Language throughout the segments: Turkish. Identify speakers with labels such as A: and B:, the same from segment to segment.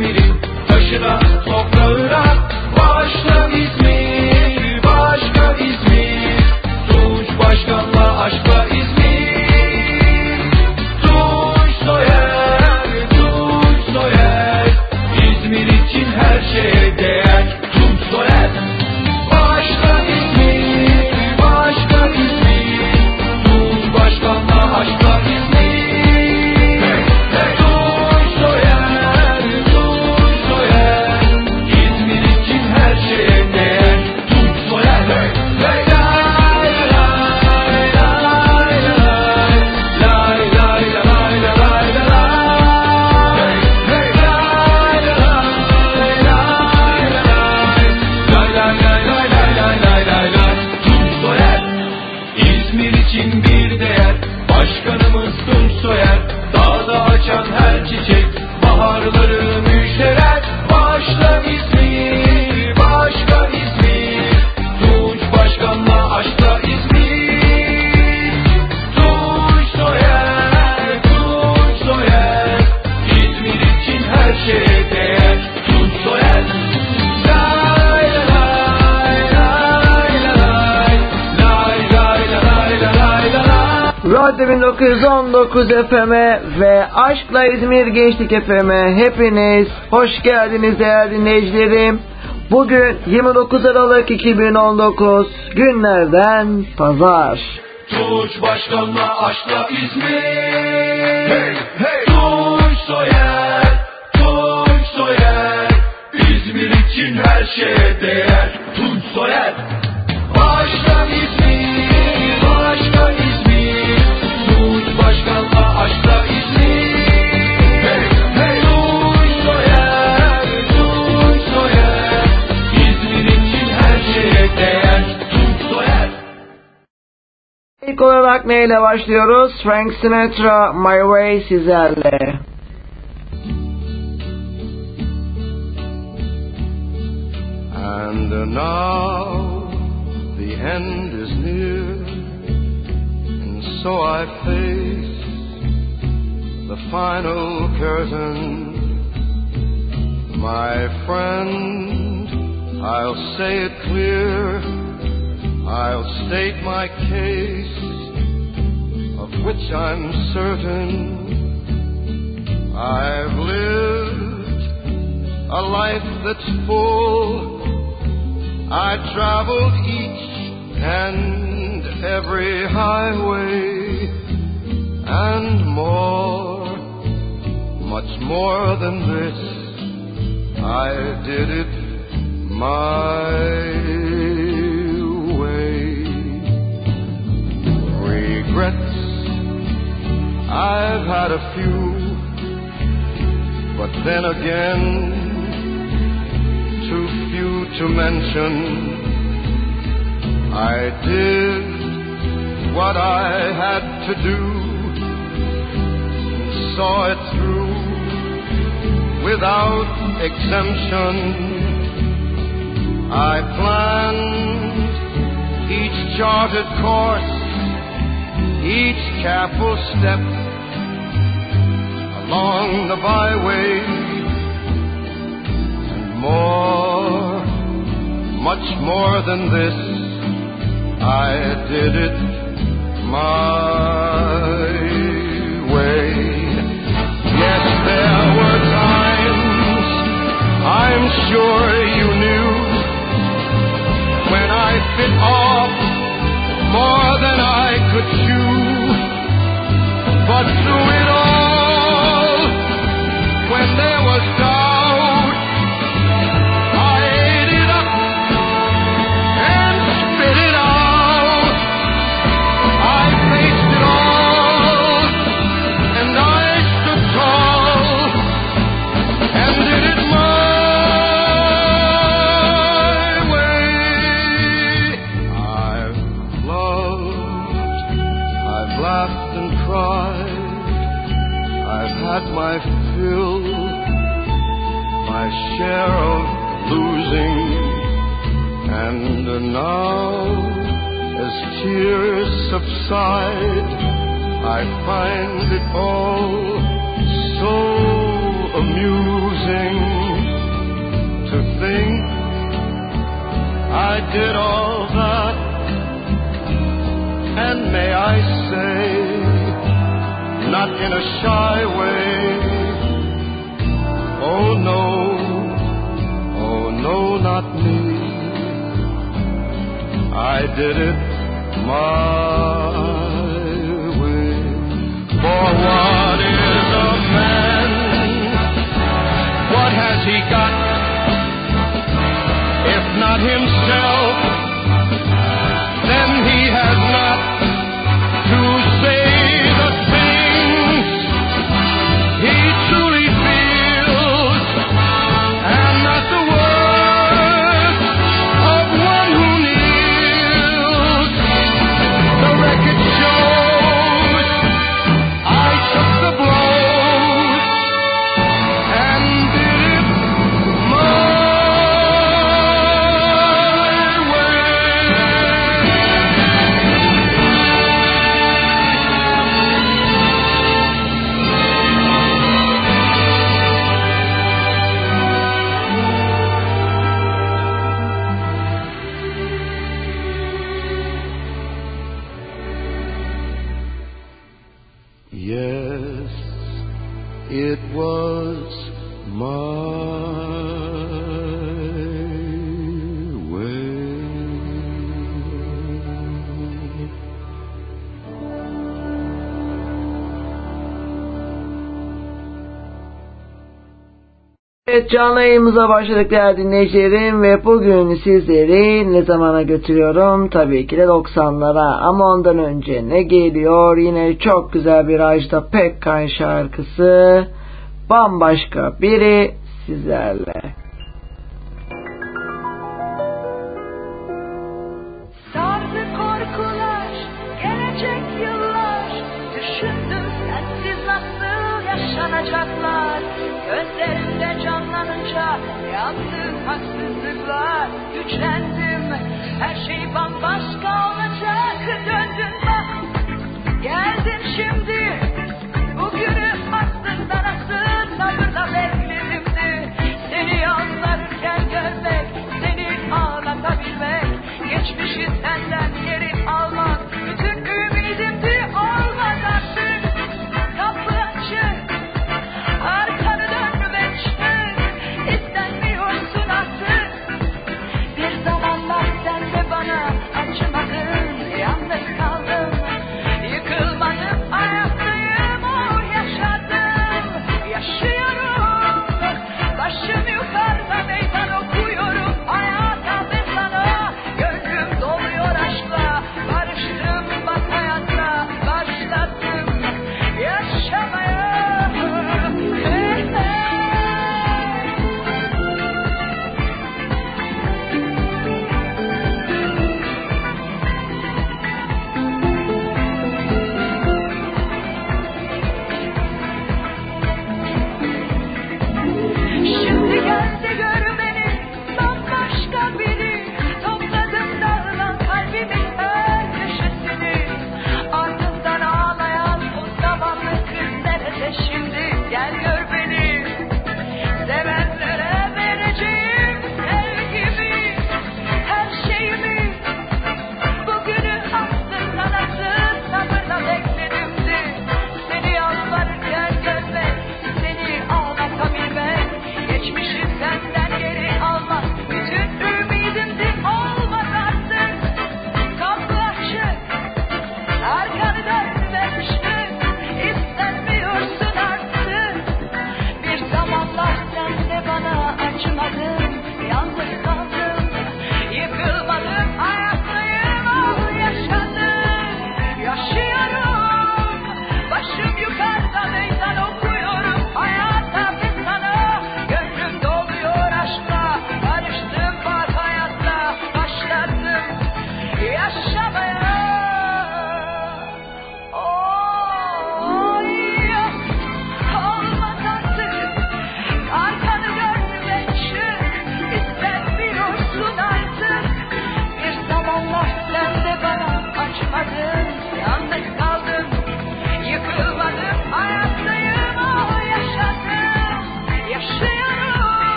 A: İzmir'in taşına, toprağına, başla İzmir, başka İzmir. Tunç Başkan'la aşkla İzmir. Tunç Soyer, Tunç Soyer. İzmir için her şeye değer. Tunç Soyer. Başka İzmir, başka İzmir. Tunç Başkan'la aşkla İzmir. Tunç Soyer, Tunç Soyer. İzmir için her şeye değer. Tunç Soyer. Lay lay lay lay lay. Lay lay lay lay lay lay. Lay lay lay lay lay. Lay lay lay lay lay lay lay lay. Tunç Soyer. İzmir için bir değer. Başkanımız Tunç Soyer. Dağda açan her çiçek baharları müjdeler. Başla İzmir, başka İzmir. Tunç Başkan'la aşkla İzmir. Tunç Soyer, Tunç Soyer. İzmir için her şeye değer. Tunç Soyer. Lay lay lay lay. Lay lay lay lay lay.
B: Radyo 1919 FM'e ve Aşkla İzmir Gençlik FM'e hepiniz hoş geldiniz değerli dinleyicilerim. Bugün 29 Aralık 2019 günlerden pazar.
A: Tunç Başkan'la aşkla İzmir. Hey hey. Tunç Soyer, Tunç Soyer. İzmir için her şeye değer. Tunç Soyer. Başka İzmir, başka İzmir. Tunç Başkan'la aşkla İzmir. Hey hey. Tunç Soyer, Tunç Soyer. İzmir için her şeye değer. Tunç Soyer.
B: İlk olarak neyle başlıyoruz? Frank Sinatra, My Way sizlerle.
C: And now the end is near, and so I face the final curtain. My friend, I'll say it clear, I'll state my case, of which I'm certain. I've lived a life that's full. I traveled each and every highway, and more, much more than this, I did it my way. Regrets, I've had a few, but then again, too few to mention. I did what I had to do, and saw it through without exemption. I planned each charted course, each careful step along the byway, and more, much more than this, I did it my way. Yes, there were times, I'm sure you knew, when I bit off more than I could chew. But through it all, when there was doubt, I ate it up and spit it out. I faced it all, and I stood tall, and did it my way. I've loved, I've laughed and cried, I've had my fill, my share of losing, and now, as tears subside, I find it all so amusing. not in a shy way. Oh no, not me. I did it my way. For what is a man? What has he got? If not himself, then he has not to say the things he truly feels, and not the words of one who kneels. The record shows I took the blows and did it my Yes, it was my way.
B: Evet, canlı yayınımıza başladık değerli dinleyicilerim ve bugün sizleri ne zamana götürüyorum? Tabii ki de 90'lara, ama ondan önce ne geliyor? Yine çok güzel bir Ajda Pekkan şarkısı, Bambaşka Biri sizlerle.
D: Sardı korkular, gelecek yıllar. Düşündüm sensiz nasıl yaşanacaklar. Gözlerinde canlanınca yaptığım haksızlıklar. Güçlendim, her şey bambaşka olacak. Döndün bak, geldim şimdi. Bugünü aslında nasıl sabırla bekledimdi. Seni yalvarırken görmek, seni ağlatabilmek. Geçmişi senden geri almak, bütün ümidimdi, olmaz artık. Kapı açık, arkanı dönmemişsin, istenmiyorsun artık. Bir zamanlar sen de bana acımadın.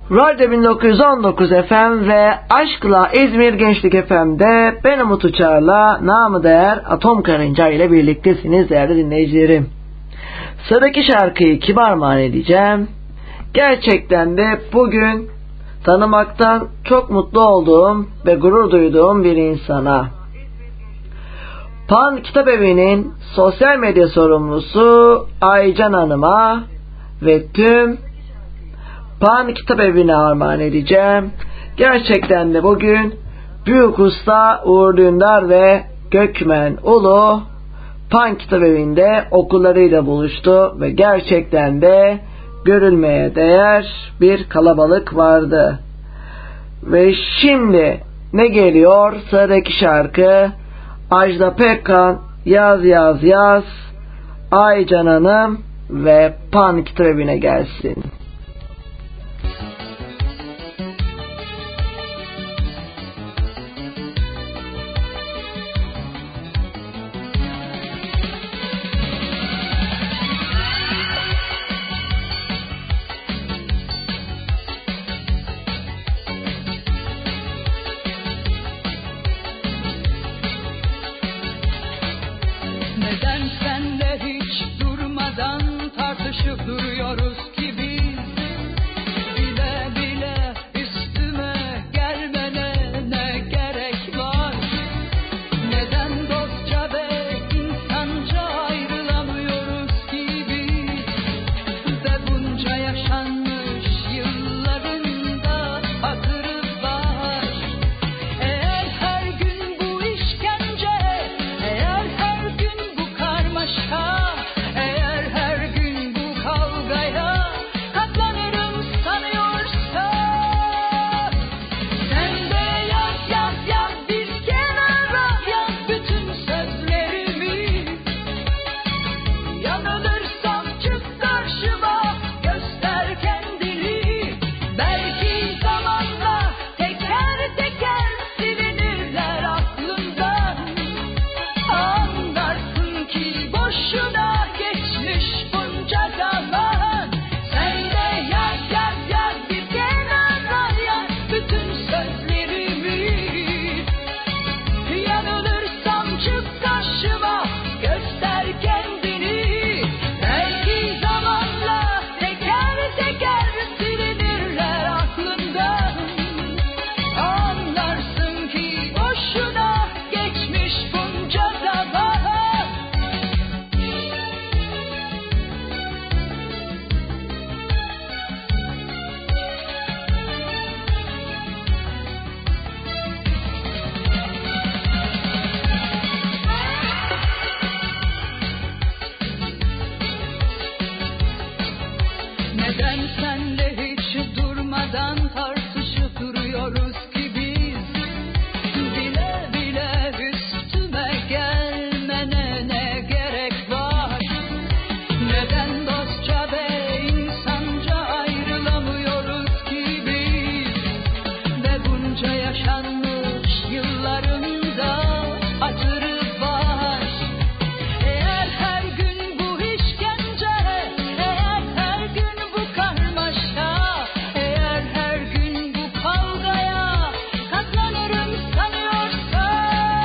B: Radyo 1919 FM ve Aşkla İzmir Gençlik FM'de ben Umut Uçar'la namı değer Atom Karınca ile birliktesiniz değerli dinleyicilerim. Sıradaki şarkıyı kime armağan edeceğim? Gerçekten de bugün tanımaktan çok mutlu olduğum ve gurur duyduğum bir insana. Pan Kitabevi'nin sosyal medya sorumlusu Aycan Hanım'a ve tüm Pan Kitabevi'ne armağan edeceğim. Gerçekten de bugün Büyük Usta Uğur Dündar ve Gökmen Ulu Pan Kitabevi'nde okullarıyla buluştu ve gerçekten de görülmeye değer bir kalabalık vardı. Ve şimdi ne geliyor? Sıradaki şarkı Ajda Pekkan, Yaz Yaz Yaz, Aycan Hanım ve Pan Kitabevi'ne gelsin.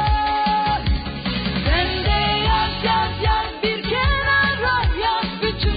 D: Bütün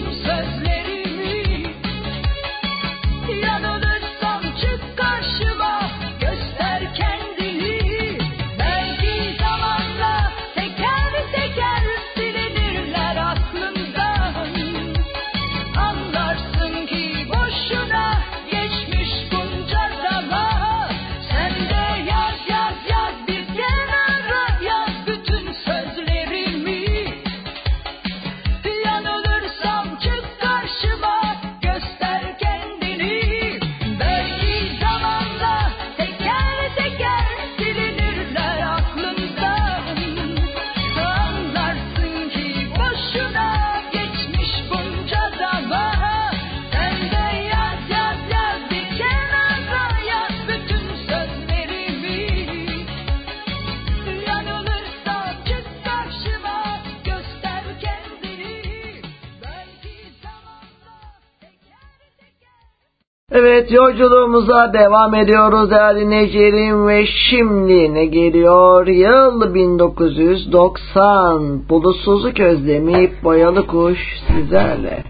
B: Evet, yolculuğumuza devam ediyoruz değerli dinleyicilerim ve şimdi ne geliyor? Yıl 1990, bulutsuzluk özlemi, boyalı kuş sizlerle.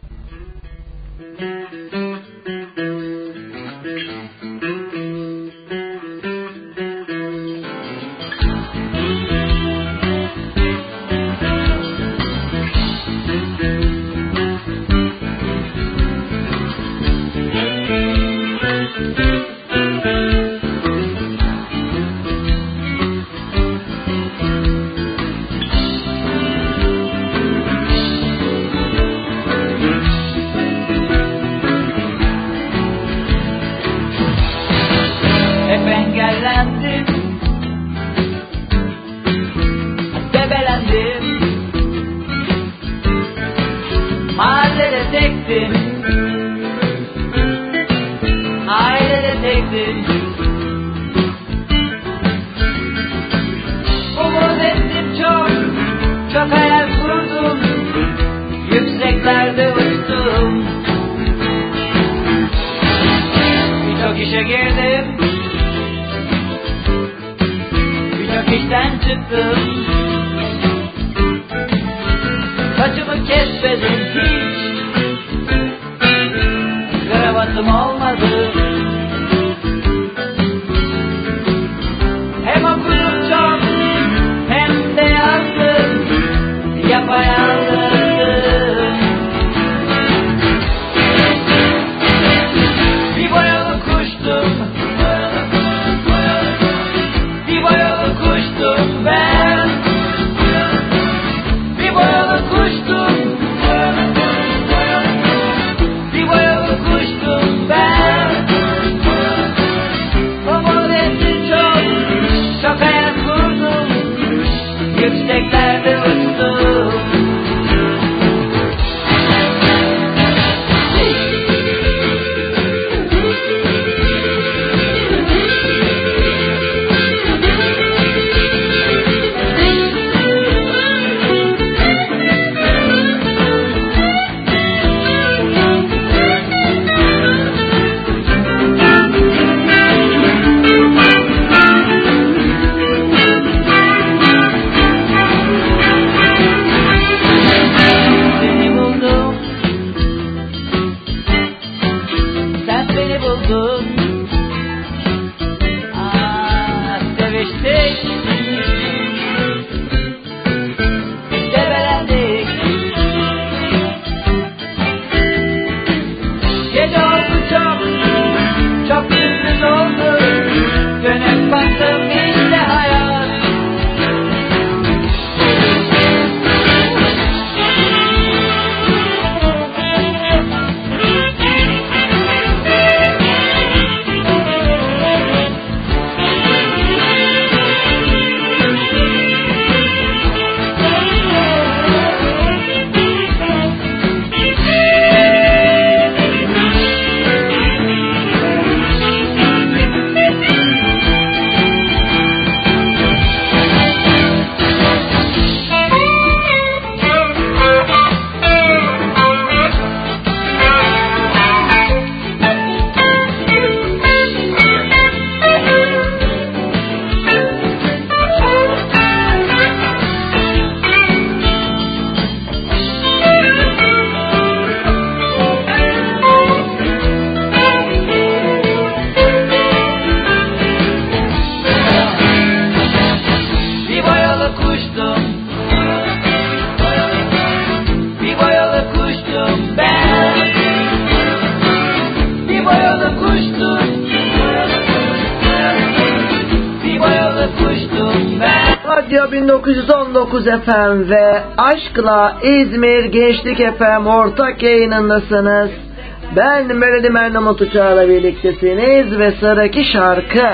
B: Radyo 1919 FM ve Aşkla İzmir Gençlik FM ortak yayınındasınız. Ben Melodi Mernamut Uçağ'la birliktesiniz ve sıradaki şarkı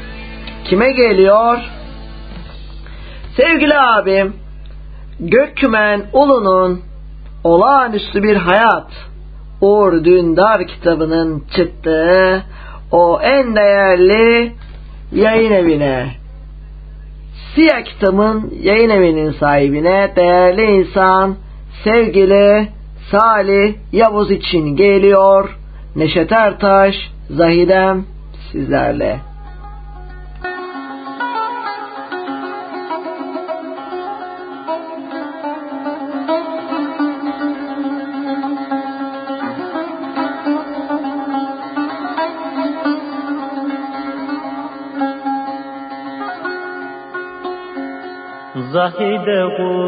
B: kime geliyor? Sevgili abim Gökkümen Ulu'nun Olağanüstü Bir Hayat Uğur Dündar kitabının çıktığı o en değerli yayın evine, Siyah Kitab'ın yayın evinin sahibine, değerli insan sevgili Salih Yavuz için geliyor. Neşet Ertaş Zahidem sizlerle.
E: Zahide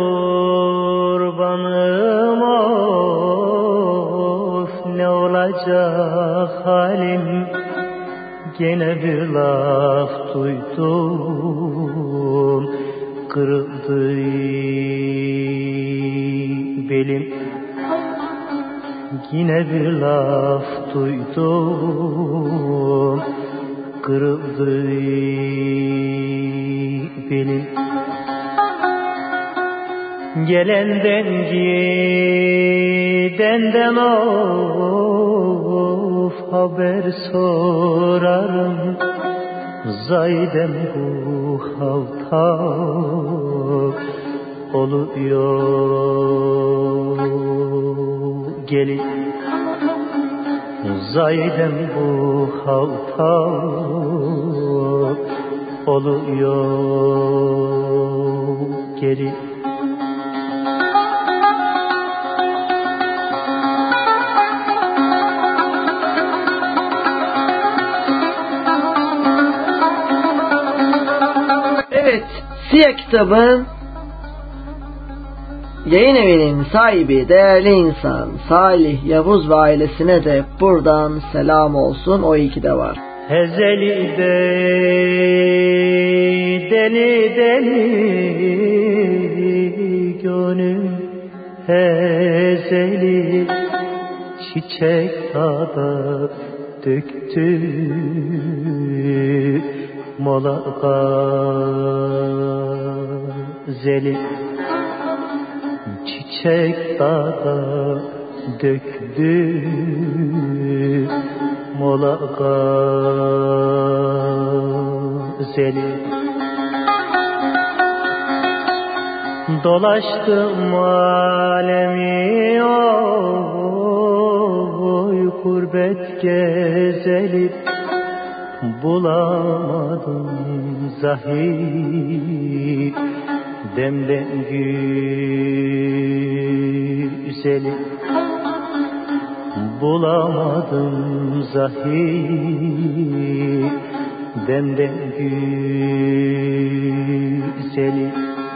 E: kurbanım of, ne olacak halim? Gene bir laf duydum, kırıldı belim. Yine bir laf duydum, kırıldı belim. Gelenden gidenden of, haber sorarım. Zahidem bu halta oluyor gelin. Zahidem bu halta oluyor gelin.
B: Siyah kitabın yayın evinin sahibi değerli insan Salih Yavuz ve ailesine de buradan selam olsun. O iyi ki de var.
E: Hezeli de deli deli gönlüm hezeli, çiçek dağda döktü mola gazeli. Çiçek dağda döktü mola gazeli. Dolaştım alemi oy, gurbet gezeli, bulamadım zahid demden güzeli. Bulamadım zahid demden güzeli.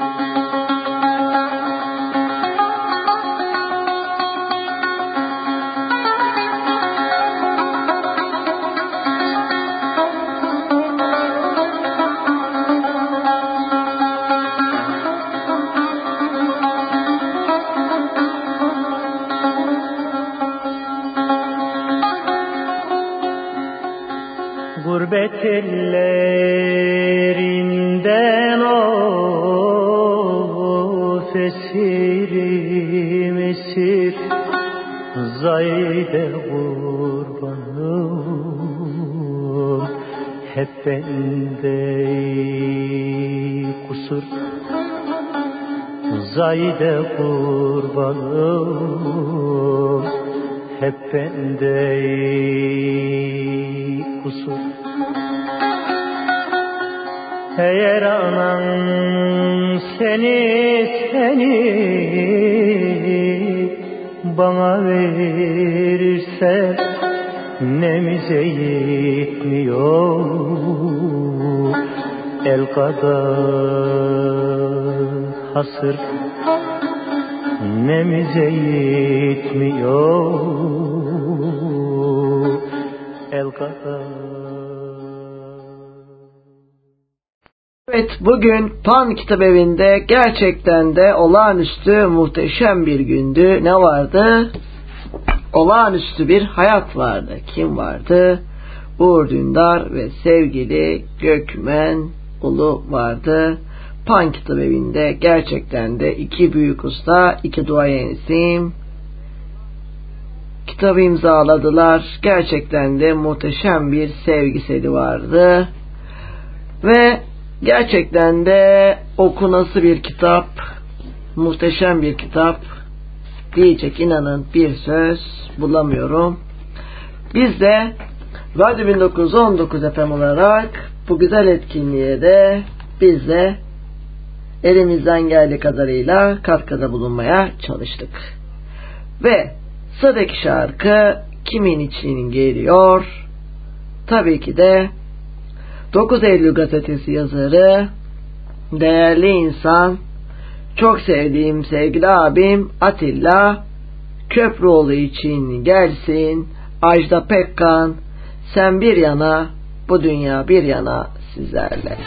E: Gurbet ellerinden of, esirim esir, Zahide kurbanım, hep bende kusur. Zahide kurbanım, hep bende kusur. Eğer anan seni bana verirse, nemize yetmiyor el kadar hasır. Nemize yetmiyor el kadar.
B: Evet, bugün Pan Kitap Evi'nde gerçekten de olağanüstü muhteşem bir gündü. Ne vardı? Olağanüstü bir hayat vardı. Kim vardı? Uğur Dündar ve sevgili Gökmen Ulu vardı. Pan Kitap Evi'nde gerçekten de iki büyük usta, iki duayen isim kitabı imzaladılar. Gerçekten de muhteşem bir sevgiseli vardı. Ve gerçekten de okunası bir kitap, muhteşem bir kitap diyecek inanın bir söz bulamıyorum. Biz de Radyo 1919 FM olarak bu güzel etkinliğe de biz de elimizden geldiği kadarıyla katkıda bulunmaya çalıştık. Ve sıradaki şarkı kimin için geliyor? Tabii ki de 9 Eylül gazetesi yazarı, değerli insan, çok sevdiğim sevgili abim Atilla Köprüoğlu için gelsin. Ajda Pekkan, sen bir yana, bu dünya bir yana sizlerle.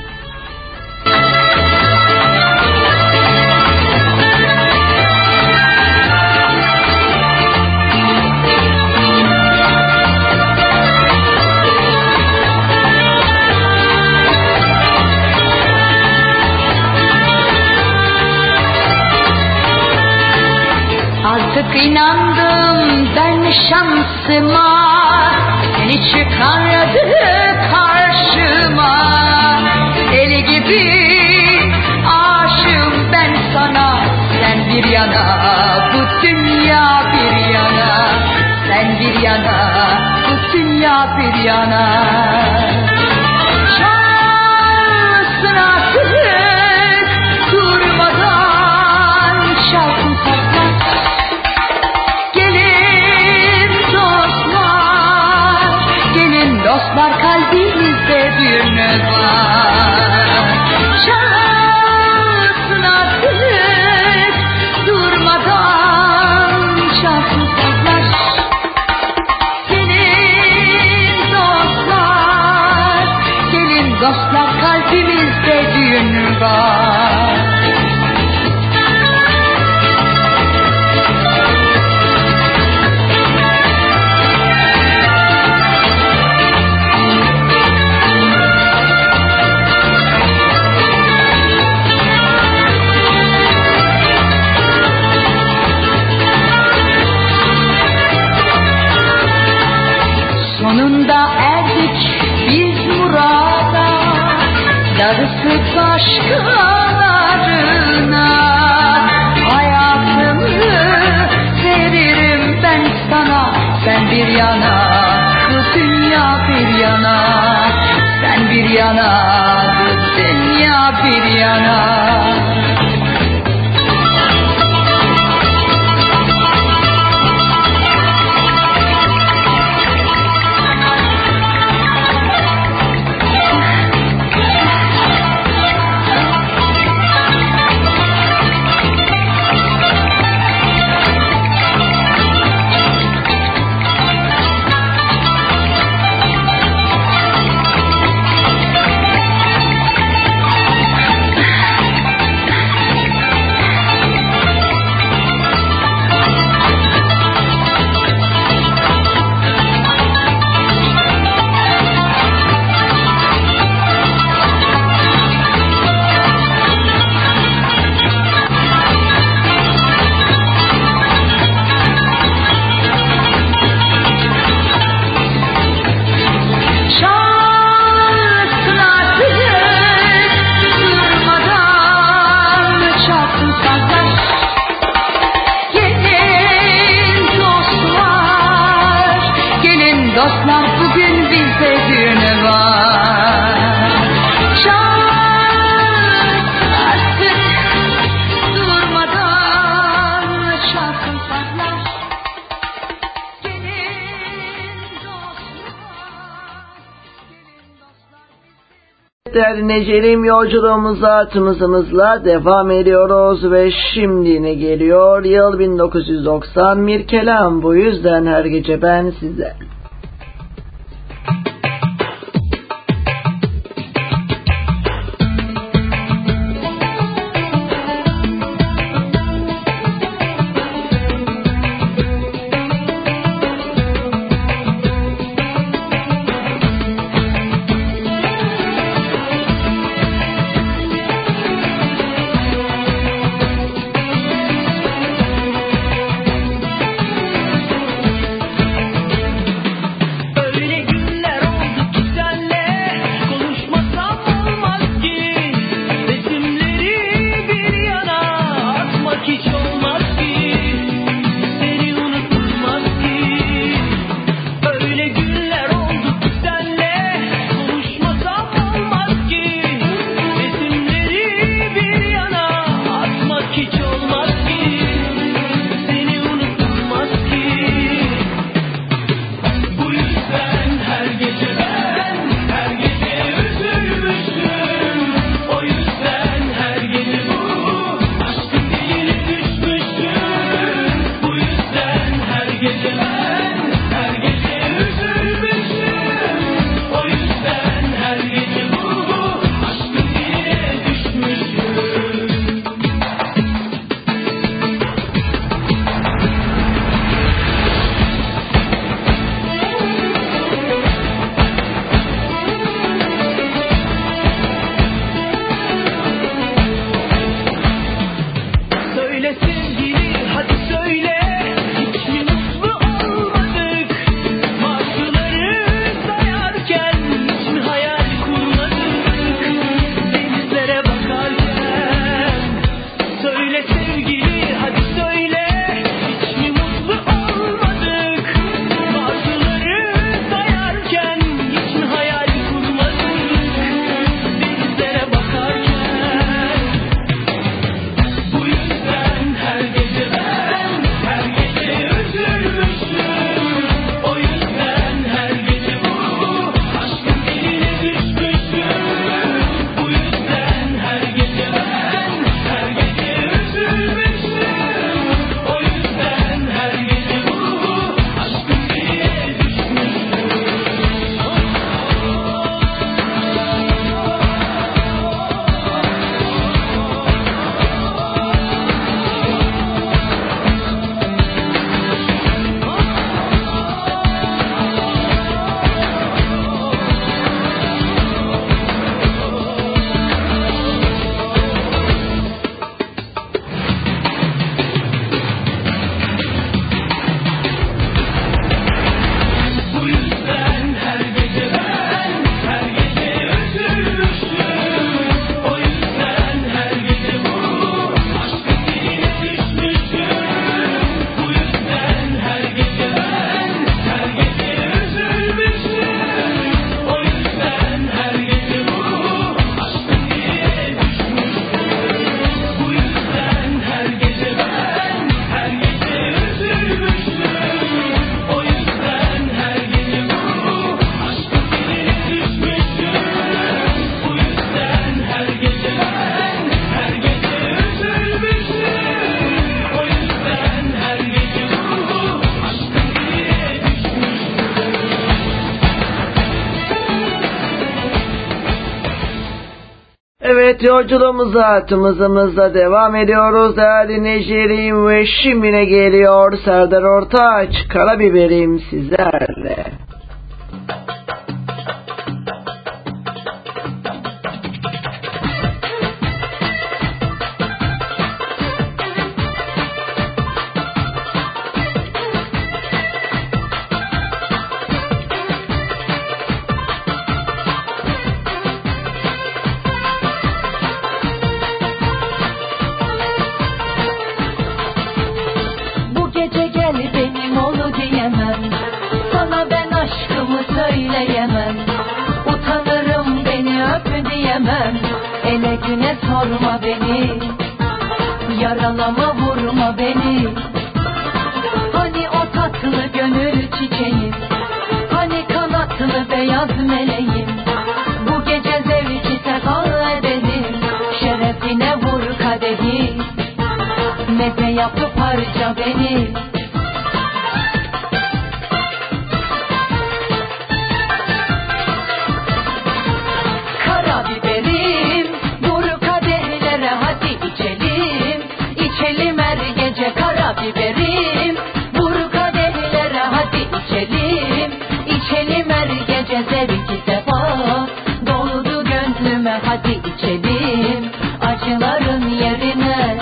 D: Artık inandım ben şansıma, seni çıkardı karşıma. Deli gibi aşığım ben sana, sen bir yana, bu dünya bir yana. Sen bir yana, bu dünya bir yana. Çalsın artık durmadan çalsın sazlar. Dostlar kalbimizde düğünü var. Çalsın artık durmadan çalsın sazlar. Gelin dostlar kalbimizde düğünü var. Sonunda erdik biz murada, darısı başkalarına. Hayatımı veririm ben sana, sen bir yana, bu dünya bir yana. Sen bir yana, bu dünya bir yana.
B: Değerli dinleyicilerim, yolculuğumuza tımızımızla devam ediyoruz ve şimdi ne geliyor? Yıl 1990, Mirkelam, bu yüzden her gece ben size. Evet, yolculuğumuza tüm hızımızla devam ediyoruz değerli dinleyicilerim ve şimdi ne geliyor? Serdar Ortaç, Karabiberim sizlerle.
F: Sorma beni, yaralama vurma beni. Hani o tatlı gönül çiçeğim, hani kanatlı beyaz meleğim. Bu gece zevki sefa edelim, şerefine vur kadehi. Meze yapıp harca beni. Biberim, vur kadehlere hadi içelim. İçelim her gece zevki sefa. Doldu gönlüme hadi içelim. Acıların yerine.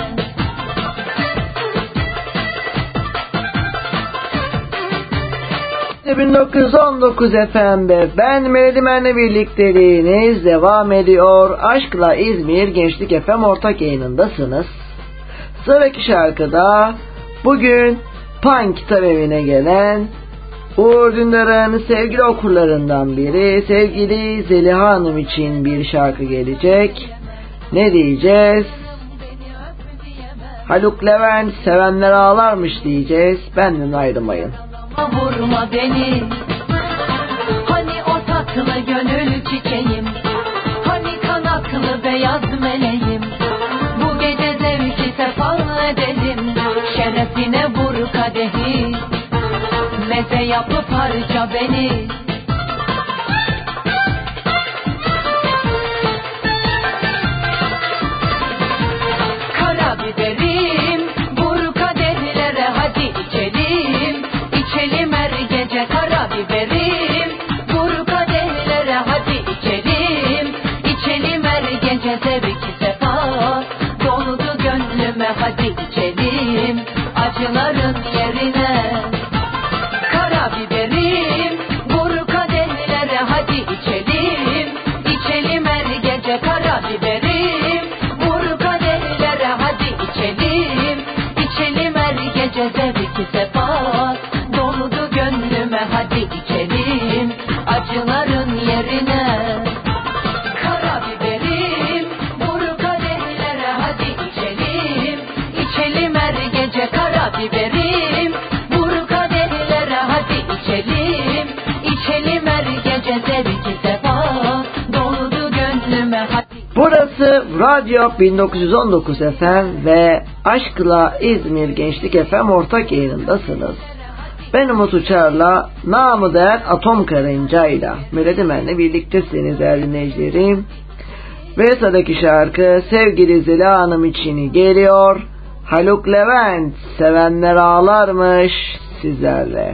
B: 1919 FM'de ben Melodimen'le birlikteliğiniz devam ediyor. Aşkla İzmir Gençlik FM ortak yayınındasınız. Sıradaki şarkıda bugün Pan Kitap Evi'ne gelen Uğur Dündar'ın sevgili okurlarından biri sevgili Zeliha Hanım için bir şarkı gelecek. Ne diyeceğiz? Haluk Levent sevenler ağlarmış diyeceğiz. Benden ayrılmayın.
F: Vurma beni, hani o tatlı gönül çiçeğim, hani kanatlı beyaz meleğim. Bu gece zevki sefa edelim, şerefine vur kadehi. Meze yapıp harca beni. Karabiberim, vur kadehlere hadi içelim. İçelim her gece karabiberim, vur kadehlere hadi içelim. İçelim her gece zevki sefa. Doldu gönlüme hadi içelim. Acıların yerine. Karabiberim, vur kadehlere hadi içelim. İçelim her gece karabiberim, vur kadehlere hadi içelim. İçelim her gece zevki sefa. Doldu gönlüme hadi içelim. Acıların yerine. Karabiberim, vur kadehlere hadi içelim. İçelim her gece karabiberim, vur kadehlere hadi içelim. İçelim her gece zevki sefa. Doldu gönlüme hadi.
B: Burası Radyo 1919 FM ve Aşkla İzmir Gençlik FM ortak yayınındasınız. Ben Umut Uçar'la, namı değer Atom Karınca'yla Melodimen'le birliktesiniz değerli dinleyicilerim. Ve sıradaki şarkı sevgili Zeliha Hanım için geliyor. Haluk Levent sevenler ağlarmış sizlerle.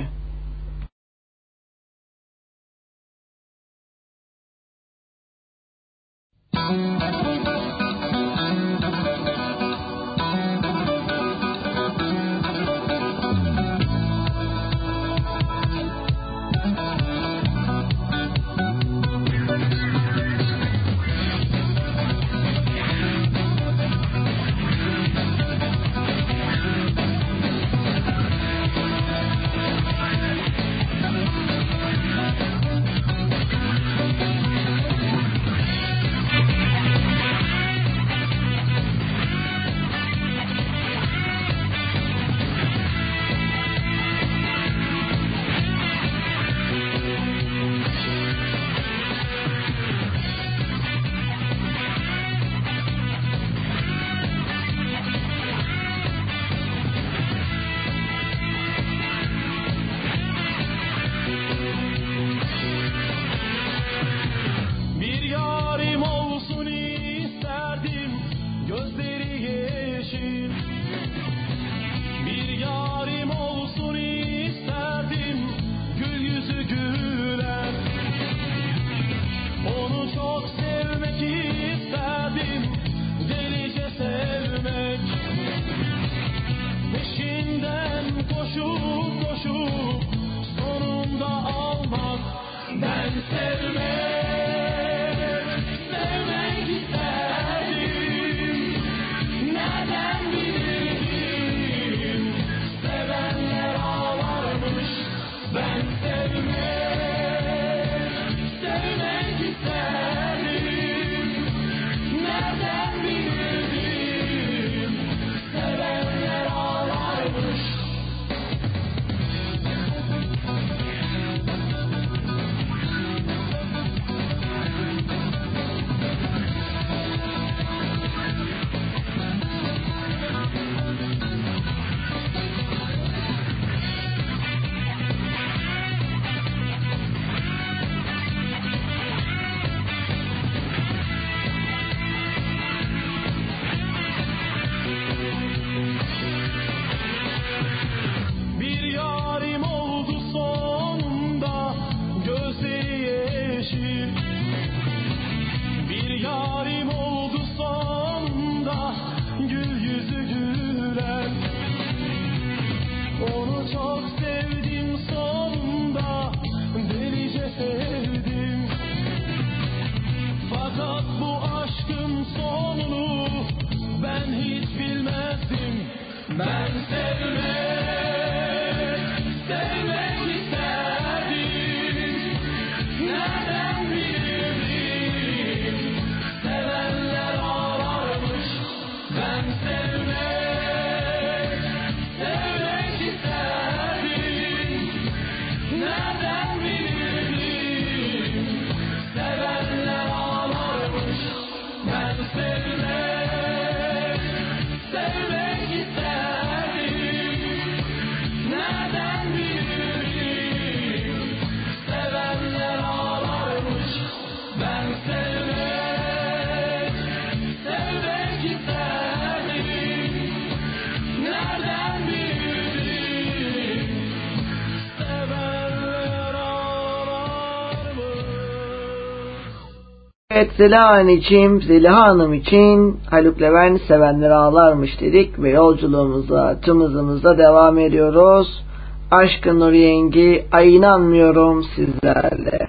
B: Evet, Zeliha Hanım için Haluk Levent sevenleri ağlarmış dedik ve yolculuğumuza tüm hızımızla devam ediyoruz. Aşkın Nur Yengi, ay inanmıyorum sizlerle.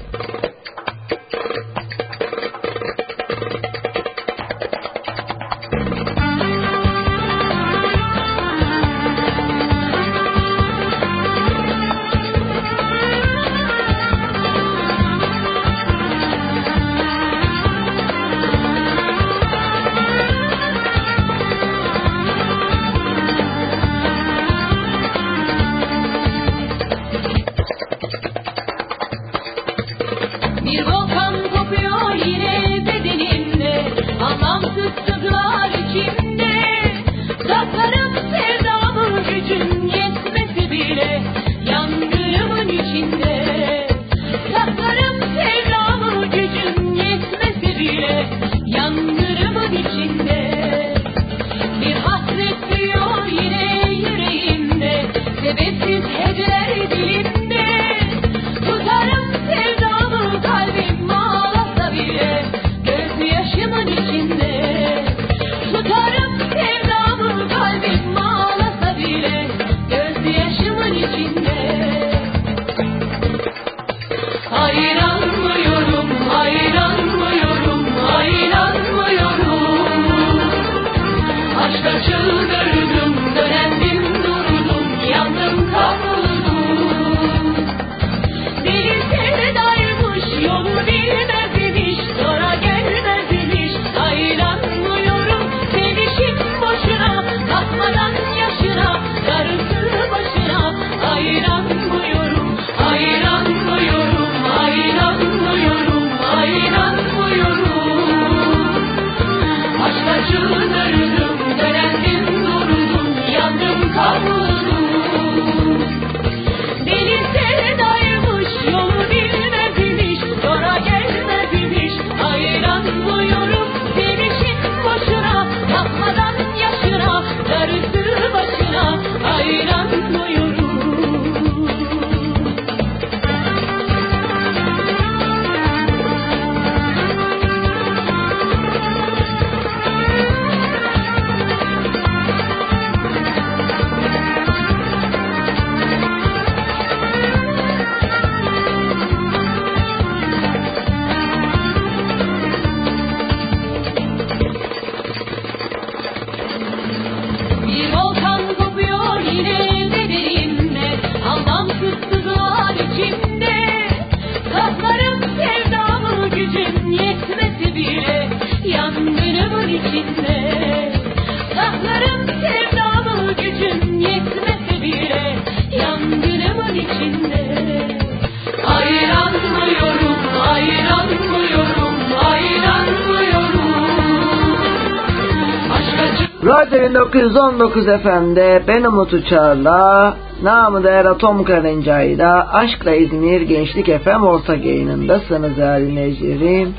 B: Radyo 1919 FM'de ben Umut Uçar'la, namı değer Atom Karınca'yla Aşkla İzmir Gençlik FM ortak yayınındasınız değerli dinleyicilerim.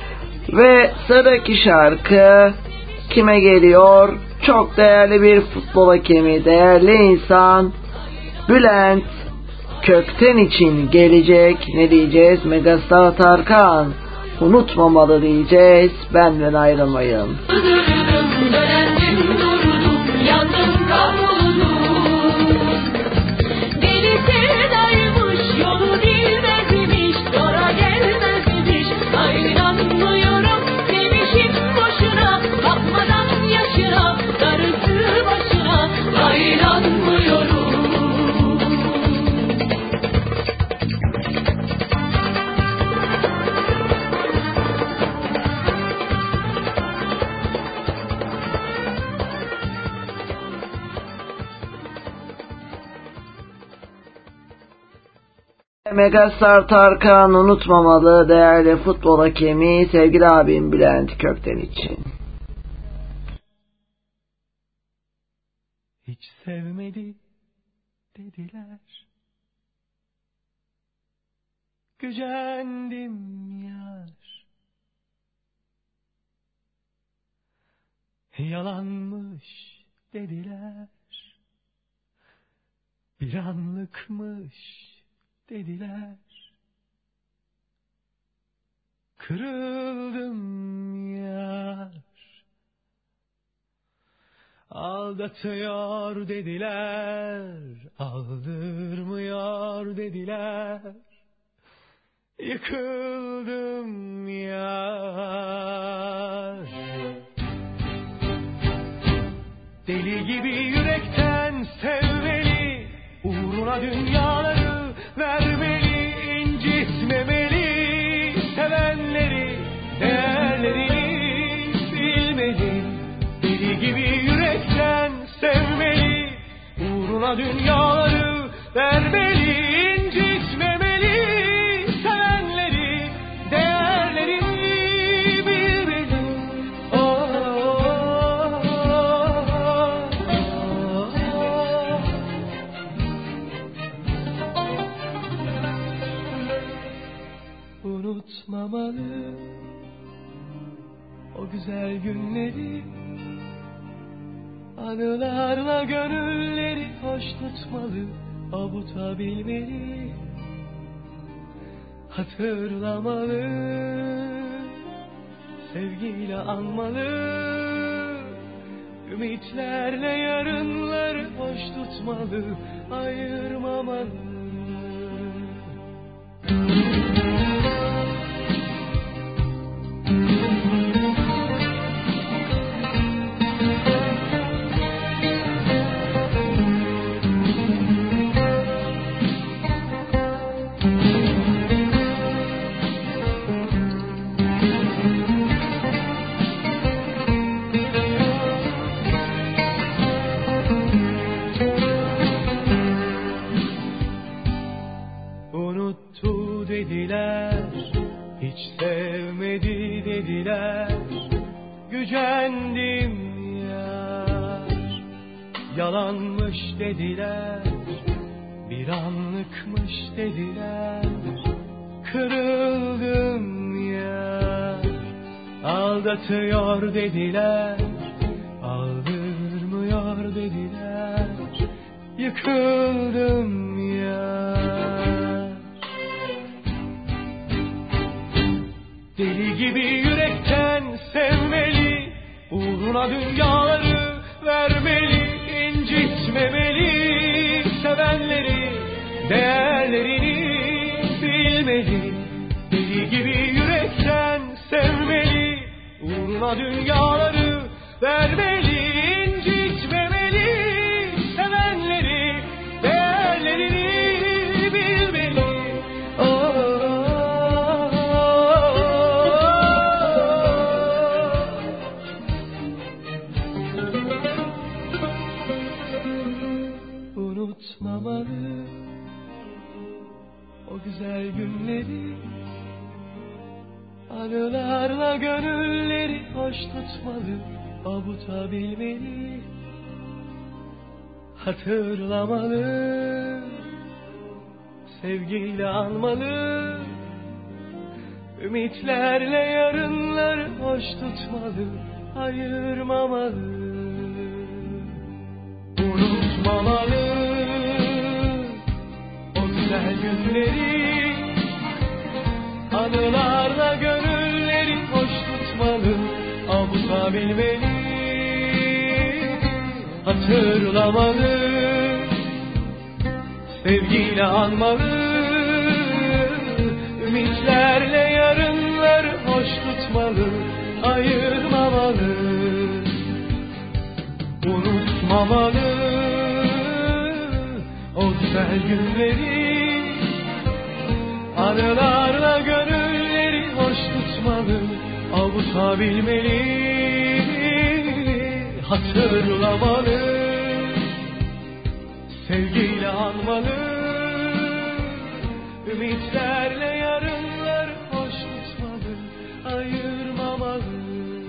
B: Ve sıradaki şarkı kime geliyor? Çok değerli bir futbol hakemi, değerli insan Bülent Kökten için gelecek. Ne diyeceğiz? Megastar Tarkan unutmamalı diyeceğiz. Benden ayrılmayın. Megastar Tarkan unutmamalı değerli futbol hakemi sevgili abim Bülent Kökten için.
E: Hiç sevmedi dediler, gücendim yar. Yalanmış dediler, bir anlıkmış dediler. kırıldım yar. Aldatıyor dediler, aldırmıyor dediler. Yıkıldım yar. Deli gibi yürekten sevmeli, uğruna dünyaları vermeli, incitmemeli, sevenleri, değerlerini bilmeli. Deli gibi yürekten sevmeli, uğruna dünyaları vermeli, incitmemeli, sevenleri, değerlerini bilmeli. Unutmamalı o güzel günleri, anılarla gönülleri hoş tutmalı, avutabilmeli, hatırlamalı, sevgiyle anmalı, ümitlerle yarınları hoş tutmalı, ayırmamalı. Unuttu dediler, hiç sevmedi dediler, gücendim yar. Yalanmış dediler, bir anlıkmış dediler, kırıldım yar. Aldatıyor dediler, aldırmıyor dediler, yıkıldım yar. Deli gibi yürekten sevmeli, uğruna dünyaları vermeli, incitmemeli, sevenleri, değerlerini bilmeli. Deli gibi yürekten sevmeli, uğruna dünyaları vermeli, incitmemeli, sevenleri, değerlerini bilmeli. Unutmamalı o güzel günleri, anılarla gönülleri hoş tutmalı, avutabilmeli, hatırlamalı, sevgiyle anmalı, ümitlerle yarınları hoş tutmalı, ayırmamalı. Unutmamalı o güzel günleri, anılarla gönülleri hoş tutmalı, avutabilmeli, hatırlamalı, sevgiyle anmalı, ümitlerle yarınları hoş tutmalı, ayırmamalı. Unutmamalı o güzel günleri, anılarla gönülleri hoş tutmalı, avutabilmeli, hatırlamalı, sevgiyle anmalı, ümitlerle yarınları hoş tutmalı, ayırmamalı.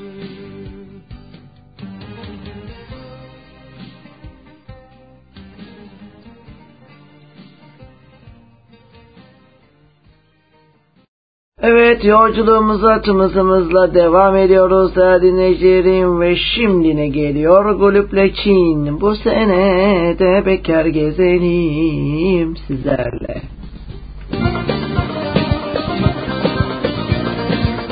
B: Evet, yolculuğumuza tımızımızla devam ediyoruz değerli dinleyicilerim ve şimdi ne geliyor? Gulüple Çin, bu sene de bekar gezelim sizlerle.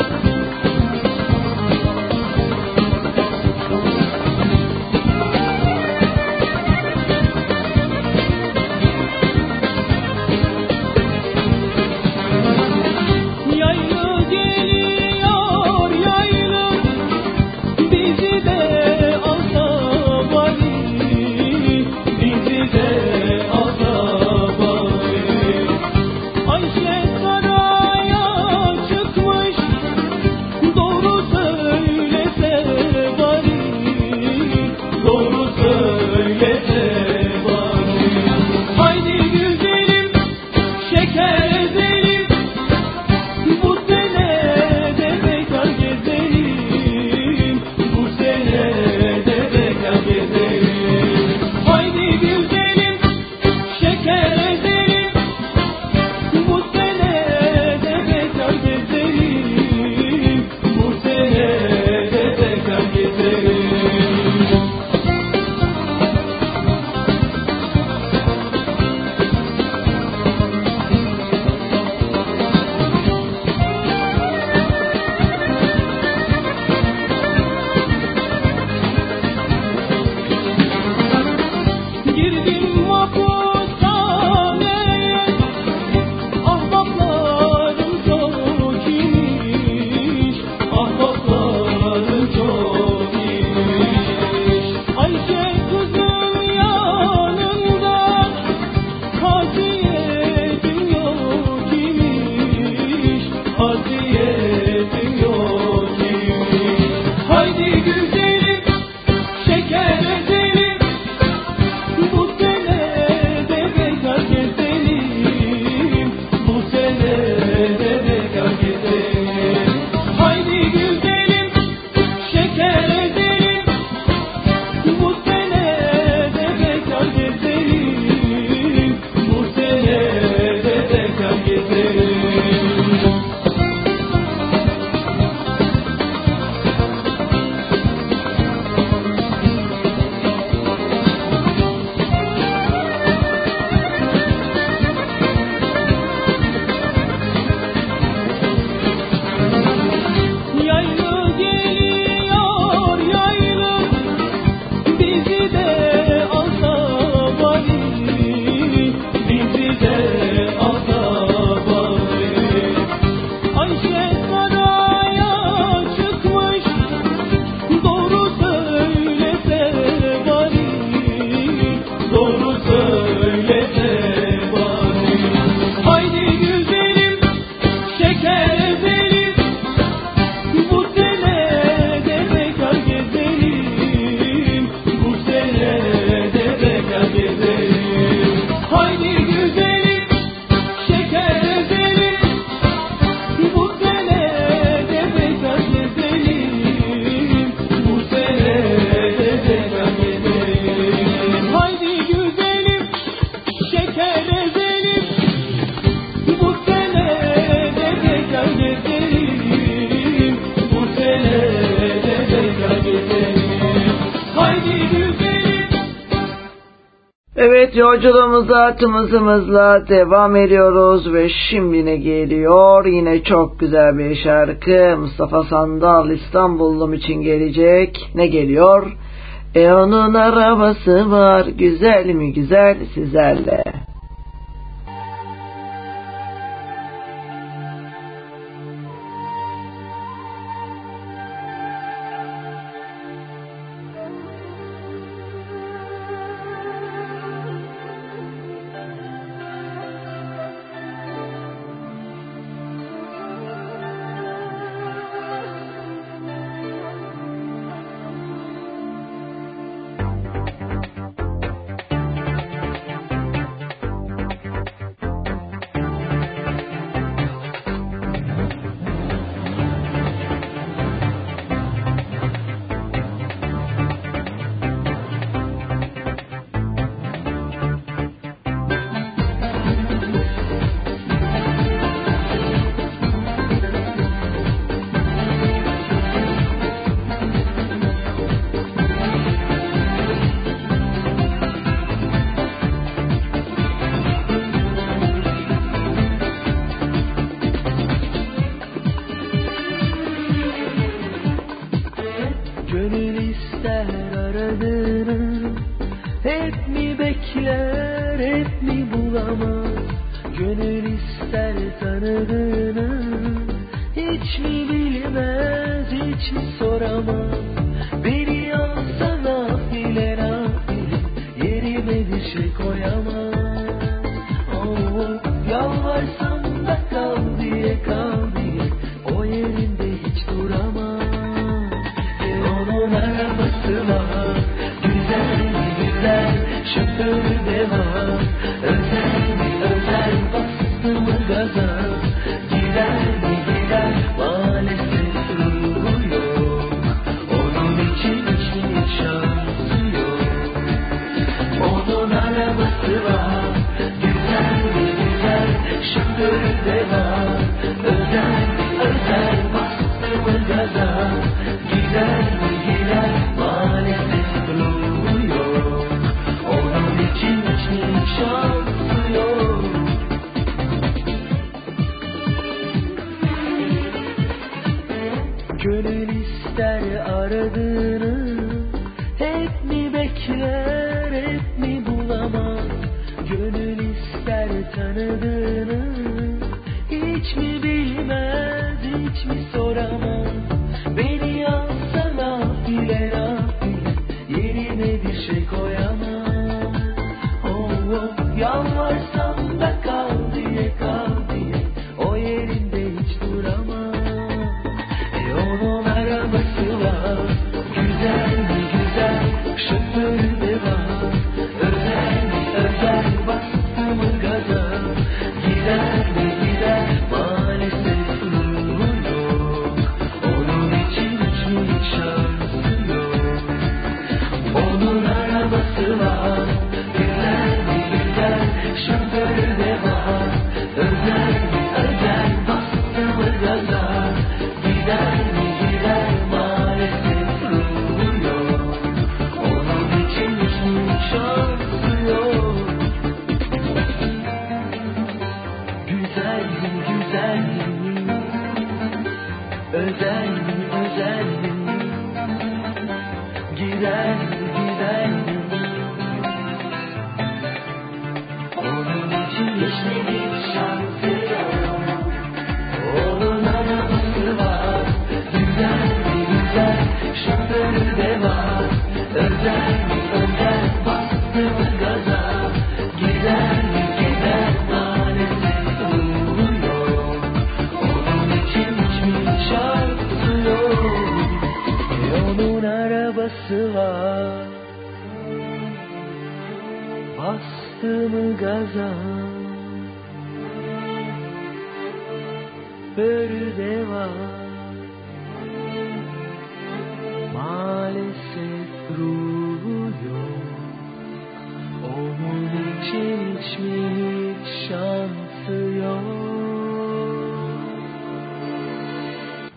B: Evet, yolculuğumuza tımızımızla devam ediyoruz ve şimdi ne geliyor? Yine çok güzel bir şarkı. Mustafa Sandal İstanbullum için gelecek. Ne geliyor? Onun arabası var, güzel mi güzel, sizlerle.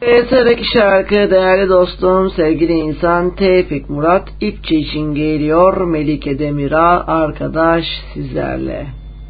B: Sıradaki şarkı değerli dostum, sevgili insan Tevfik Murat İpçi için geliyor. Melike Demirağ arkadaş sizlerle.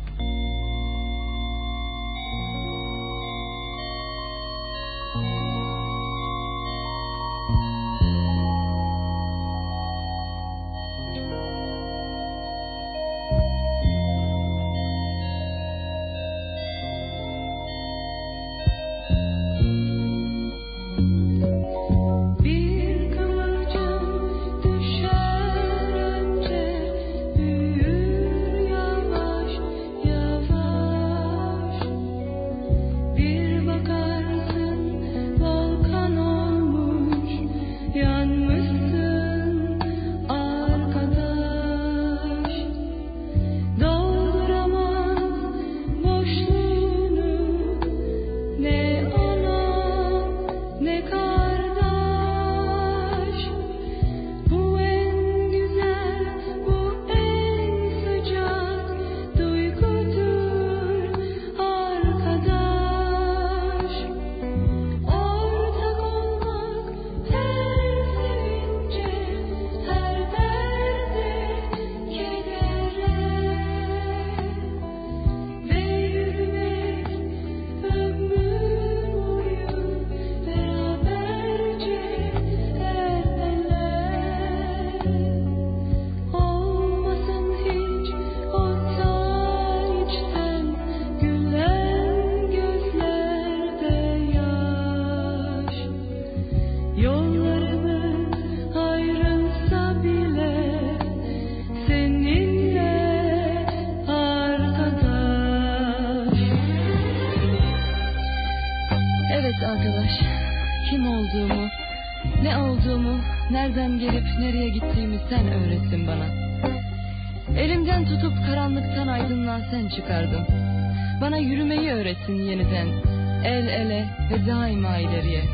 G: Çıkardın. Bana yürümeyi öğrettin yeniden, el ele ve daima ileriye.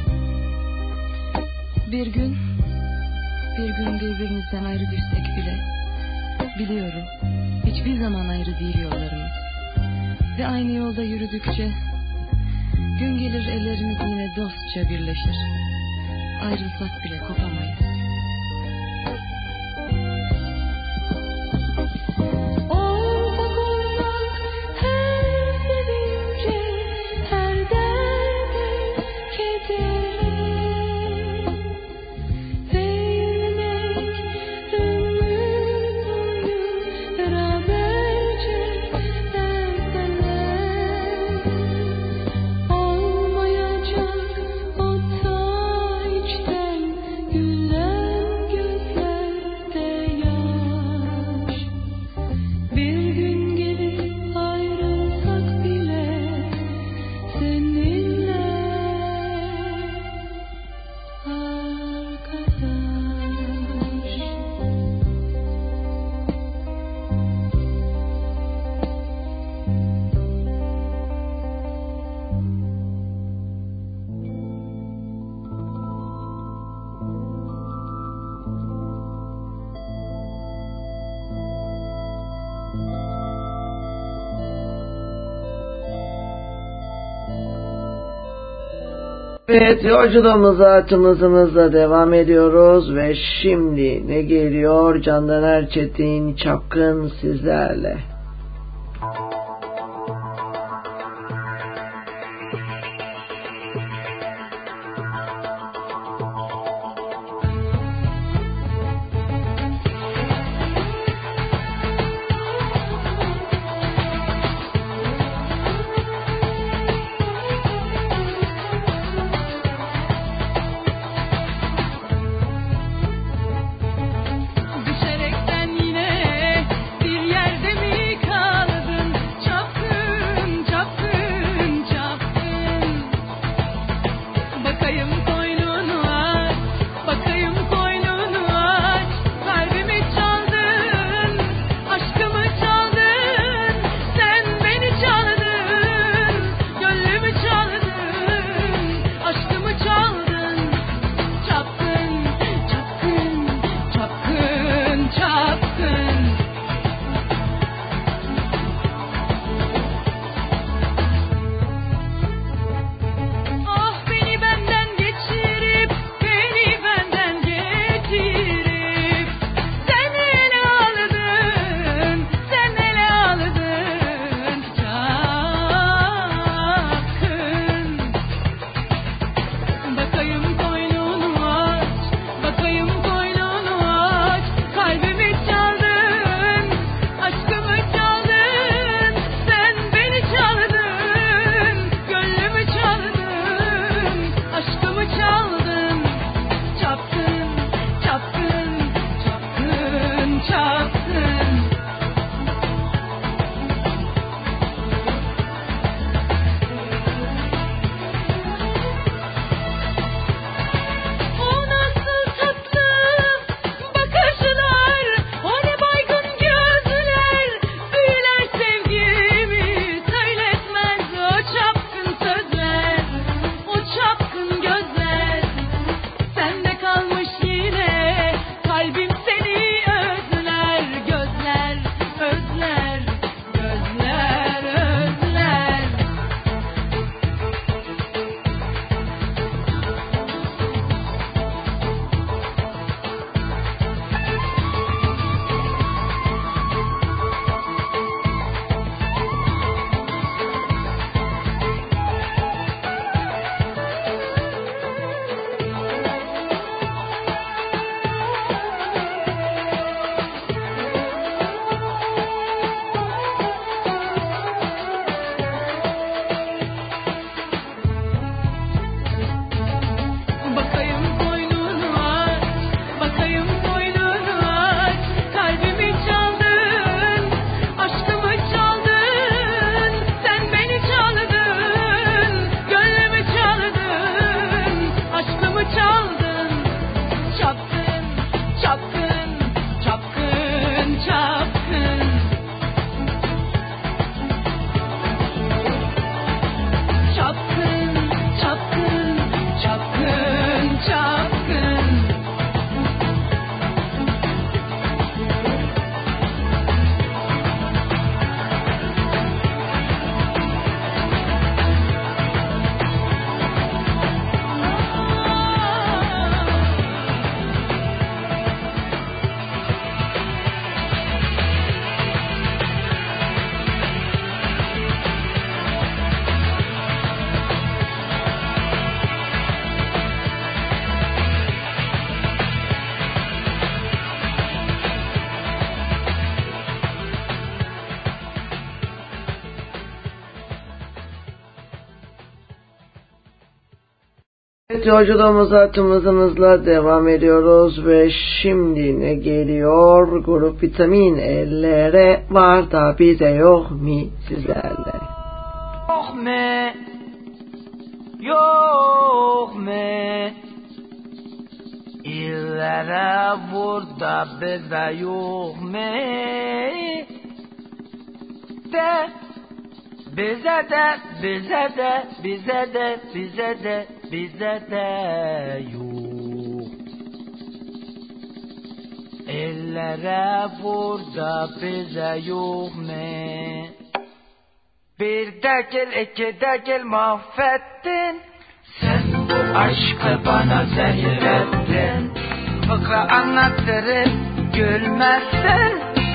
G: Bir gün birbirimizden ayrı düşsek bile, biliyorum hiçbir zaman ayrı değil yollarımız. Ve aynı yolda yürüdükçe, gün gelir ellerimiz yine dostça birleşir. Ayrılsak bile kopamayız.
B: Evet, yolculuğumuza tımızımızla devam ediyoruz ve şimdi ne geliyor? Candan Erçetin Çapkın sizlerle.
G: Düşerekten yine bir yerde mi
B: Evet, yolculuğumuza tımızımızla devam ediyoruz ve şimdi ne geliyor? Grup Vitamin, ellere var da bize yok mu sizlerle?
H: Yok mu? Yok mu? İllere burada bize yok mu? De bize de bize de bize de bize de bize de yok. Ellere burada bize yok mu? Bir de gel, iki de gel mahvettin. Sen bu aşkı bana zehir ettin. Fıkra anlatırım gülmezsin.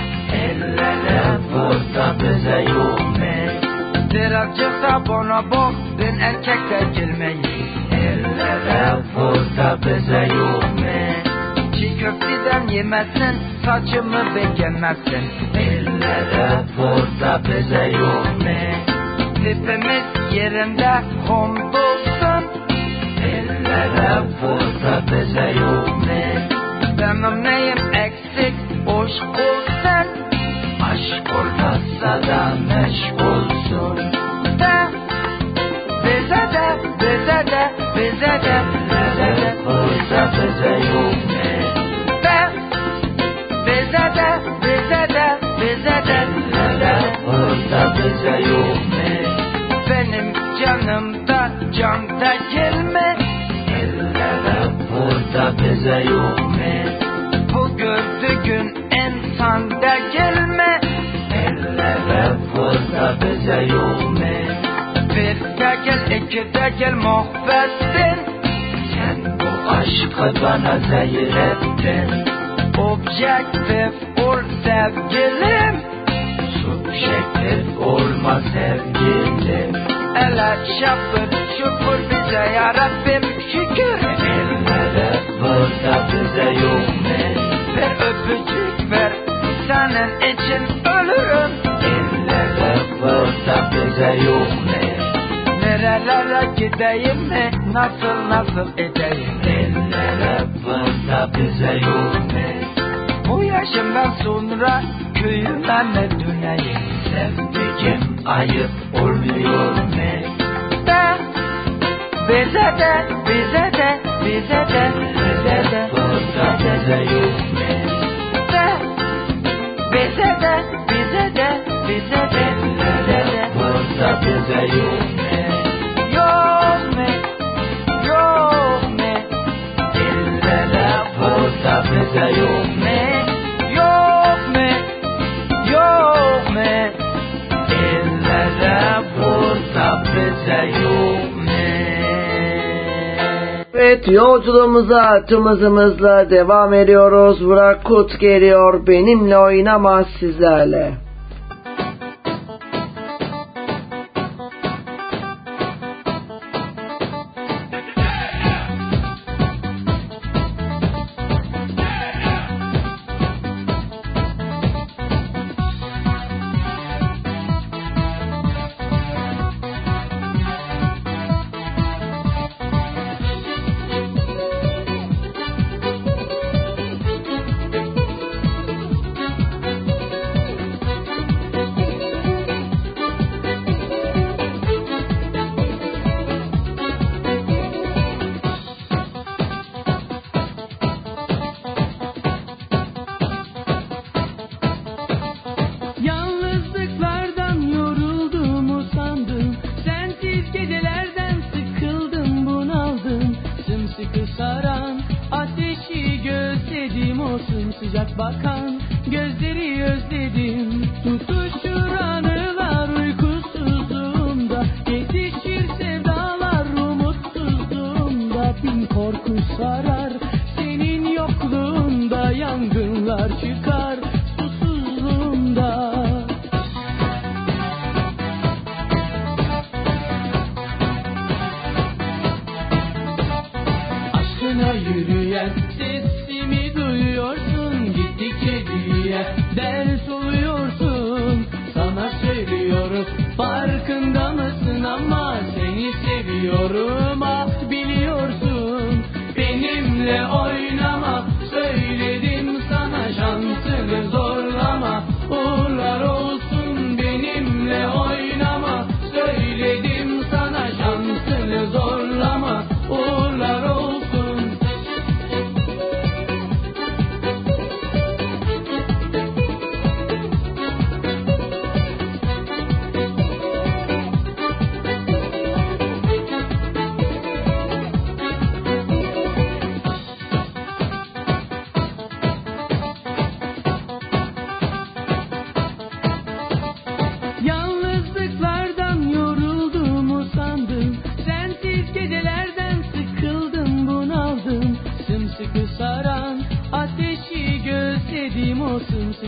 H: Ellere burada bize yok mu? Birazcık da bana bak, ben erkek de girmeyi. Ellere burada bize yok mu? Çiğ köfteden yemezsin, saçımı beğenmezsin. Ellere burada bize yok mu? Tipimiz yerinde hamdolsun. Ellere burada bize yok mu? Benim neyim eksik, aşk olsun. Aşk olmazsa da meşgulsun. De bize de bize de bize de bize de burada bize yok mu? De bize de bize de bize de bize de burada bize yok mu? Benim canımda can da gelme. Ellere burada bize yok mu? Bu gördüğün insan da gelme. Ellere burada bize yok mu? Bir de gel, iki de gel mahvettin. Sen bu aşkı bana zehir ettin. Objektif ol sevgilim. Subjektif olma sevgilim. Ele şapır şukur bize ya Rabbim şükür. Ellere burada bize yok mu? Bir öpücük ver, senin için ölürüm. Ellere burada bize yok mu? Nerelere gideyim mi? Nasıl edeyim? Ellere burada bize yok mu? Bu yaşımdan sonra köyüme mi döneyim? Sevdiğim ayıp olmuyor mu? De bize de bize de bize de bize de burada bize yok mu? De bize de bize de bize de bize de burada bize yok mu? Yok mu? Yok mu? Ellere burada bize yok mu? Yok mu? Yok mu? Ellere burada bize yok mu?
B: Evet, yolculuğumuza tımızımızla devam ediyoruz. Burak Kut geliyor, benimle oynamaz sizlerle.
E: sıcak bakan gözleri özledim. Tutuşur anılar uykusuzluğumda, yetişir sevdalar umutsuzluğumda. Bin korku sarar senin yokluğunda, yangınlar çıkar susuzluğumda. Aşkına yürüyen sesimi duyuyorsun, gittikçe büyüyen ders oluyorsun. Sana söylüyorum, farkında mısın ama seni seviyorum, ah biliyorsun.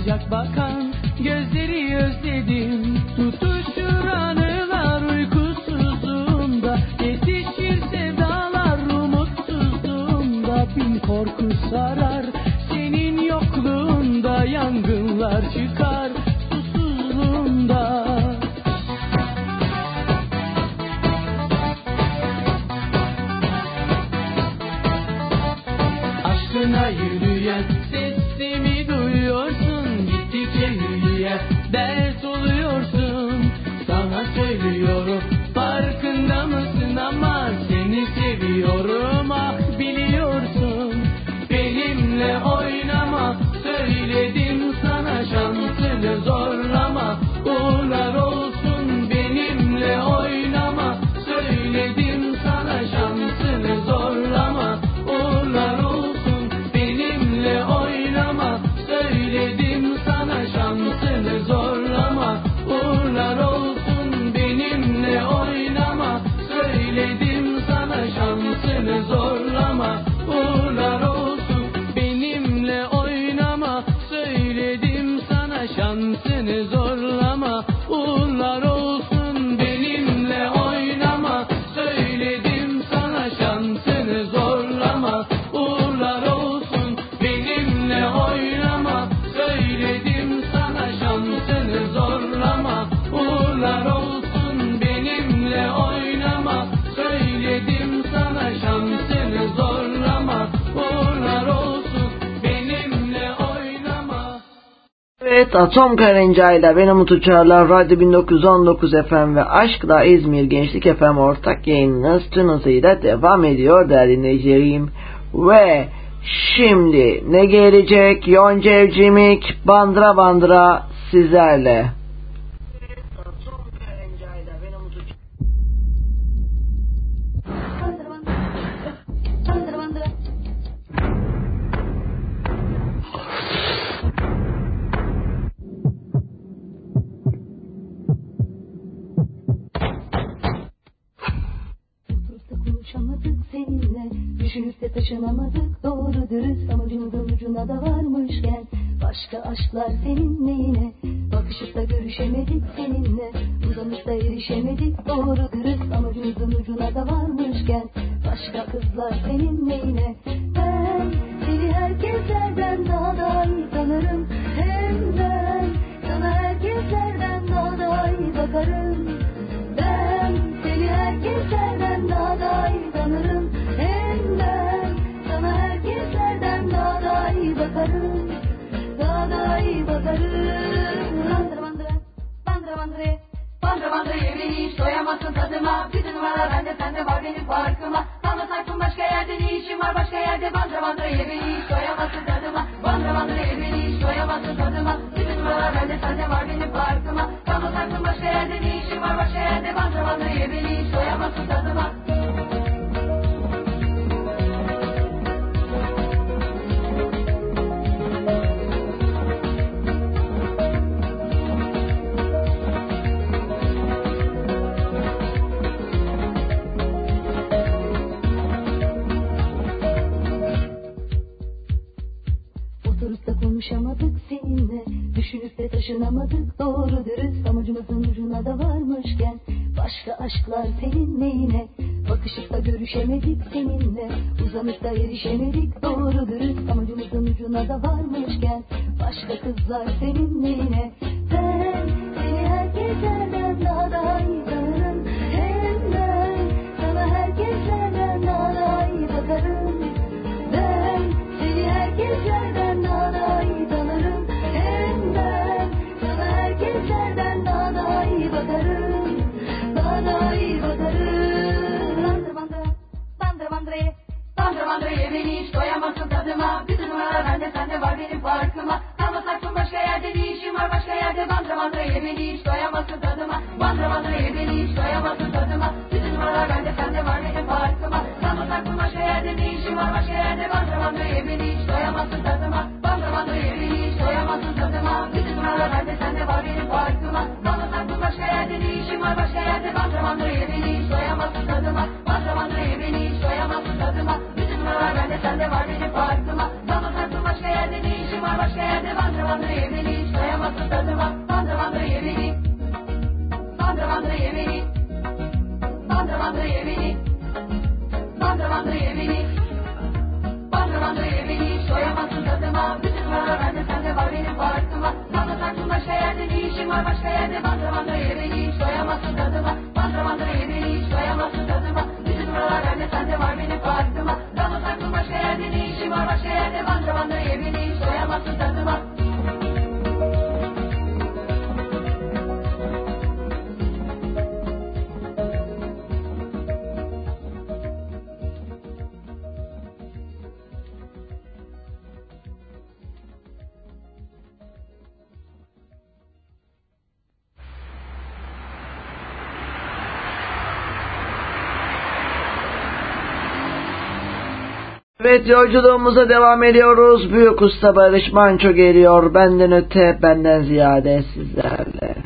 E: sıcak bakan gözleri özledim. Tutuşur anılar uykusuzluğumda, yetişir sevdalar umutsuzluğumda. Bin korku sarar senin yokluğunda, yangınlar çıkar susuzluğumda. Aşkına yürüyen sesimi duyuyorsun, gittikçe yürüyen dert oluyorsun. Sana söylüyorum farkında mısın, ama seni seviyorum, ah biliyorsun. Benimle oynama, söyledim sana, şansını zorlama, uğurlar olsun. Benimle oynama, söyledim sana, şansını zorlama, uğurlar olsun. Benimle oynama, söyledim sana, şansını zorlama, uğurlar olsun. Benimle oynama, söyledim sana, şansını zorlama, uğurlar olsun. Benimle oynama, söyledim sana, şansını zorlama, uğurlar olsun. Benimle oynama, söyledim sana, şansını zorlama, uğurlar olsun. Benimle oynama, söyledim sana, şansını zorlama, uğurlar olsun. Benimle oynama, söyledim sana, şansını zorlama, uğurlar olsun. Benimle oynama.
B: Evet, Atom Karınca'yla Ben Umut Uçarlar, Radyo 1919 FM ve Aşkla İzmir Gençlik FM ortak yayınınız tüm hızıyla devam ediyor değerli dinleyicilerim. Ve şimdi ne gelecek? Yonca Evcimik Bandıra Bandıra sizlerle.
I: Konuşamadık seninle, düşünüp de taşınamadık doğru dürüst, amacımızın ucuna da varmışken başka aşklar senin neyine? Bakışıp da görüşemedik seninle, uzanıp da erişemedik doğru dürüst, amacımızın ucuna da varmışken başka kızlar senin neyine? Ben seni herkeslerden daha iyi tanırım, hem ben sana herkeslerden daha iyi bakarım. Ben seni herkeslerden daha iyi tanırım, hem ben sana herkeslerden daha iyi bakarım, daha iyi bakarım. Bandıra bandıra, bandıra bandıra, bandıra bandıra beni hiç doyamazsın tadıma. Bütün numaralar bende, sende var benim farkıma. Kalma sakın başka yerde, ne işim var başka yerde. Bandıra bandıra beni hiç doyamazsın tadıma. Bandıra bandıra beni hiç doyamazsın tadıma. Bütün numaralar bende, sende var benim farkıma. Kalma sakın başka yerde, ne işim var başka yerde. Bandıra bandıra beni hiç doyamazsın tadıma. Oturup da konuşamadık seninle, düşünüp de taşınamadık doğru dürüst, amacımızın ucuna da varmışken başka aşklar senin neyine? Bakışıp da görüşemedik seninle, uzanıp da erişemedik doğru dürüst, amacımızın ucuna da varmışken başka kızlar senin neyine? Ben seni herkeslerden daha iyi tanırım, hem ben sana herkeslerden daha iyi bakarım. Ben seni herkeslerden daha iyi tanırım, hem ben sana herkeslerden daha iyi bakarım, daha iyi bakarım. Bandıra bandıra, bandıra bandıra, bandıra bandıra beni hiç doyamazsın tadıma. Bütün numaralar bende, sende var benim farkıma. Kalma sakın başka yerde, ne işim var başka yerde. Bandıra bandıra beni hiç doyamazsın tadıma. Bandıra bandıra beni hiç doyamazsın tadıma. Bütün numaralar bende, sende var benim farkıma. Kalma sakın başka yerde, ne işim var başka yerde. Bandıra bandıra beni hiç doyamazsın tadıma. Bandıra bandıra beni hiç doyamazsın tadıma. Bütün numaralar bende, sende var benim farkıma. Kalma sakın başka yerde, ne işim var başka yerde. Bandıra bandıra beni hiç doyamazsın tadıma. Bandıra bandıra beni hiç doyamazsın tadıma. Bütün numaralar bende, sende var benim farkıma. Kalma sakın başka yerde, ne işim var başka yerde. Bandıra bandıra beni hiç
F: bandı ye beni. Bandı ye beni. Bandı ye beni. Doyamazsın tadıma. Bütün var bende sende var benim farkıma. Sana saktım başka yerde ne işim var başka yerde. Bandı ye beni. Doyamazsın tadıma. Bandı ye beni. Doyamazsın tadıma. Bütün var bende sende var benim farkıma. Sana saktım başka yerde ne işim var başka yerde. Bandı ye beni. Doyamazsın tadıma.
B: Evet, yolculuğumuza devam ediyoruz. Büyük Usta Barış Manço geliyor. Benden öte, benden ziyade sizlerle.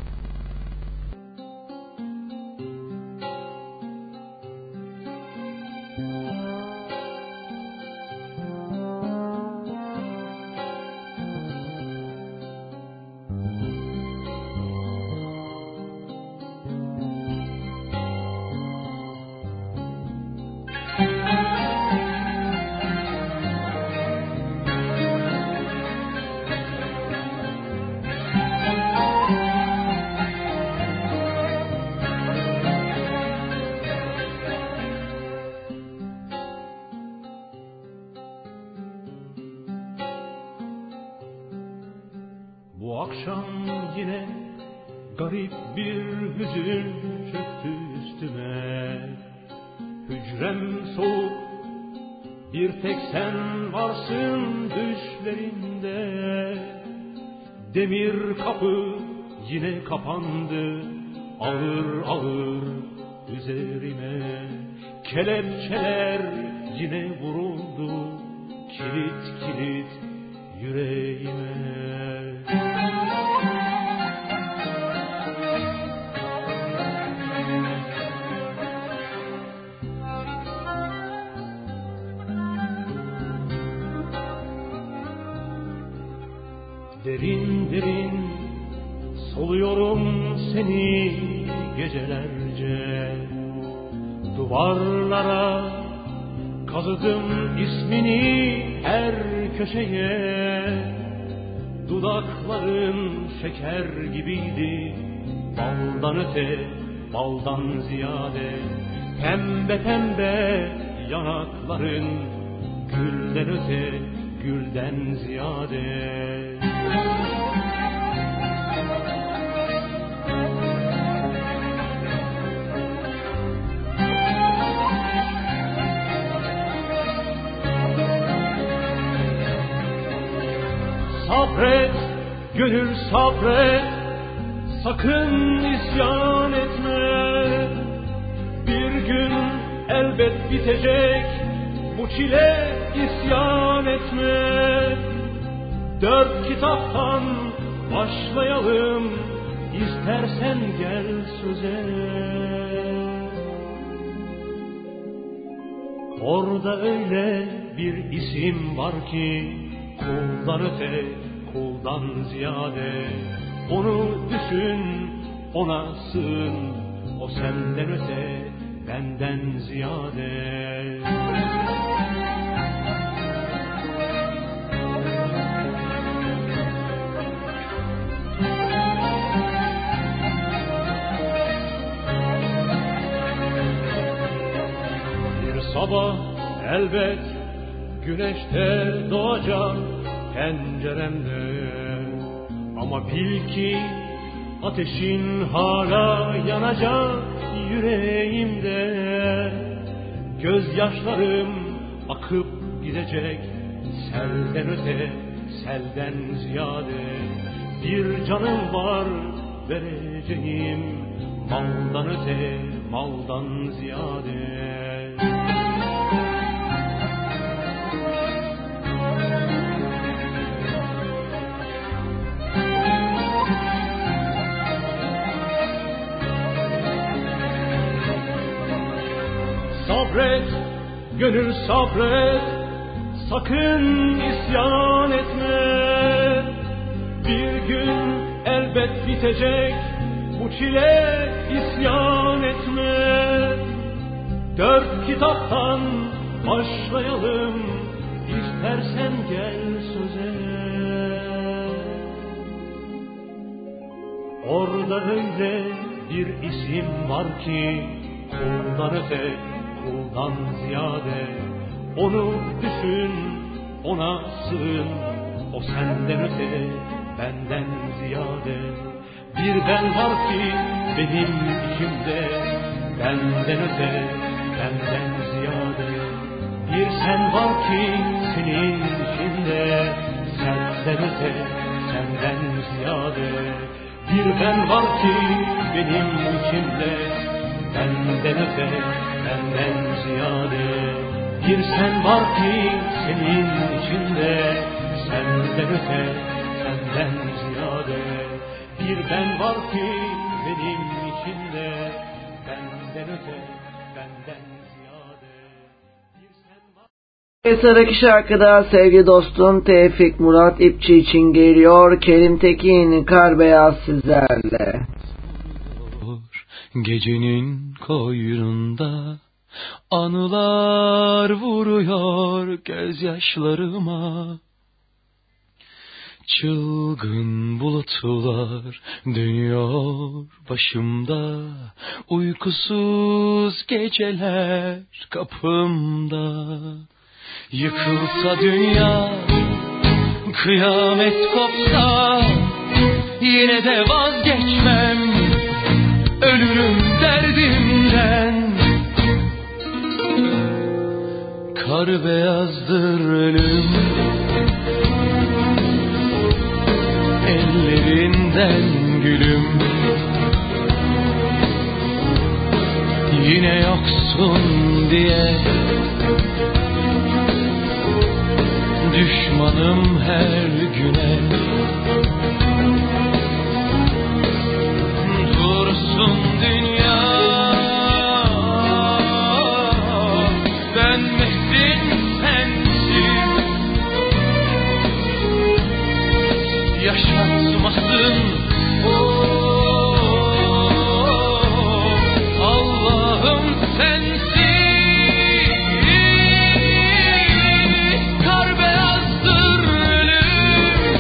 J: Bu akşam yine garip bir hüzün çöktü üstüme. Hücrem soğuk, bir tek sen varsın düşlerimde. Demir kapı yine kapandı ağır ağır üzerime. Kelepçeler yine vuruldu kilit kilit yüreğime. Derin derin soluyorum seni gecelerce. Duvarlara kazıdım ismini her köşeye. Dudakların şeker gibiydi, baldan öte, baldan ziyade. Pembe pembe yanakların, gülden öte, gülden ziyade. Sabret, gönül sabret, sakın isyan etme. Bir gün elbet bitecek bu çile, isyan etme. 4 kitaptan başlayalım, istersen gel söze. Orada öyle bir isim var ki, kuldan öte, kuldan ziyade. Onu düşün, ona sığın, o senden öte, benden ziyade. Bir sabah elbet güneşte doğacak penceremde. Ama bil ki ateşin hala yanacak yüreğimde. Gözyaşlarım akıp gidecek selden öte, selden ziyade. Bir canım var vereceğim, maldan öte, maldan ziyade. Sabret, gönül sabret, sakın isyan etme. Bir gün elbet bitecek bu çile, isyan etme. 4 kitaptan başlayalım, istersen gel söze. Orada öyle bir isim var ki, kuldan öte, kuldan ziyade. Onu düşün, ona sığın, o senden öte, benden ziyade. Bir ben var ki benim içimde, benden öte, benden ziyade. Bir sen var ki senin içinde, senden öte, senden ziyade. Bir ben var ki benim içimde, benden öte, benden ziyade. Bir sen var ki senin içinde, senden öte, senden ziyade. Bir ben var ki benim içimde, benden öte, benden ziyade. Bir sen var...
B: Sıradaki şarkıda sevgili dostum Tevfik Murat İpçi için geliyor. Kerim Tekin, Kar Beyaz sizlerle.
K: Gecenin koynunda anılar vuruyor gözyaşlarıma. Çılgın bulutlar dönüyor başımda, uykusuz geceler kapımda. Yıkılsa dünya, kıyamet kopsa, yine de vazgeçmem, ölürüm derdimden. Kar beyazdır ölüm, ellerinden gülüm. Yine yoksun diye düşmanım her güne. Dursun dünya, dönmesin sensiz, yaşatmasın Allah'ım sensiz. Kar beyazdır ölüm,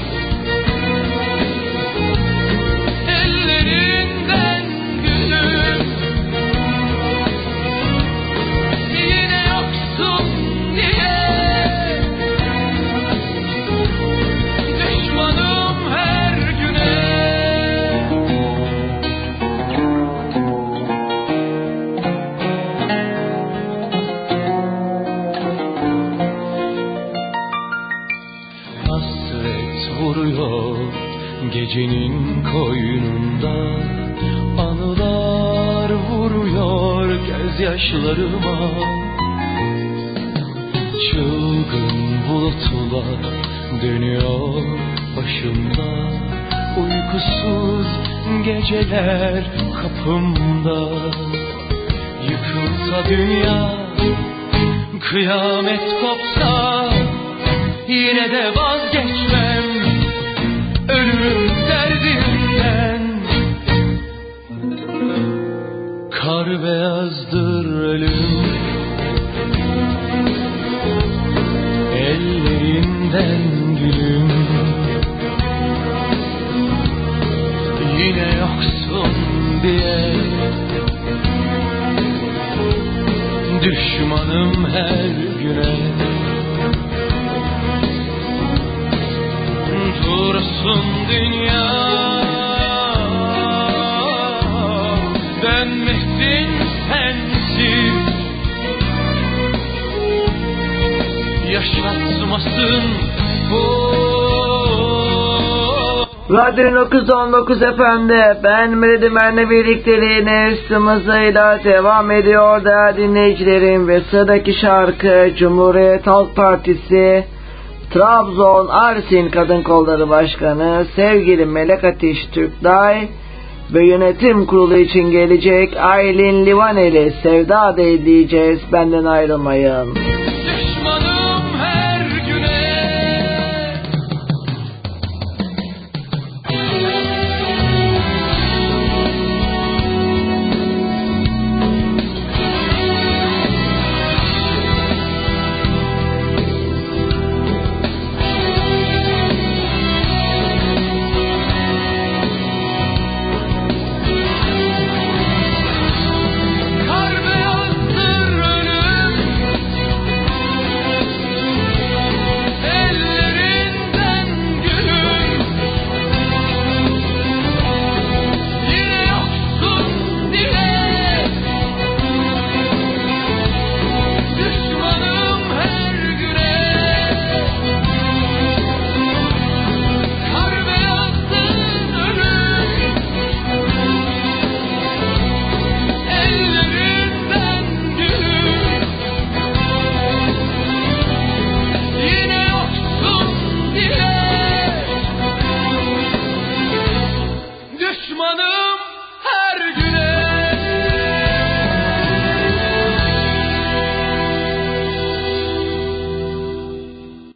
K: ellerinden gülüm. Yine yoksun diye düşmanım her güne. Hasret vuruyor gecenin koynunda, anılar vuruyor gözyaşlarıma. Çılgın bulutlar dönüyor başımda, uykusuz geceler kapımda. Yıkılsa dünya, kıyamet kopsa, yine de vazgeçmem, ölürüm derdimden. Kar beyazdır ölüm, ellerinden gülüm. Yine yoksun diye düşmanım her güne. Dursun dünya, dönmesin sensiz, yaşatmasın
B: Radyo 919 efendi, ben Meridimen'le birlikteliğine hızıyla devam ediyor değerli dinleyicilerim. Ve sıradaki şarkı Cumhuriyet Halk Partisi Trabzon Arsin Kadın Kolları Başkanı sevgili Melek Ateş Türkday ve yönetim kurulu için gelecek Aylin Livaneli Sevda dinleyeceğiz. Benden ayrılmayın.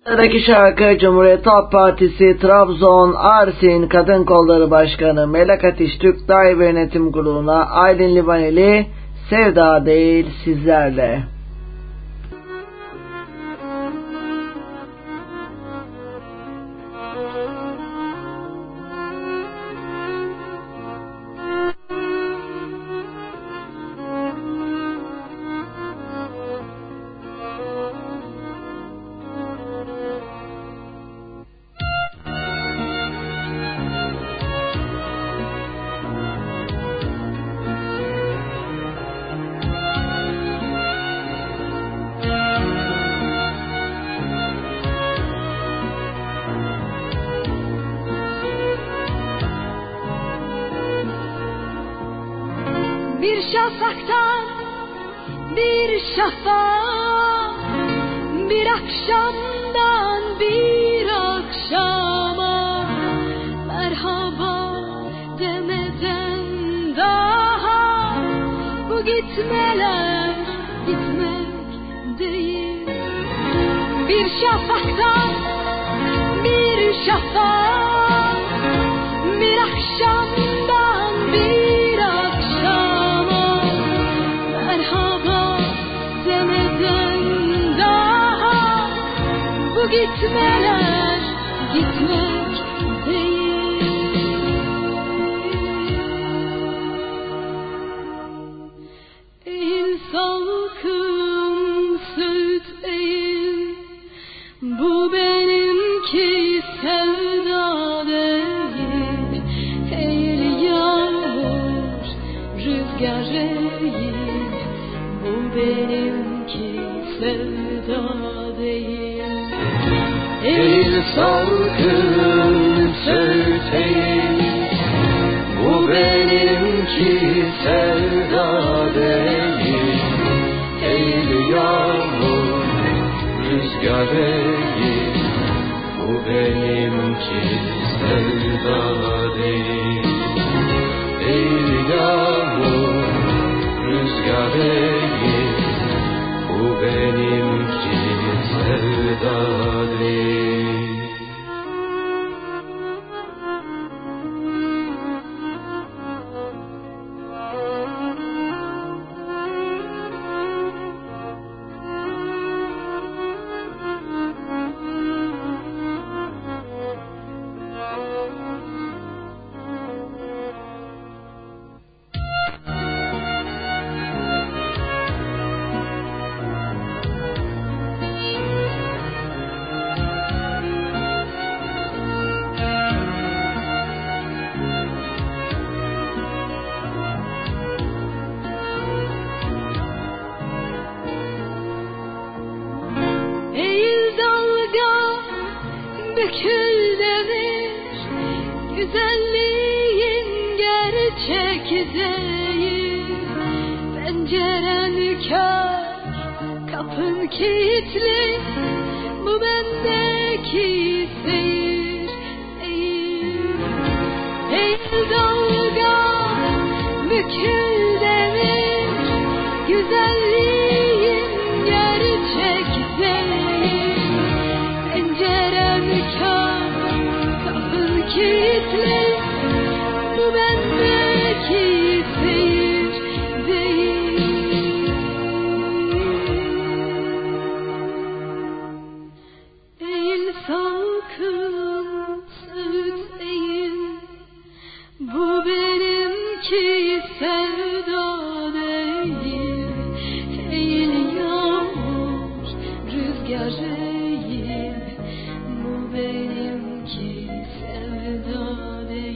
B: Sıradaki şarkı Cumhuriyet Halk Partisi Trabzon Arsin Kadın Kolları Başkanı Melek Ateş Türk Daire Yönetim Kurulu'na Aylin Livaneli Sevda Değil Sizlerle.
L: Bir şafaktan bir şafağa, bir akşamdan bir akşama merhaba demeden daha bu gitmeler gitmek değil. Bir şafaktan bir şafağa, bir akşamdan bir akşama merhaba demeden daha bu gitmeler gitmek değil. Eğil salkım süt eğil, bu benimki sevda değil. Eğil yağmur rüzgar eğil, bu benimki sevda değil.
C: Eğil salkım söğüt eğil, bu benimki sevda değil. Eğil yağmur rüzgar eğil, bu benimki sevda değil. Eğil yağmur rüzgar eğil, bu benimki sevda değil.
L: Eğil dalga bükül devir, güzelliğin gerçek değil. Penceren kör, kapın kilitli, bu bendeki seyir. Eğil dalga bükül devir, güzelliğin gerçek değil. Pencerem kör, kapın kilitli, bu bendeki seyir değil. Eğil salkım süt eğil, bu benimki sevda değil. Eğil yağmur rüzgar eğil, bu benimki sevda değil.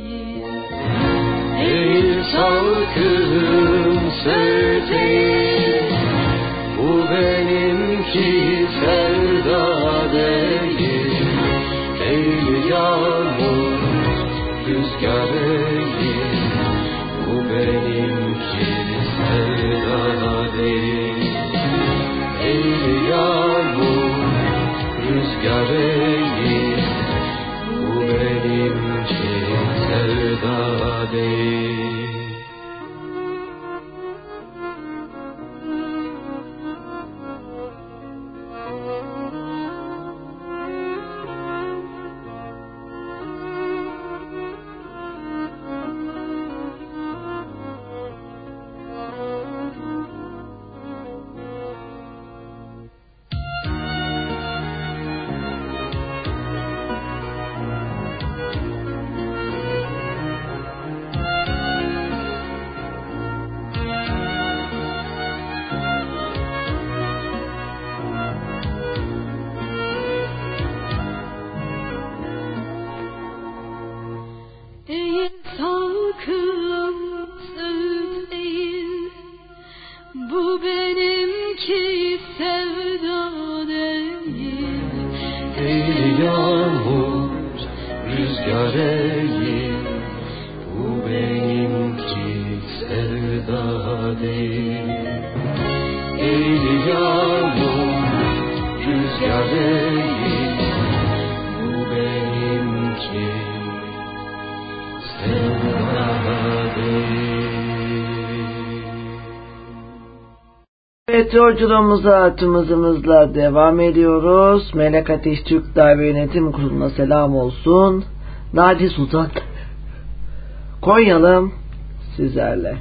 C: yağmur, rüzgar eğil, bu benimki sevda değil. Eğil yağmur, rüzgar eğil, bu benimki sevda değil.
B: Evet, yolculuğumuza tüm hızımızla devam ediyoruz. Melek Ateş Türk Darbe Yönetim Kurulu'na selam olsun. Nadi Sultan Konyalım sizlerle.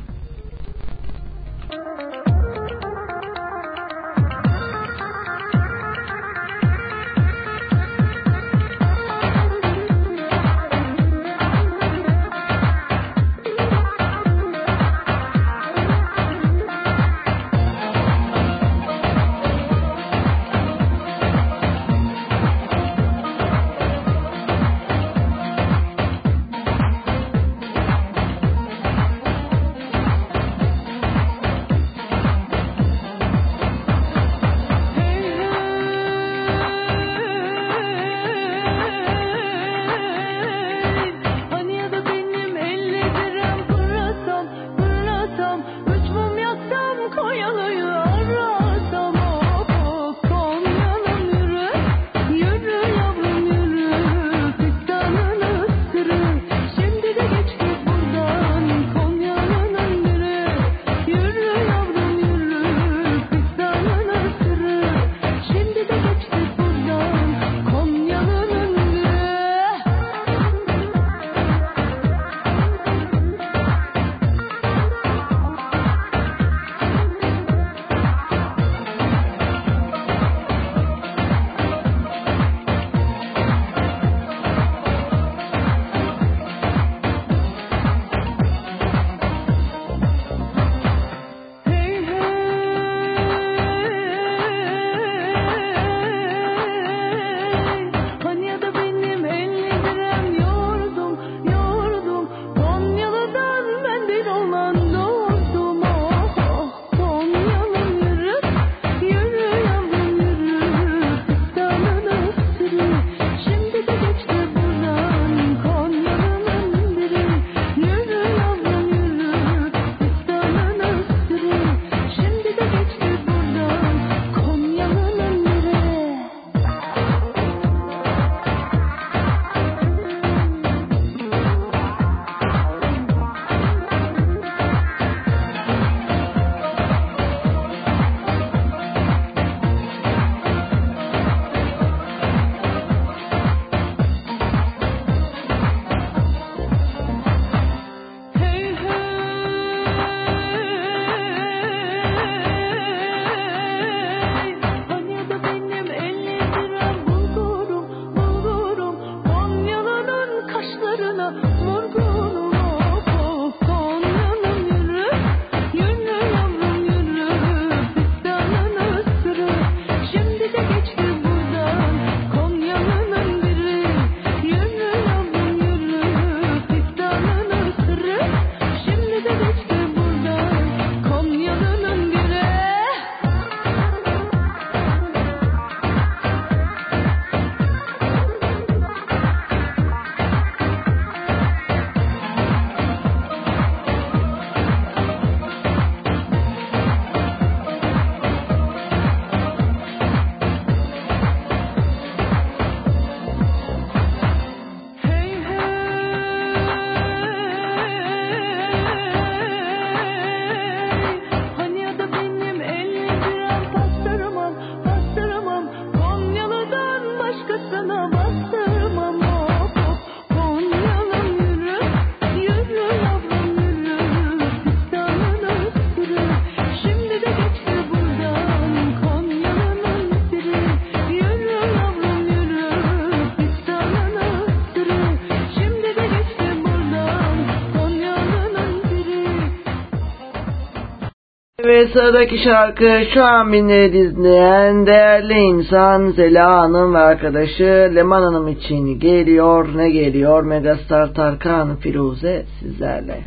B: Ve sıradaki şarkı şu an beni dinleyen değerli insan Zela Hanım ve arkadaşı Leman Hanım için geliyor. Ne geliyor? Megastar Tarkan Firuze sizlerle.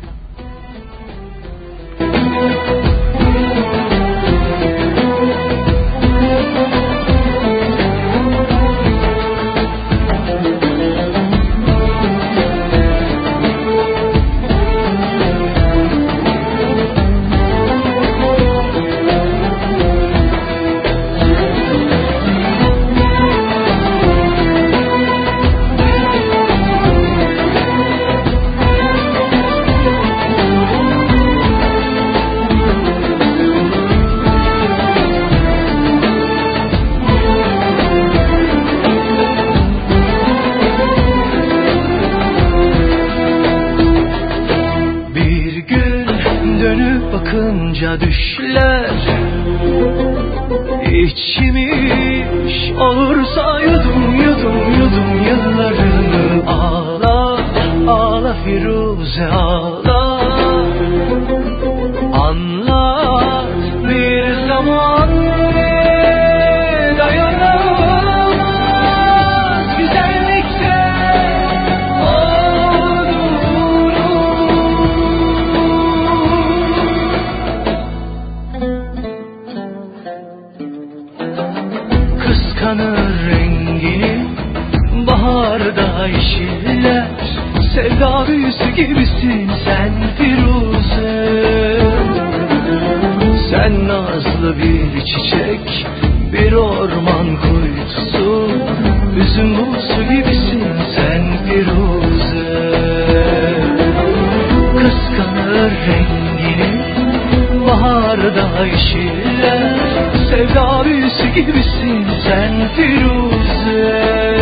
M: İçmiş olursa yudum yudum yudum yıllarını. Ağla ağla Firuze ağla, anlat bir zaman dayanamaz güzellikte olur. Kıskanır rengini baharda yeşiller, sevda büyüsü gibisin sen Firuze. Sen nazlı bir çiçek, bir orman kuytusu, üzüm buğusu gibisin sen Firuze. Kıskanır rengini baharda yeşiller, sevda büyüsü gibisin sen Firuze.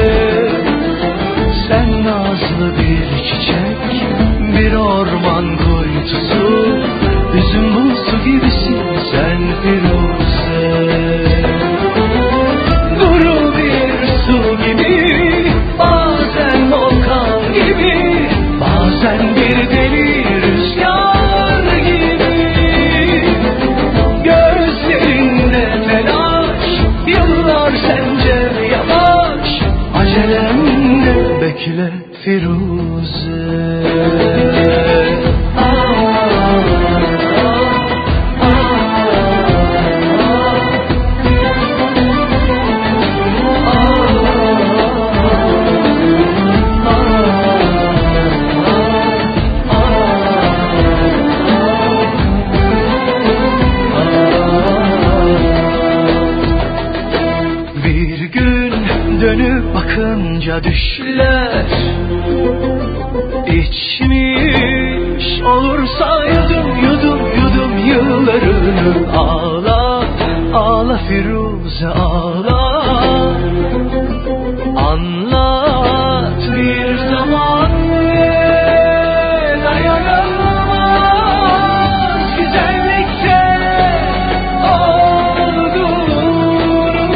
M: Sen nazlı bir çiçek, bir orman kuytusu, üzüm buğusu gibisin sen Firuze. Duru bir su gibi, bazen volkan gibi, bazen bir deli rüzgar gibi. Gözlerinde telaş, yıllar sence yavaş, acelemle bekle Firuze. Bir gün dönüp bakınca düşler, İçmiş olursa yudum yudum yudum yıllarını. Ağla ağla Firuze ağla, anlat bir zaman dayanamaz güzellikte olduğunu.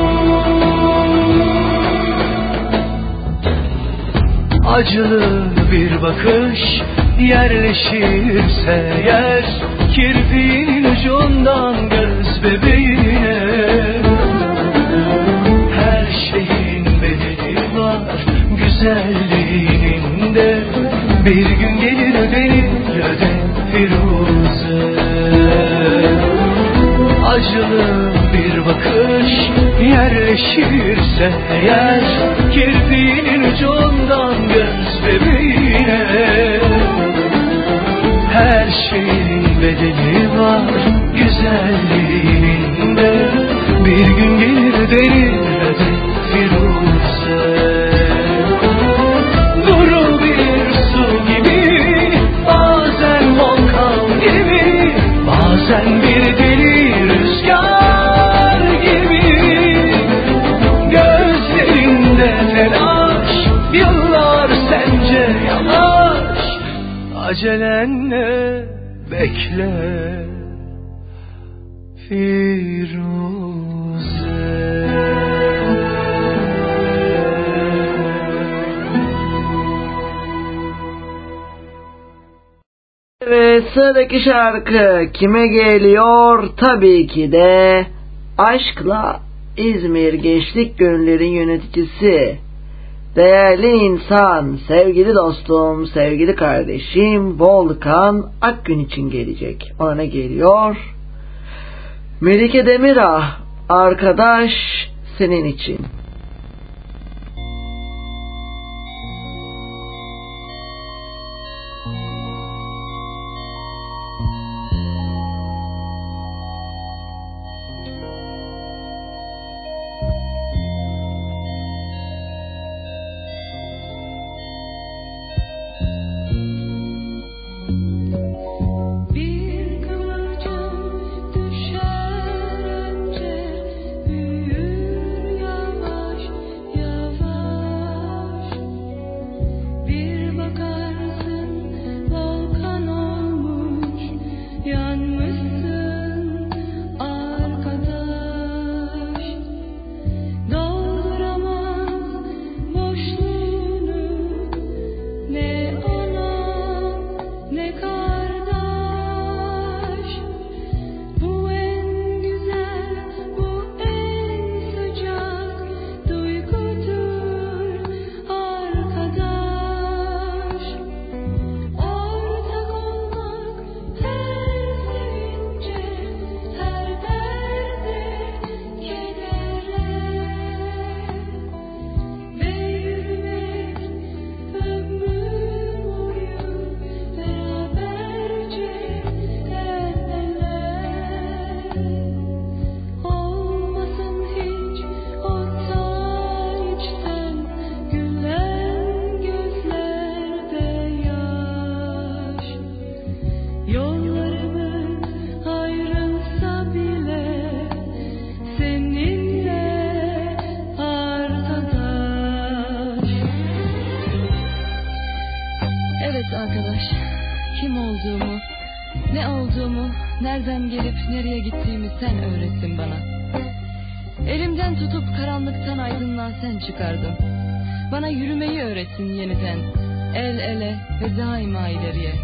M: Acılı bir bakış yerleşirse yer, kirpiğin ucundan göz bebeğine. Her şeyin bedeli var güzelliğinin de, bir gün gelir ödenir öde Firuze. Acılı bir bakış yerleşirse yer, kirpiğinin ucundan göz bebeğine. Her şeyin bedeli var güzelliğinin de, bir gün gelir denir öde Firuze. Duru bir su gibi, bazen volkan gibi, bazen bir deli rüzgar gibi. Gözlerinde telaş, yıllar sence yavaş, acelenle bekle Firuze.
B: Ve sıradaki şarkı kime geliyor? Tabii ki de Aşkla İzmir Gençlik Gönüllerin yöneticisi, değerli insan, sevgili dostum, sevgili kardeşim Volkan Akgün için gelecek. Ona ne geliyor? Melike Demirağ, arkadaş senin için.
L: Düşer önce büyür yavaş.
G: dönüp nereye gittiğimi sen öğrettin bana. Elimden tutup karanlıktan aydınlığa sen çıkardın. Bana yürümeyi öğrettin yeniden, el ele ve daima ileriye.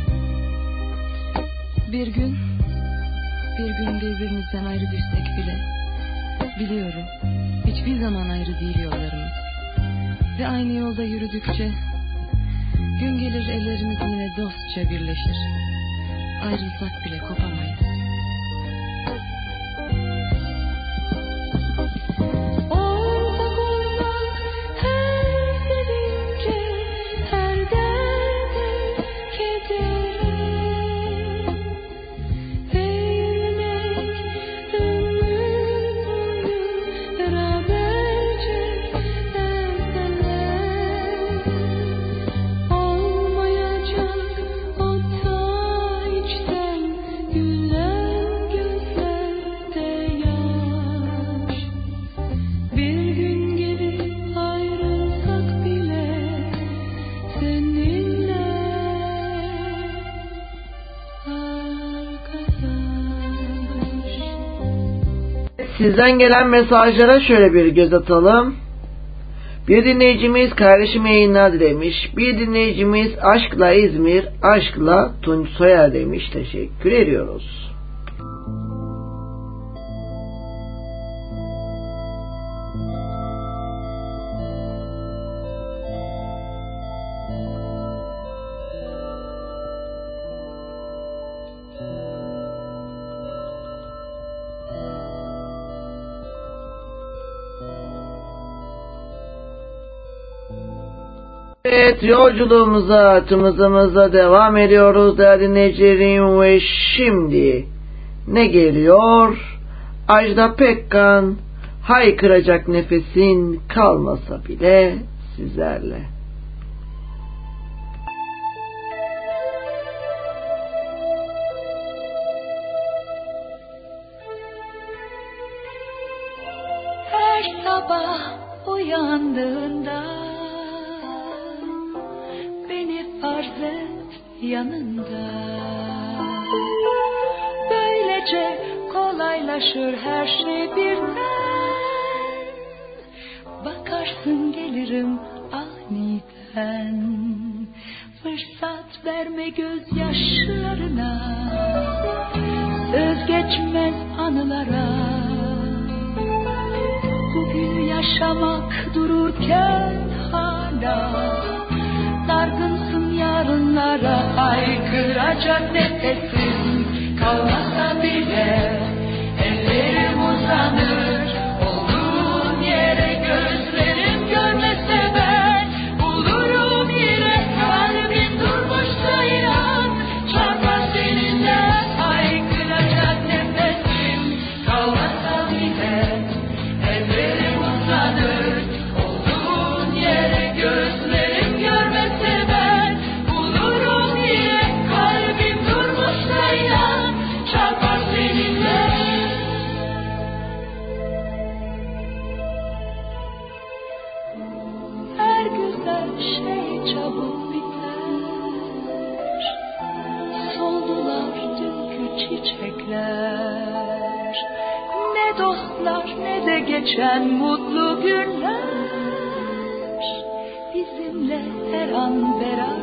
G: Bir gün birbirimizden ayrı düşsek bile, biliyorum hiçbir zaman ayrı değil yollarımız. Ve aynı yolda yürüdükçe gün gelir ellerimiz yine dostça birleşir. Ayrılsak bile kopamayız.
L: Ortak olmak her sevince, her derde, kedere ve yürümek ömür boyu beraberce evdeler. Olmayacak o ta içten gülen gözlerde yaş. Bir gün gelip ayrılsak bile seninle arkadaş.
B: Sizden gelen mesajlara şöyle bir göz atalım. Bir dinleyicimiz kardeşim yayınladı demiş. Bir dinleyicimiz aşkla İzmir, aşkla Tunç Soyer demiş. Teşekkür ediyoruz. Evet, yolculuğumuza, tımızımıza devam ediyoruz değerli dinleyicilerim ve şimdi ne geliyor? Ajda Pekkan, haykıracak nefesin kalmasa bile sizlerle.
L: Her sabah uyandığında beni farz et yanında. Böylece kolaylaşır her şey birden. Bakarsın gelirim aniden. Fırsat verme gözyaşlarına, söz geçmez anılara. Bugün yaşamak dururken hala dargınsın yarınlara. Haykıracak nefesim kalmasa bile ellerim uzanır. Olduğun yere gözlerim görmese ben bulurum yine. Kalbim durmuşsa inan çarpar seninle. Haykıracak nefesim kalmasa bile ellerim uzanır. Olduğun yere gözlerim görmese ben bulurum yine. Kalbim durmuşsa inan çarpar seninle. Her güzel şey çabuk biter. Soldular dünkü çiçekler. Ne dostlar ne de geçen mutlu günler. Bizimle her an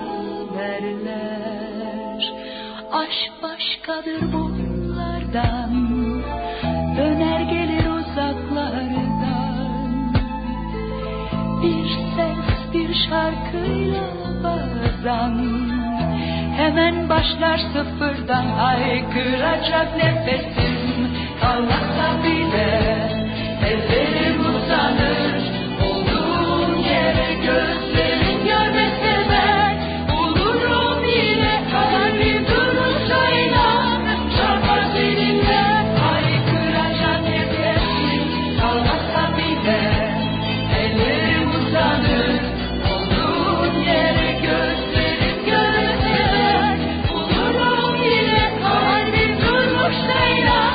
L: beraberler. Aşk başkadır bunlardan. Döner gelir uzaklardan. Bir ses bir şarkıyla bazen hemen başlar sıfırdan. Haykıracak nefesim kalmasa bile ellerim uzanır. Olduğun yere gözlerim görmese ben bulurum yine. Kalbim durursa inan çarpar seninle. Haykıracak nefesim kalmasa bile ellerim uzanır. Olduğun yere gözlerim görmese ben bulurum yine. Kalbim durmuşsa inan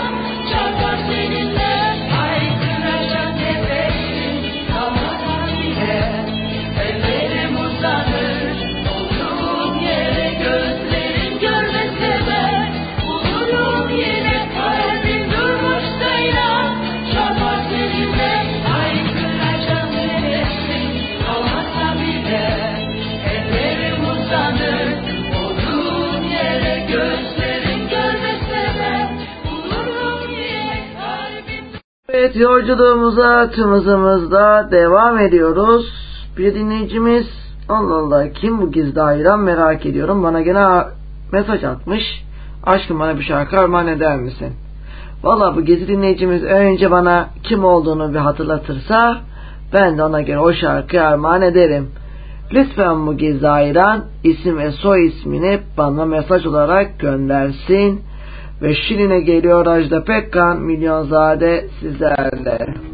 B: Evet, yolculuğumuza tüm hızımızda devam ediyoruz. Bir dinleyicimiz, Allah Allah kim bu gizli hayran merak ediyorum, bana gene mesaj atmış. Aşkım bana bir şarkı armağan eder misin? Valla bu gizli dinleyicimiz önce bana kim olduğunu bir hatırlatırsa ben de ona göre o şarkıyı armağan ederim. Lütfen bu gizli hayran isim ve soy ismini bana mesaj olarak göndersin. Ve Şirin'e geliyor Ajda Pekkan, Milyonzade sizlerle.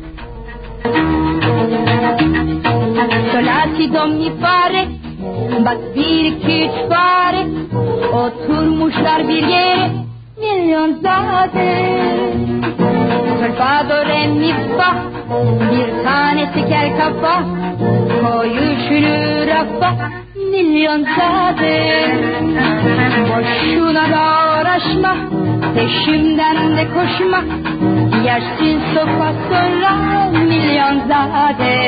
D: Solati domni fare, bak bir iki üç fare, oturmuşlar bir yere, Milyonzade. Sol fa do re mi fa, bir tanesi kel kafa, koyuşunu rafa, Milyonzade. Boşuna da uğraşma, peşimden de koşma, yersin sopa sonra Milyonzade.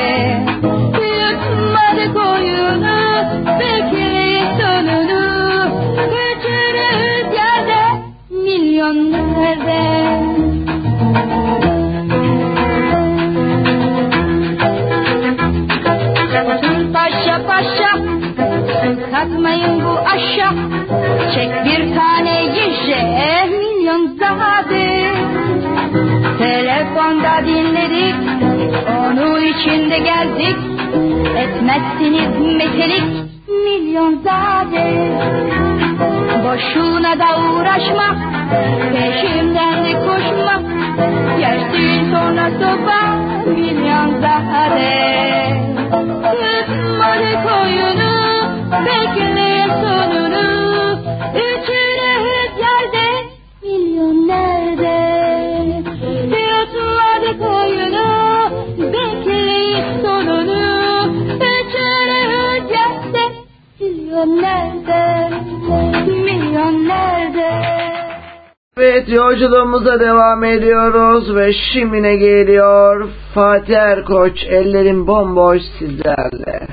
D: Yutmadı koyunu, bekleyin sonunu, kaçırır yerde milyon nerede? Paşa paşa, takmayın bu aşağı, çek bir tane yiyecek Milyonzade. Telefonda dinledik, onu içinde geldik, etmezsiniz metelik Milyonzade. Boşuna da uğraşma, peşimden de koşma, yersin sonra soba Milyonzade. Tutmadı koyunu, bekleyin sonunu, üçüne hüt yerde milyon nerede? Tutmadı koyunu, bekleyin sonunu, üçüne hüt yerde milyon nerede? Milyon nerede?
B: Evet, yolculuğumuza devam ediyoruz ve şimdine geliyor Fatih Erkoç, ellerim bomboş sizlerle.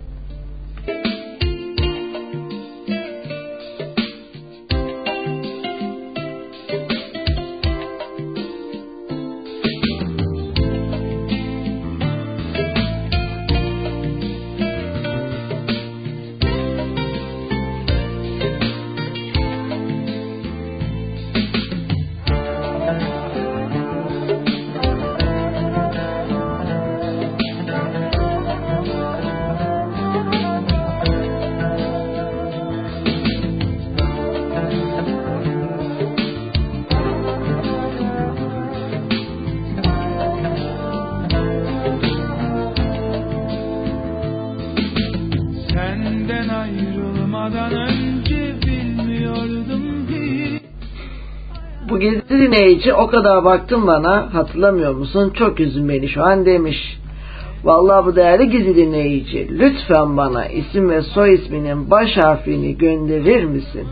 B: Bu gizli dinleyici o kadar baktın bana, hatırlamıyor musun, çok üzün beni şu an demiş. Vallahi bu değerli gizli dinleyici, lütfen bana isim ve soy isminin baş harfini gönderir misin?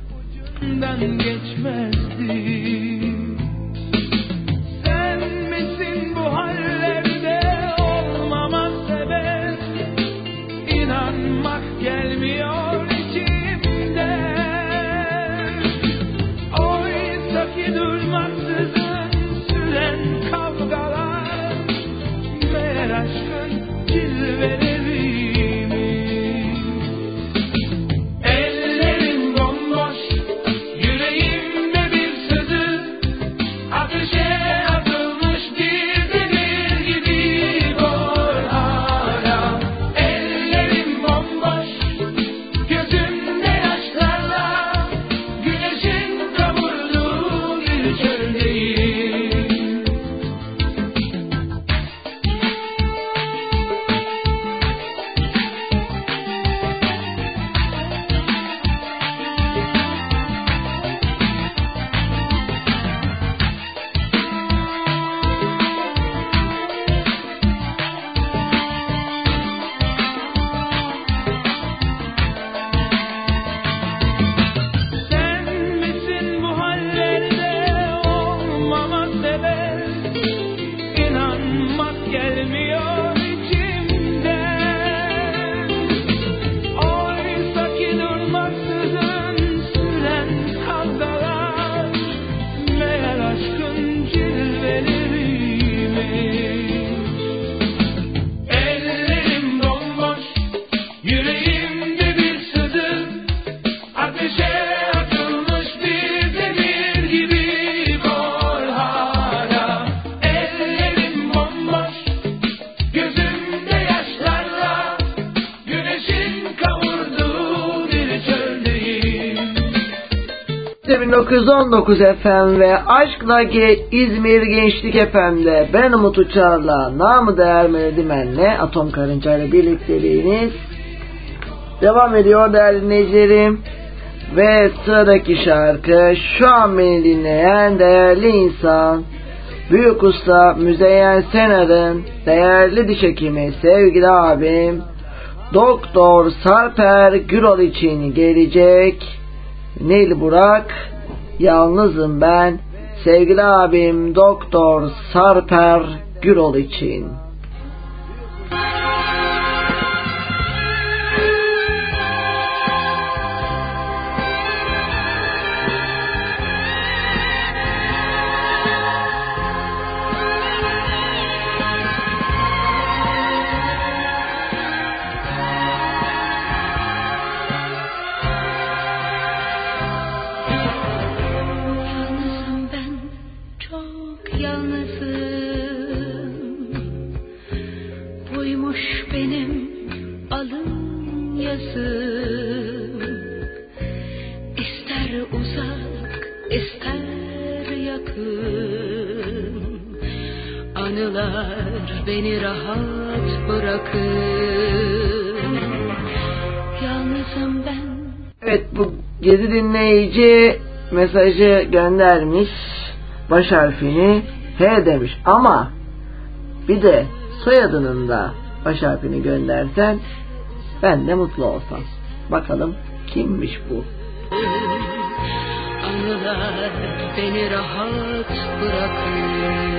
E: Sen misin bu hallerde olmama sebep? İnanmak gelmiyor içimden. Oysa ki durmaksızın süren kavgalar meğer aşkın cilveleri mi? Ellerim bomboş, yüreğimde bir sızı,
B: 1919 FM ve Aşkla İzmir Gençlik FM'de ben Umut Uçar'la namı değer Melodimen'le Atom Karınca ile birlikteliğiniz devam ediyor değerli dinleyicilerim. Ve sıradaki şarkı şu an beni dinleyen değerli insan, büyük usta Müzeyyen Senar'ın değerli diş hekimi sevgili abim Doktor Sarper Gürol için gelecek. Nil Burak, yalnızım ben, sevgili abim Doktor Sarper Gürol için.
L: Beni rahat bırakın. Yalnızım ben.
B: Evet, bu gezi dinleyici mesajı göndermiş. Baş harfini H demiş. Ama bir de soyadının da baş harfini göndersen ben de mutlu olsam. Bakalım kimmiş bu?
L: Anılar beni rahat bırakın.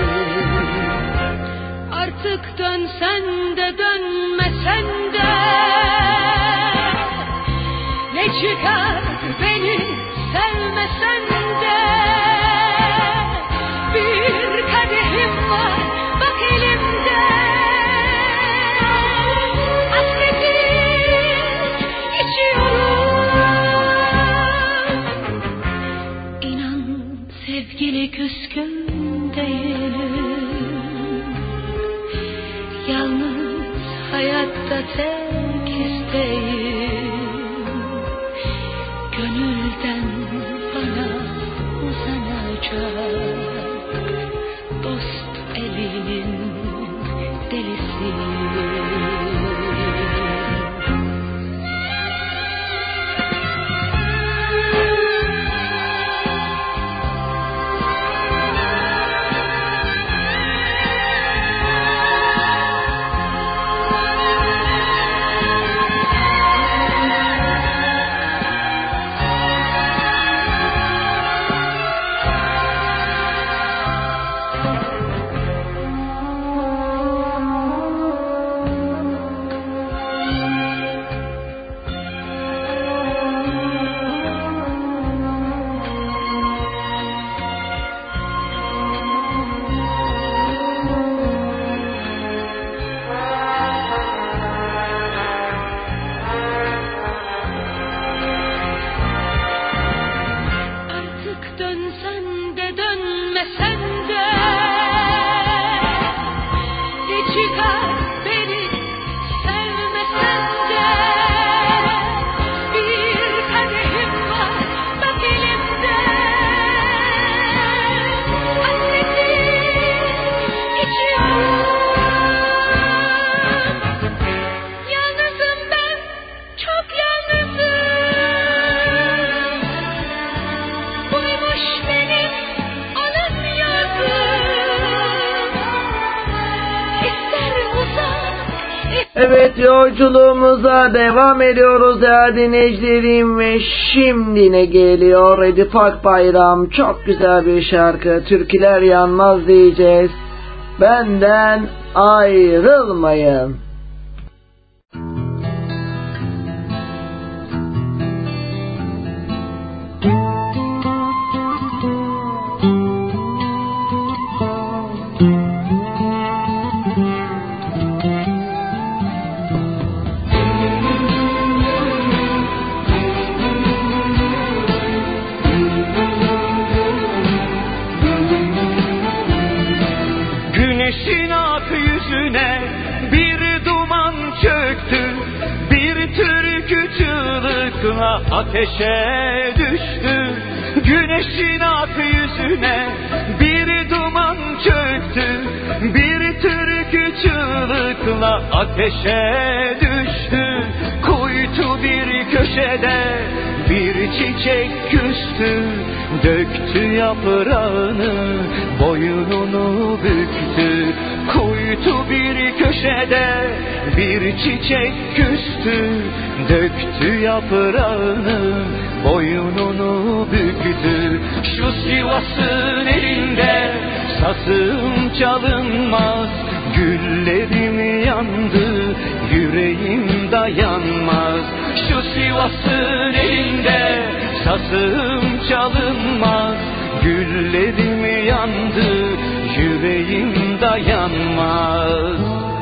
L: Artık dönsen de dönmesen de ne çıkar beni sevmesen de bir kadehim var bak elimde hasreti içiyorum. İnan sevgili küskün değilim. Yalnız hayatta tek isteğim gönülden bana uzanacak dost elinin delisiyim.
B: Evet, yolculuğumuza devam ediyoruz değerli dinleyicilerim ve şimdi ne geliyor? Edip Akbayram, çok güzel bir şarkı, türküler yanmaz diyeceğiz. Benden ayrılmayın.
E: Ateşe düştü,
M: Güneşin ak yüzüne bir duman çöktü, bir türkü çığlıkla ateşe düştü. Kuytu bir köşede bir çiçek küstü, döktü yaprağını, boynunu büktü. Kuytu bir köşede bir çiçek küstü, döktü yaprağını, boynunu büktü. Şu Sivas'ın elinde sazım çalınmaz, güllerim yandı, yüreğim dayanmaz. Şu Sivas'ın elinde sazım çalınmaz, güllerim yandı, yüreğim dayanmaz.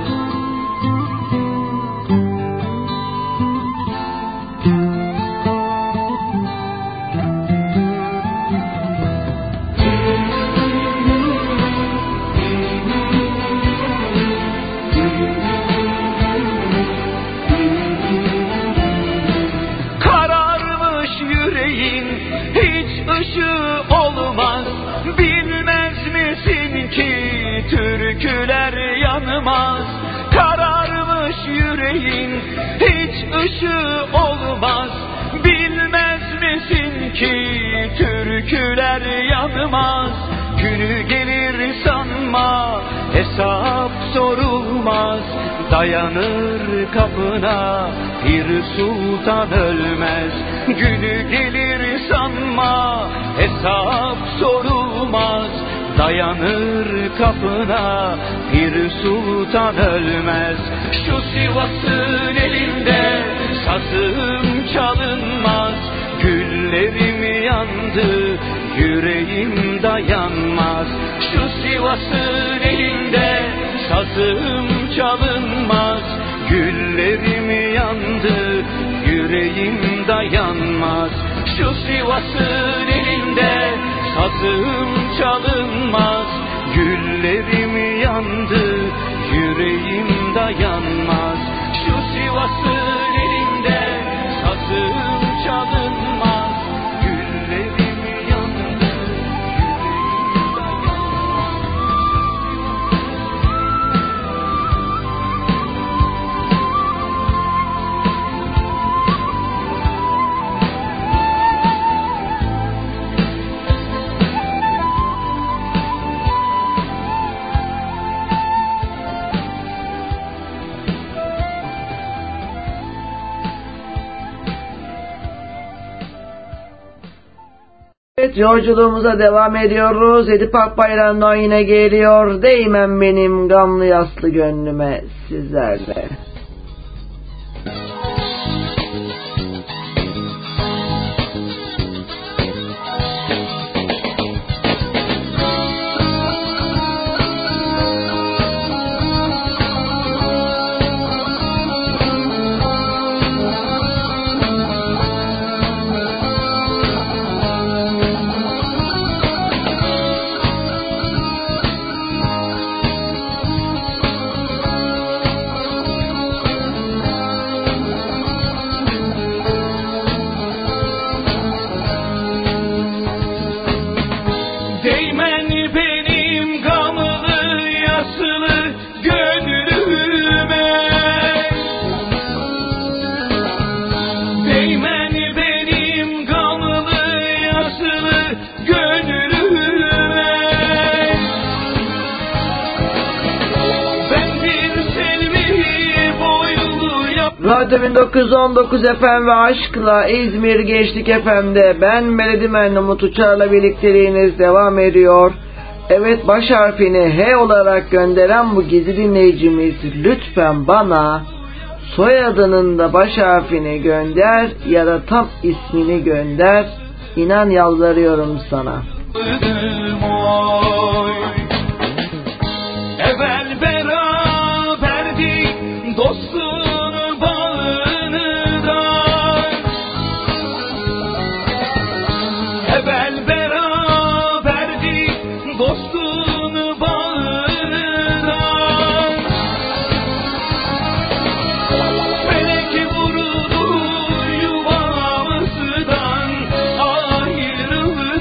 M: Türküler yanmaz, kararmış yüreğin hiç ışığı olmaz. Bilmez misin ki türküler yanmaz. Günü gelir sanma, hesap sorulmaz. Dayanır kapına bir sultan ölmez. Günü gelir sanma, hesap sorulmaz. Dayanır kapına bir sultan ölmez. Şu Sivas'ın elinde sazım çalınmaz, güllerim yandı, yüreğim dayanmaz. Şu Sivas'ın elinde sazım çalınmaz, güllerim yandı, yüreğim dayanmaz. Şu Sivas'ın elinde sazım çalınmaz, güllerim yandı, yüreğim dayanmaz. Şu Sivas'ın elinde sazım çalınmaz, güllerim yandı, yüreğim dayanmaz.
B: Evet, yolculuğumuza devam ediyoruz. Edip Akbayram'dan yine geliyor. Değmem benim gamlı yaslı gönlüme sizlerle. Radyo 1919 FM ve aşkla İzmir Gençlik FM'de ben Melodimen Umut Uçar'la birlikteliğiniz devam ediyor. Evet, baş harfini H olarak gönderen bu gizli dinleyicimiz lütfen bana soyadının da baş harfini gönder ya da tam ismini gönder. İnan yalvarıyorum sana.
M: Evvel beraberdik dostun bağını da, evvel beraberdik dostun bağını da. Felek vurdu yuvamızdan, ayrılık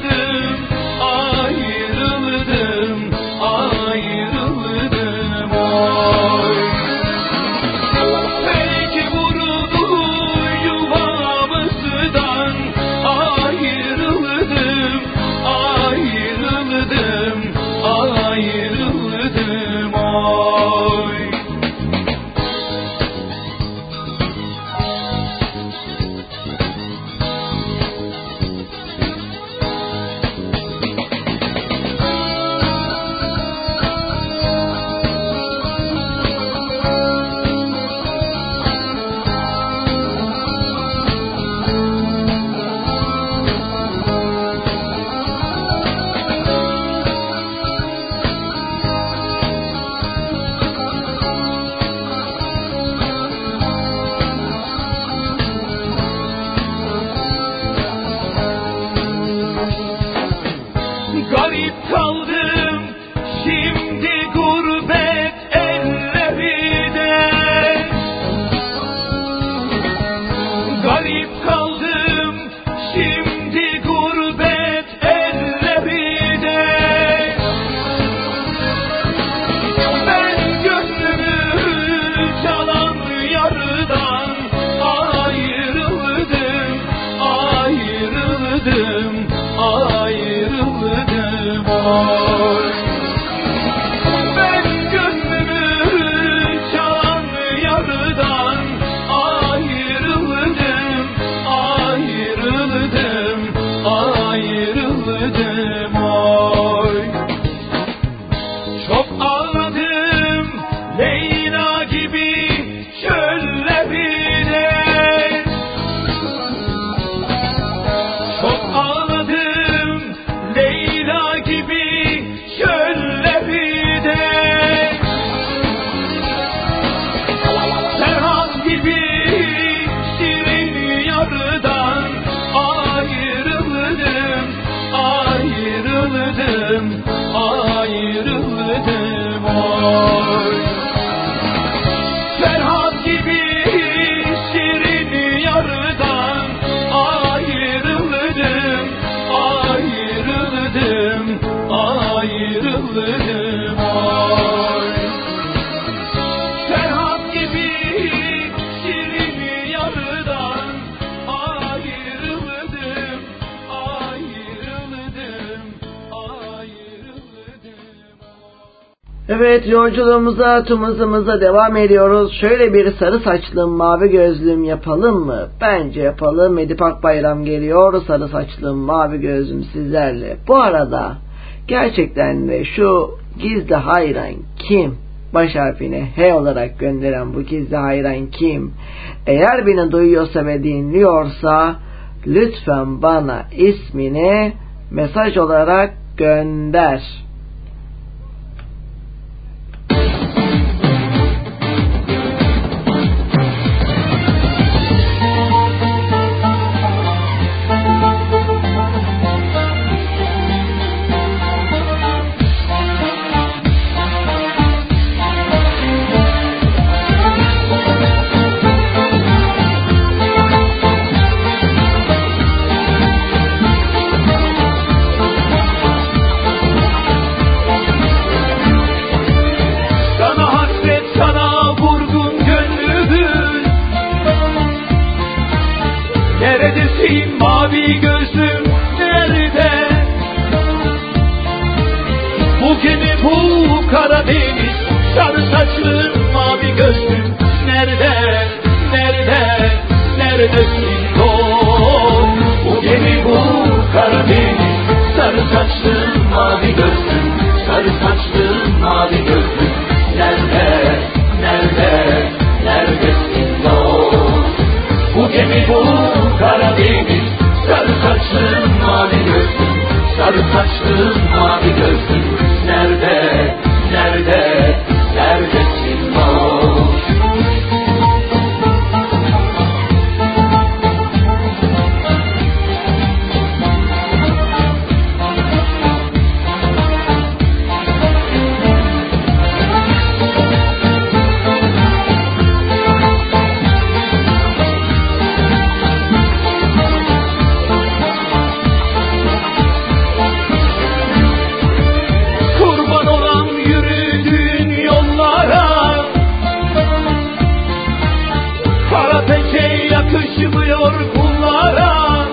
E: Çok ağladım Leyla gibi çöllerine. Çok ağladım Leyla gibi çöllerine. Serhat gibi şirin yarıdan ayrıldım, ayrıldım, ayrıldım oy. Serhat gibi şirin yarıdan ayrıldım, ayrıldım, ayrıldım oy. Serhat gibi şirin yarıdan ayrıldım, ayrıldım, ayrıldım.
B: Evet, yolculuğumuza, tüm hızımıza devam ediyoruz. Şöyle bir sarı saçlım, mavi gözlüm yapalım mı? Bence yapalım. Edip Akbayram geliyor. Sarı saçlım, mavi gözlüm sizlerle. Bu arada gerçekten de şu gizli hayran kim? Baş harfini H olarak gönderen bu gizli hayran kim? Eğer beni duyuyorsa ve dinliyorsa lütfen bana ismini mesaj olarak gönder.
E: Mavi gözlüm nerede? Bu gemi bu Karadeniz, sarı saçlı mavi gözlüm nerede? Nerede? Neredesin dost? Bu gemi bu Karadeniz, sarı saçlı mavi gözlüm, sarı saçlı mavi gözlüm nerede? Nerede? Neredesin dost? Bu gemi bu Karadeniz, sarı saçlı mavi gözlüm, sarı saçlı mavi gözlüm nerede, nerede, neredesin dost? Yakışmıyor bunlara.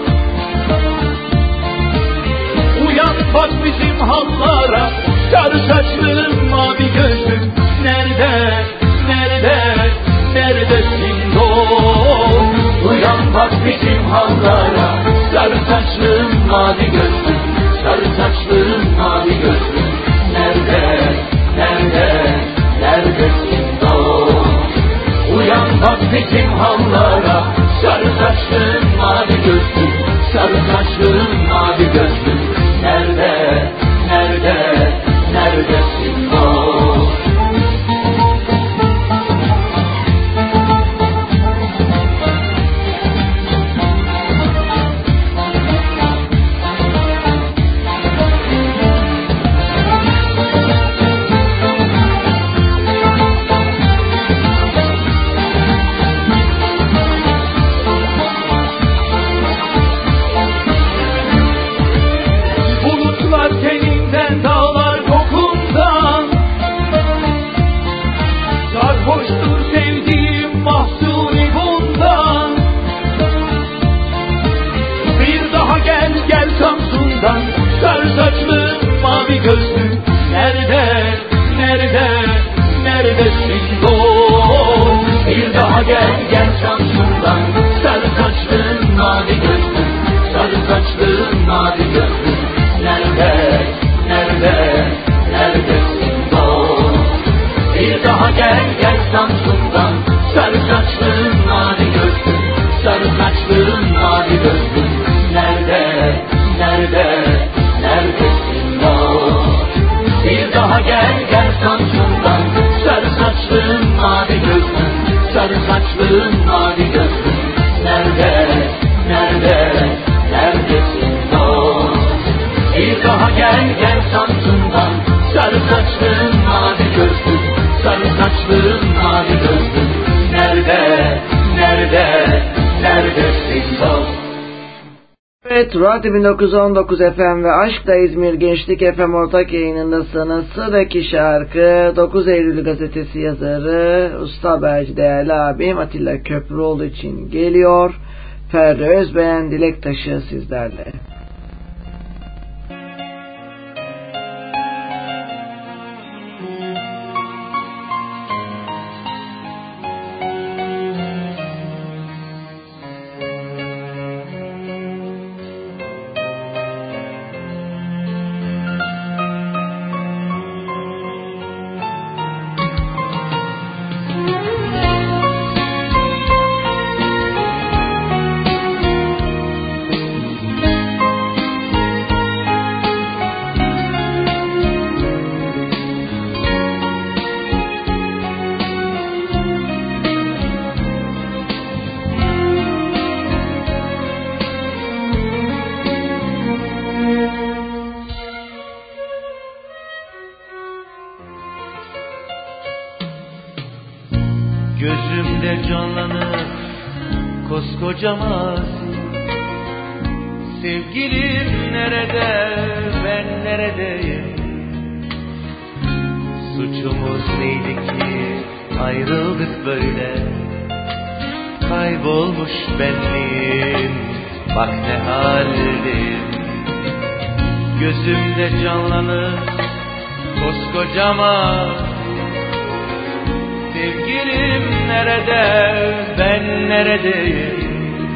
E: Uyan bak bizim hallara. Sarı saçlı mavi gözlüm nerede? Nerede? Neredesin dost? Uyan bak bizim hallara. Sarı saçlı mavi gözlüm, sarı saçlı mavi gözlüm nerede? Nerede? Neredesin dost? Uyan bak bizim hallara. Sarı saçlı mavi gözlüm, sarı saçlı mavi gözlüm nerede, nerede, neredesin dost? sarı saçlım, mavi gözlüm. Nerede, nerede, neredesin dost?
B: Evet, Radyo 1919 FM ve Aşkla İzmir Gençlik FM ortak yayınındasınız. Sıradaki şarkı 9 Eylül gazetesi yazarı, usta haberci değerli abim Atilla Köprüoğlu için geliyor. Ferdi Özbeğen, Dilek Taşı sizlerle.
H: Gözümde canlanır koskoca mazi. Sevgilim nerede, ben neredeyim? Suçumuz neydi ki ayrıldık böyle? Kaybolmuş benliğim, bak ne haldeyim. Gözümde canlanır koskoca mazi. Sevgilim nerede, ben neredeyim?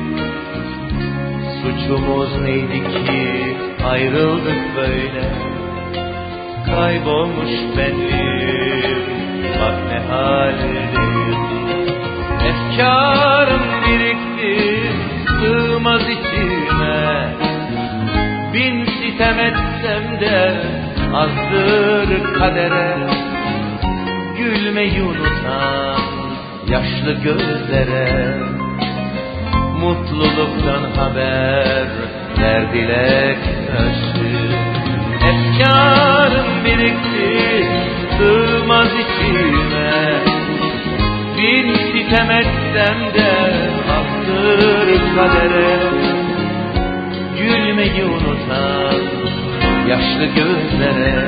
H: Suçumuz neydi ki ayrıldık böyle? Kaybolmuş benliğim, bak ne haldeyim. Efkarım birikti, sığmaz içime. Bin sitem etsem de azdır kadere. Gülmeyi unutan yaşlı gözlere mutluluktan haber ver dilek taşı. Efkarım birikti, sığmaz içime. Bin sitem etsem de azdır kadere. Gülmeyi unutan yaşlı gözlere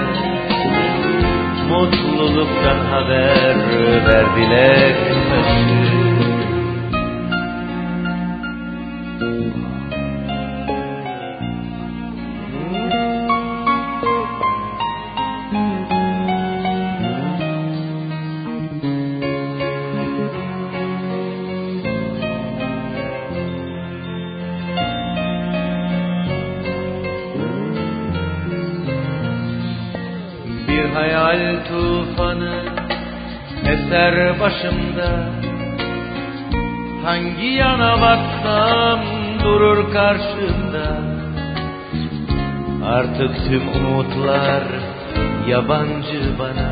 H: mutluluktan haber ver dilek taşı. Hayal tufanı eser başımda. Hangi yana baksam durur karşımda. Artık tüm umutlar yabancı bana.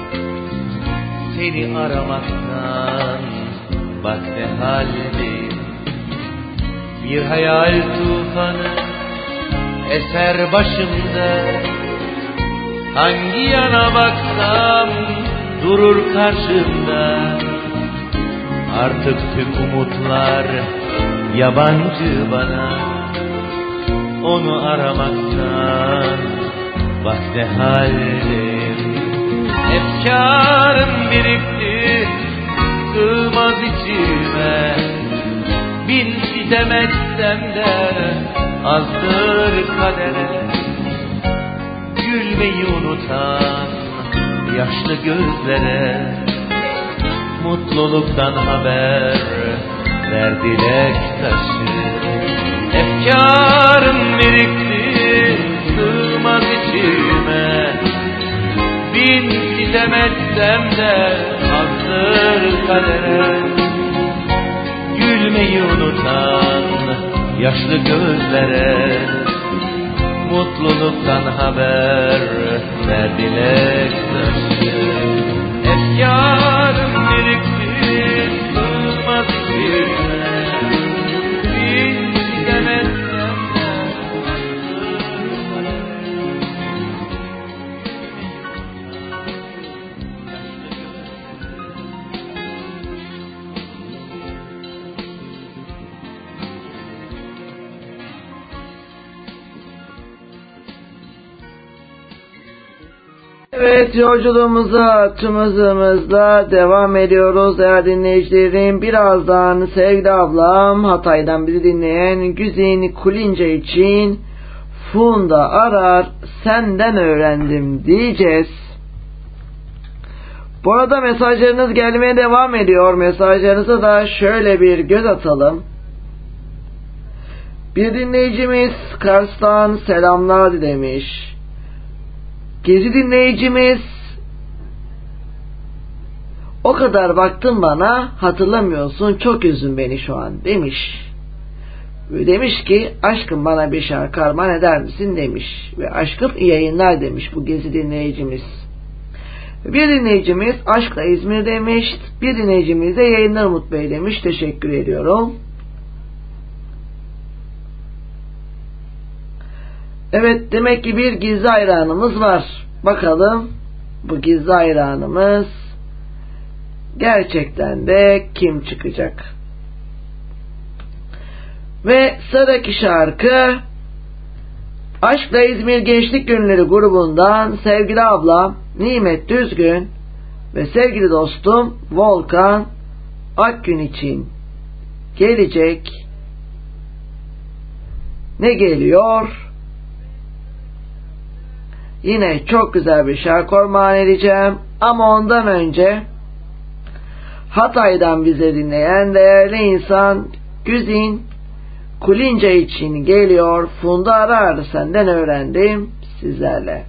H: Seni aramaktan bak ne haldeyim. Bir hayal tufanı eser başımda. Hangi yana baksam durur karşımda. Artık tüm umutlar yabancı bana. Onu aramaktan bak ne haldeyim. Efkarım birikti, sığmaz içime. Bin sitem etsem de azdır kadere. Gülmeyi unutan yaşlı gözlere mutluluktan haber ver dilek taşı. Efkarım birikti, sığmaz içime. Bin sitem etsem de azdır kadere. Gülmeyi unutan yaşlı gözlere mutluluktan haber ver dilek taşı. Efkarım birikti, sığmaz içime. Bin sitem etsem de
B: Evet, yolculuğumuza tüm hızımızla devam ediyoruz değerli dinleyicilerim. Birazdan sevgili ablam Hatay'dan bizi dinleyen Güzin Kulince için Funda Arar Senden Öğrendim diyeceğiz. Bu arada mesajlarınız gelmeye devam ediyor. Mesajlarınıza da şöyle bir göz atalım. Bir dinleyicimiz Kars'tan selamlar demiş. Gezi dinleyicimiz o kadar baktın bana hatırlamıyorsun, çok üzdün beni şu an demiş. Demiş ki aşkım bana bir şarkı armağan eder misin demiş. Ve aşkım iyi yayınlar demiş bu gezi dinleyicimiz. Bir dinleyicimiz aşkla İzmir demiş. Bir dinleyicimiz de yayınlar Umut Bey demiş. Teşekkür ediyorum. Evet, demek ki bir gizli hayranımız var. Bakalım bu gizli hayranımız gerçekten de kim çıkacak? Ve sıradaki şarkı Aşkla İzmir Gençlik Günleri grubundan sevgili ablam Nimet Düzgün ve sevgili dostum Volkan Akgün için gelecek. Ne geliyor? Yine çok güzel bir şarkı armağan edeceğim. Ama ondan önce Hatay'dan bize dinleyen değerli insan Güzin Kulince için geliyor. Funda Arar Senden Öğrendim sizlerle.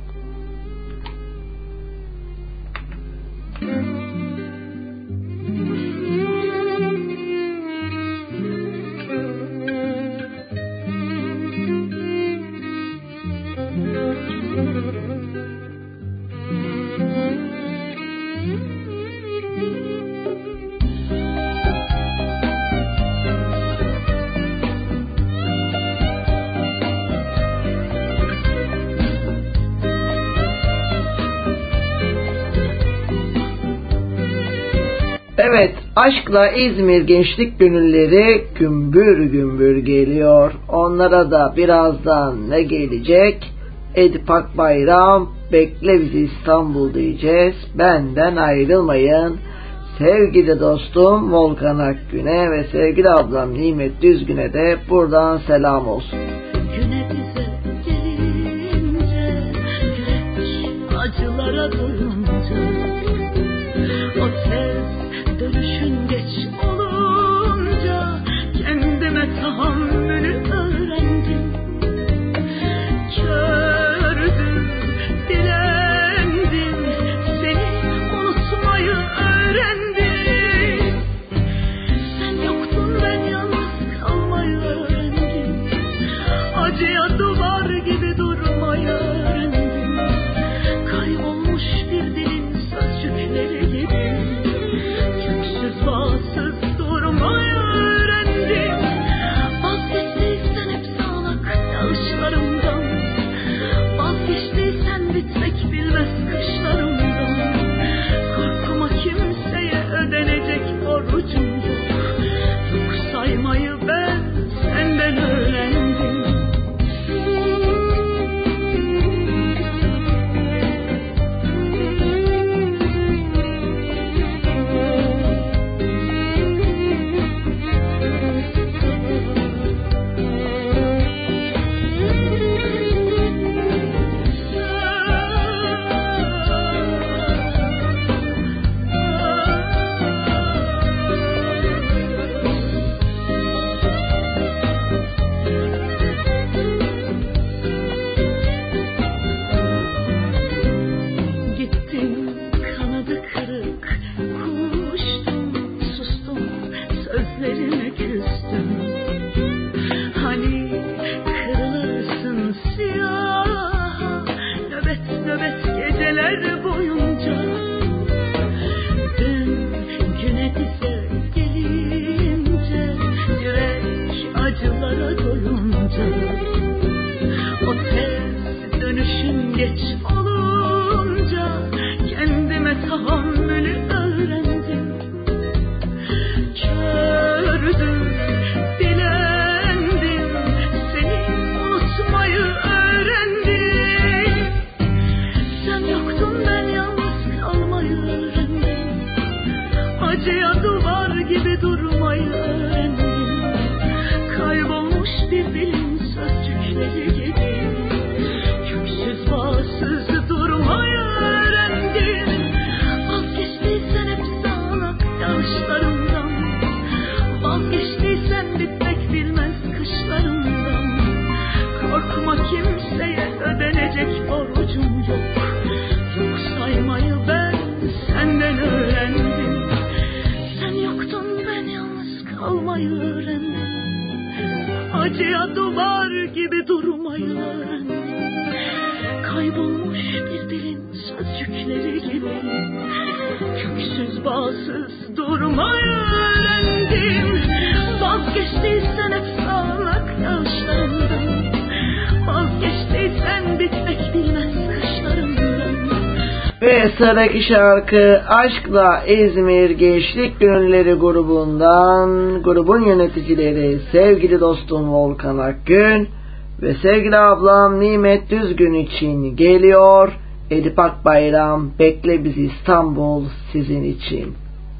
B: Evet, Aşkla İzmir Gençlik Gönülleri gümbür gümbür geliyor. Onlara da birazdan ne gelecek? Edip Akbayram bekle bizi İstanbul diyeceğiz. Benden ayrılmayın. Sevgili dostum Volkan Akgün'e ve sevgili ablam Nimet Düzgün'e de buradan selam olsun.
I: Güne bize gelince yürek acılara doyunca o ses dönüşün geç olunca kendime tahammülü öğrendim. Kördüm, dilendim, seni unutmayı öğrendim. Sen yoktun, ben yalnız kalmayı öğrendim. Acıya duvar gibi durmayı öğrendim. Kaybolmuş bir
N: Acıya duvar gibi durmayı öğrendim. Kaybolmuş bir dilin sözcükleri gibi. Köksüz bağsız durmayı öğrendim. Vazgeçtiysen hep sağanak yağışlarımdan, vazgeçtiysen bitmek bilmez kışlarımdan. Korkma, kimseye ödenecek borcum yok. Yok saymayı ben senden öğrendim. Sen yoktun, ben yalnız kalmayı öğrendim. Acıya duvar gibi durmayı öğrendim. Kaybolmuş bir dilin sözcükleri gibi. Köksüz bağsız durmayı öğrendim. Vazgeçtiysen hep sağanak yağışlarımdan, vazgeçtiysen bitmek bilmez kışlarımdan.
B: Ve sıradaki şarkı Aşkla İzmir Gençlik Gönülleri grubundan, grubun yöneticileri sevgili dostum Volkan Akgün ve sevgili ablam Nimet Düzgün için geliyor. Edip Akbayram, Bekle Bizi İstanbul sizin için.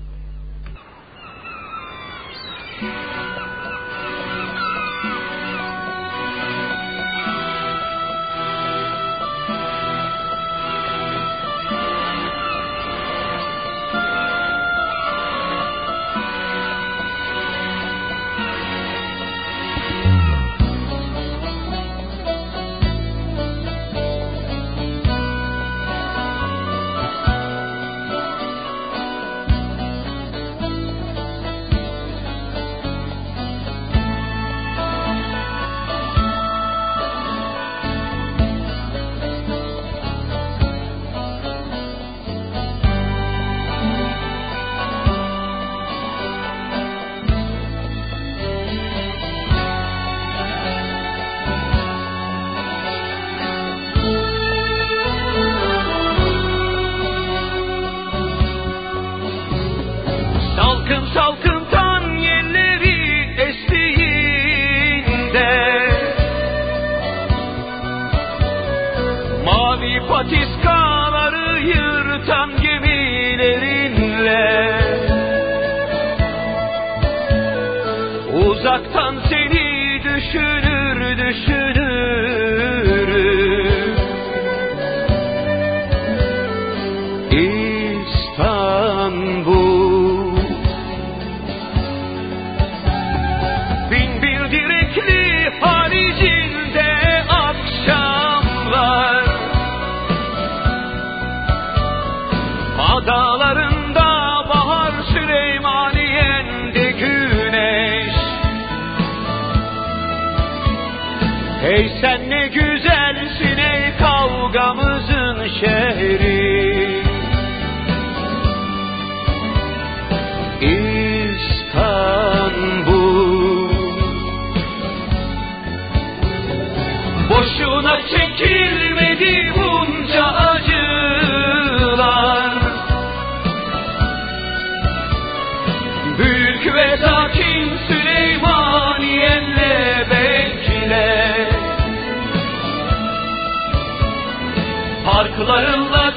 A: Parklarınla,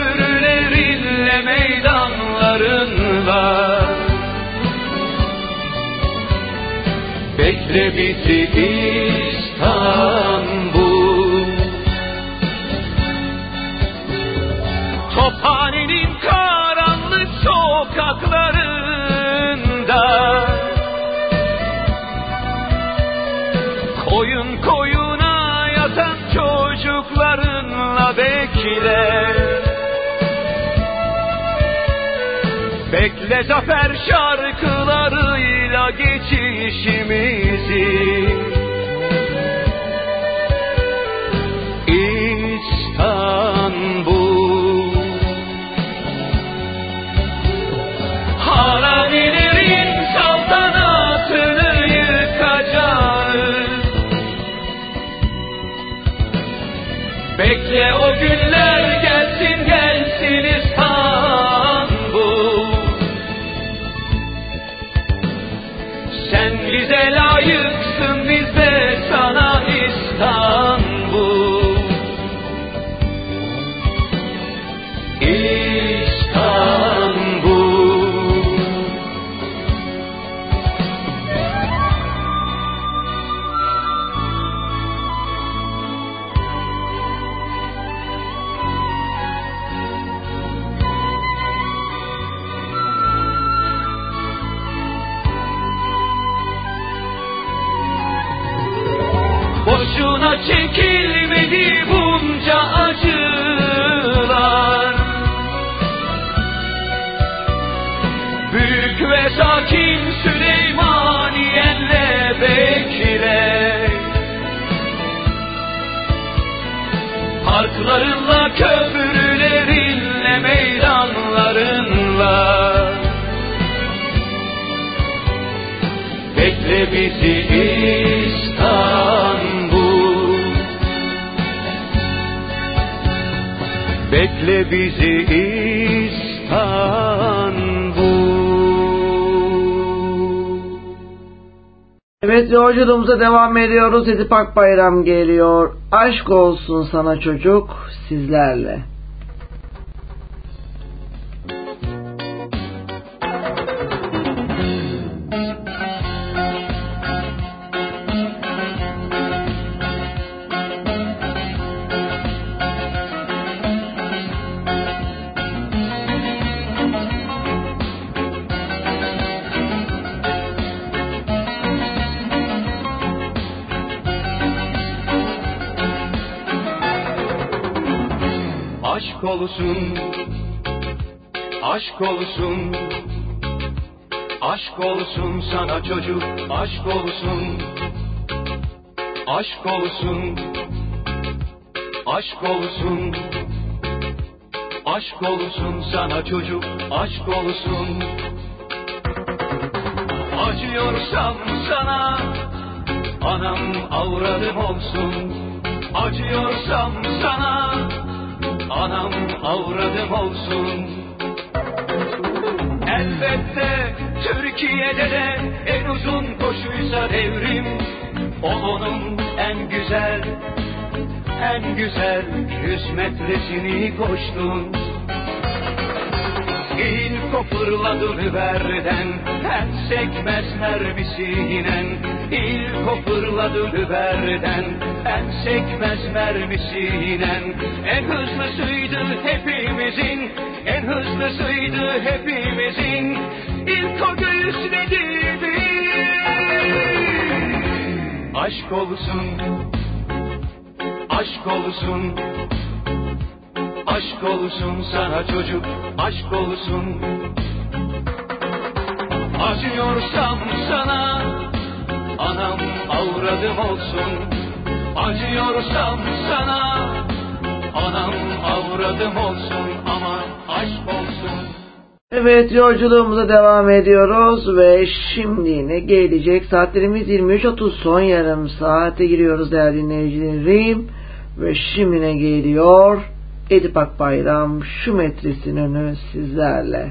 A: köprülerinle, meydanlarınla bekle bizi İstanbul. Tophanenin karanlık sokaklarında koyun koyuna yatan çocuklarınla bekle. Bekle zafer şarkılarıyla geçişimizi. İstanbul, haramilerin saltanatını yıkacağız. Bekle o günler gelsin gelsin İstanbul. Sen bize layıksın, biz çekilmedi bunca acılar. Büyük ve sakin Süleymaniye'nle bekle, parklarınla, köprülerinle, meydanlarınla bekle bizi İstanbul, bekle bizi İstanbul.
B: Evet, yolculuğumuza devam ediyoruz. Edip Akbayram geliyor. Aşk olsun sana çocuk sizlerle.
A: Aşk olsun, aşk olsun, aşk olsun sana çocuk, aşk olsun, aşk olsun, aşk olsun, aşk olsun sana çocuk, aşk olsun. Acıyorsam sana, anam avradım olsun, acıyorsam sana, anam avradım olsun. Elbette Türkiye'de de en uzun koşuysa devrim, o onun en güzel 100 metresini koştun. İlk o fırladı Lüber'den, en sekmez mermisinen. İlk o fırladı Lüber'den, en sekmez mermisinen. En hızlısıydı hepimizin, en hızlısıydı hepimizin. İlk o göğüsledi aşk olsun, aşk olsun, aşk olsun sana çocuk, aşk olsun. Acıyorsam sana, anam avradım olsun. Acıyorsam sana, anam avradım olsun, ama aşk olsun.
B: Evet, yolculuğumuza devam ediyoruz ve şimdi ne gelecek? Saatlerimiz 23.30, son yarım saate giriyoruz değerli dinleyicilerim. Ve şimdi ne geliyor? Edip Akbayram, şu metresin önü sizlerle.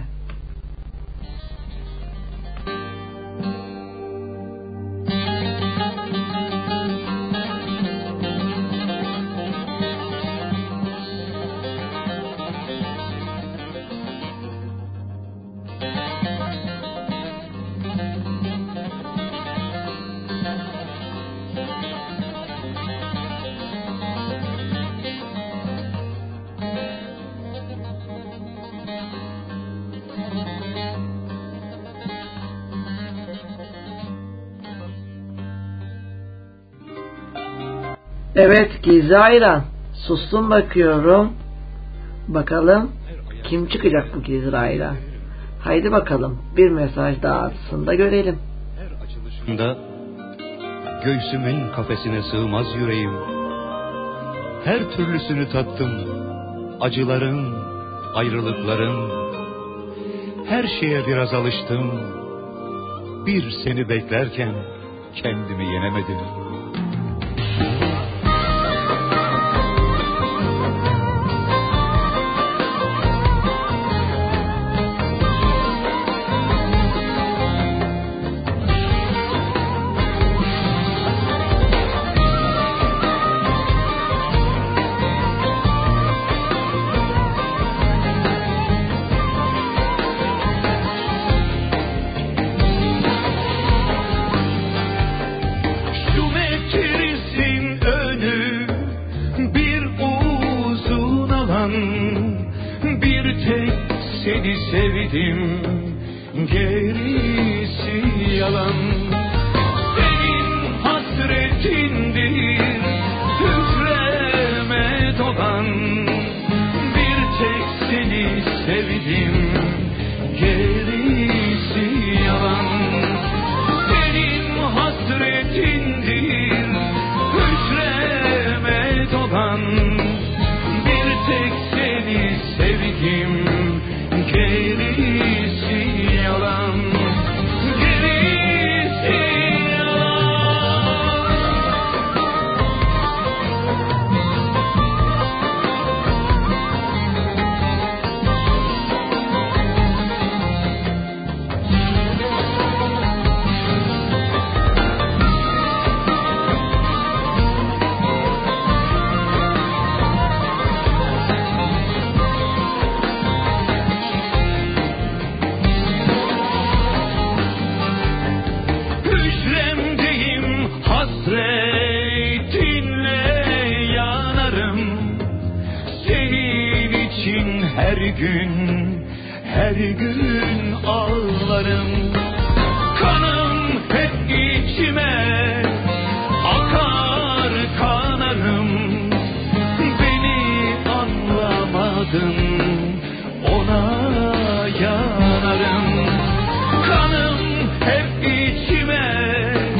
B: Evet, Gizli Ayran. Sustum bakıyorum. Bakalım kim çıkacak bu Gizli Ayran. Haydi bakalım, bir mesaj daha atsın da görelim.
O: Her açılışında göğsümün kafesine sığmaz yüreğim. Her türlüsünü tattım. Acıların, ayrılıkların. Her şeye biraz alıştım. Bir seni beklerken kendimi yenemedim.
A: Sevdim, gerisi yalan. Senin hasretindir her gün ağlarım. Kanım hep içime akar kanarım. Beni anlamadın, ona yanarım. Kanım hep içime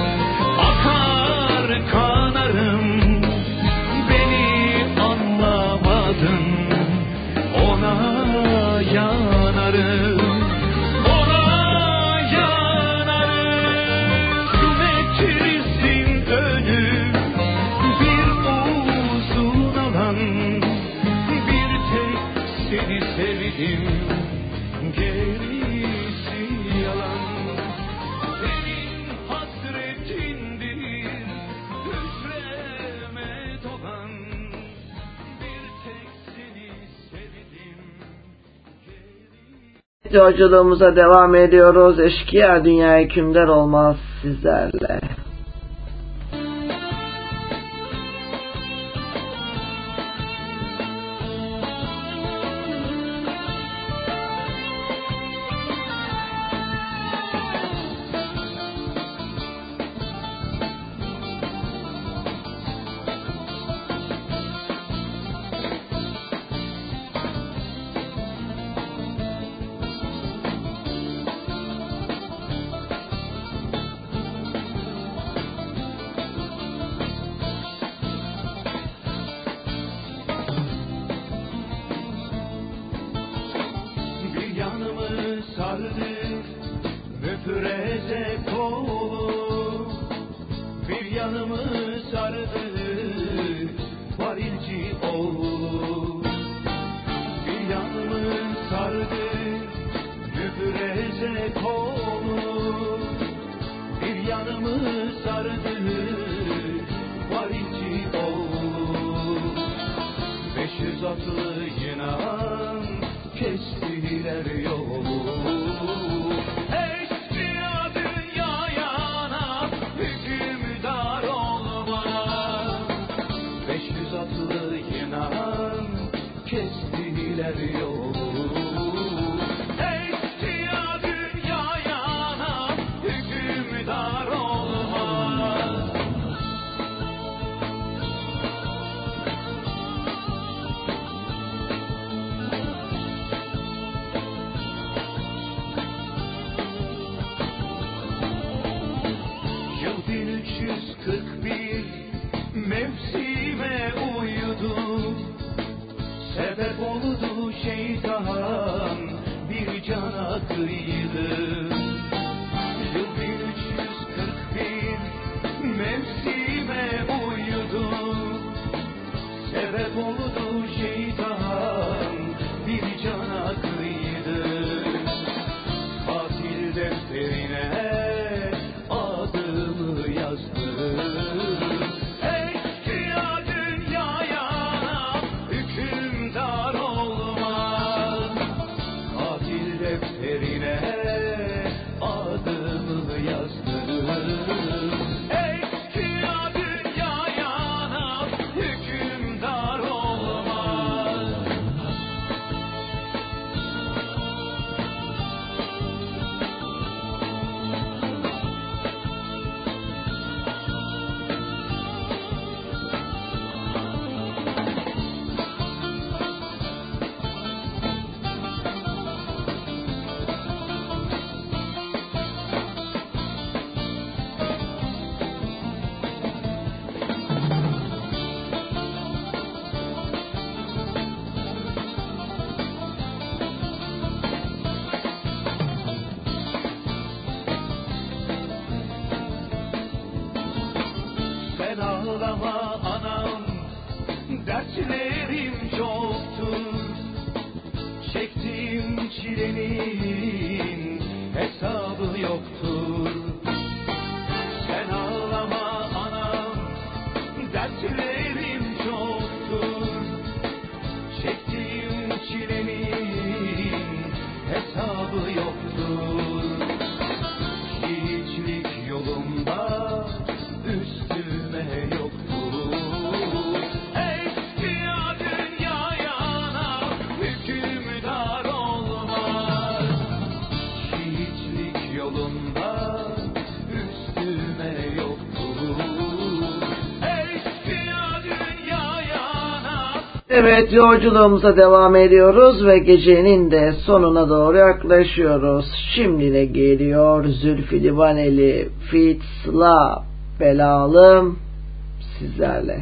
A: akar kanarım. Beni anlamadın, ona yanarım. Ona yanarım. Meçhilsin önüm bir uzun alan. Bir tek seni sevdim, gerisi yalan. Senin hasretindir hücreme dolan. Bir tek seni sevdim.
B: Yolculuğumuza devam ediyoruz. Eşkıya dünya hükümdar olmaz sizlerle.
A: Bir yanımı sardı müfreze kolu, bir yanımı sardı varilci oğlu. Bir yanımı sardı müfreze kolu, bir yanımı sardı varilci oğlu. 500 atlı yınan kestiler yolu. Eşkıya dünyaya hükümdar olmaz. 500 atlı yınan kestiler yolu. Eşkıya dünyaya hükümdar olmaz. Yıl 1341 mevsime uyudu. Sebep oldu şeytan bir cana kıydı. Yıl 1341 mevsime uyudu. Sebep oldu şeytan bir cana kıydı. Katil defterine adımı yazdı. Eşkıya dünyaya hükümdar olmaz. Katil defterine adımı yazdı. Eşkıya dünyaya hükümdar olmaz.
B: Evet, yolculuğumuza devam ediyoruz ve gecenin de sonuna doğru yaklaşıyoruz. Şimdi de geliyor Zülfü Livaneli feat. Sıla Belalım sizlerle.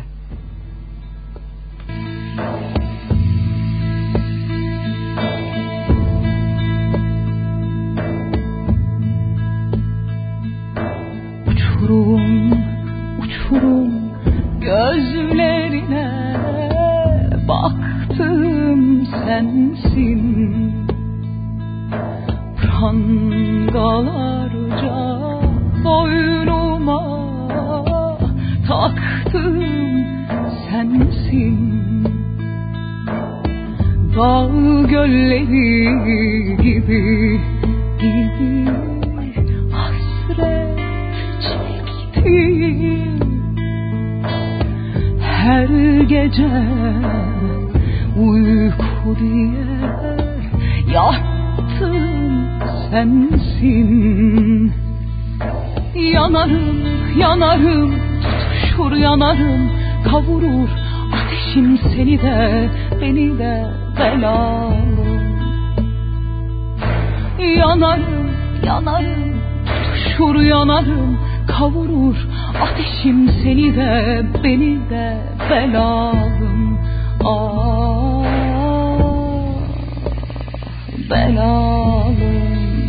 N: Uçurum, uçurum gözlerine baktım sensin. Prangalarca boynuma taktım sensin. Dağ gölleri gibi hasret çektim. Her gece uyku diye yattım sensin. Yanarım, yanarım, tutuşur yanarım, kavurur ateşim seni de, beni de belalım. Yanarım, yanarım, tutuşur yanarım, kavurur ateşim seni de, beni de belalım. Ah, belalım.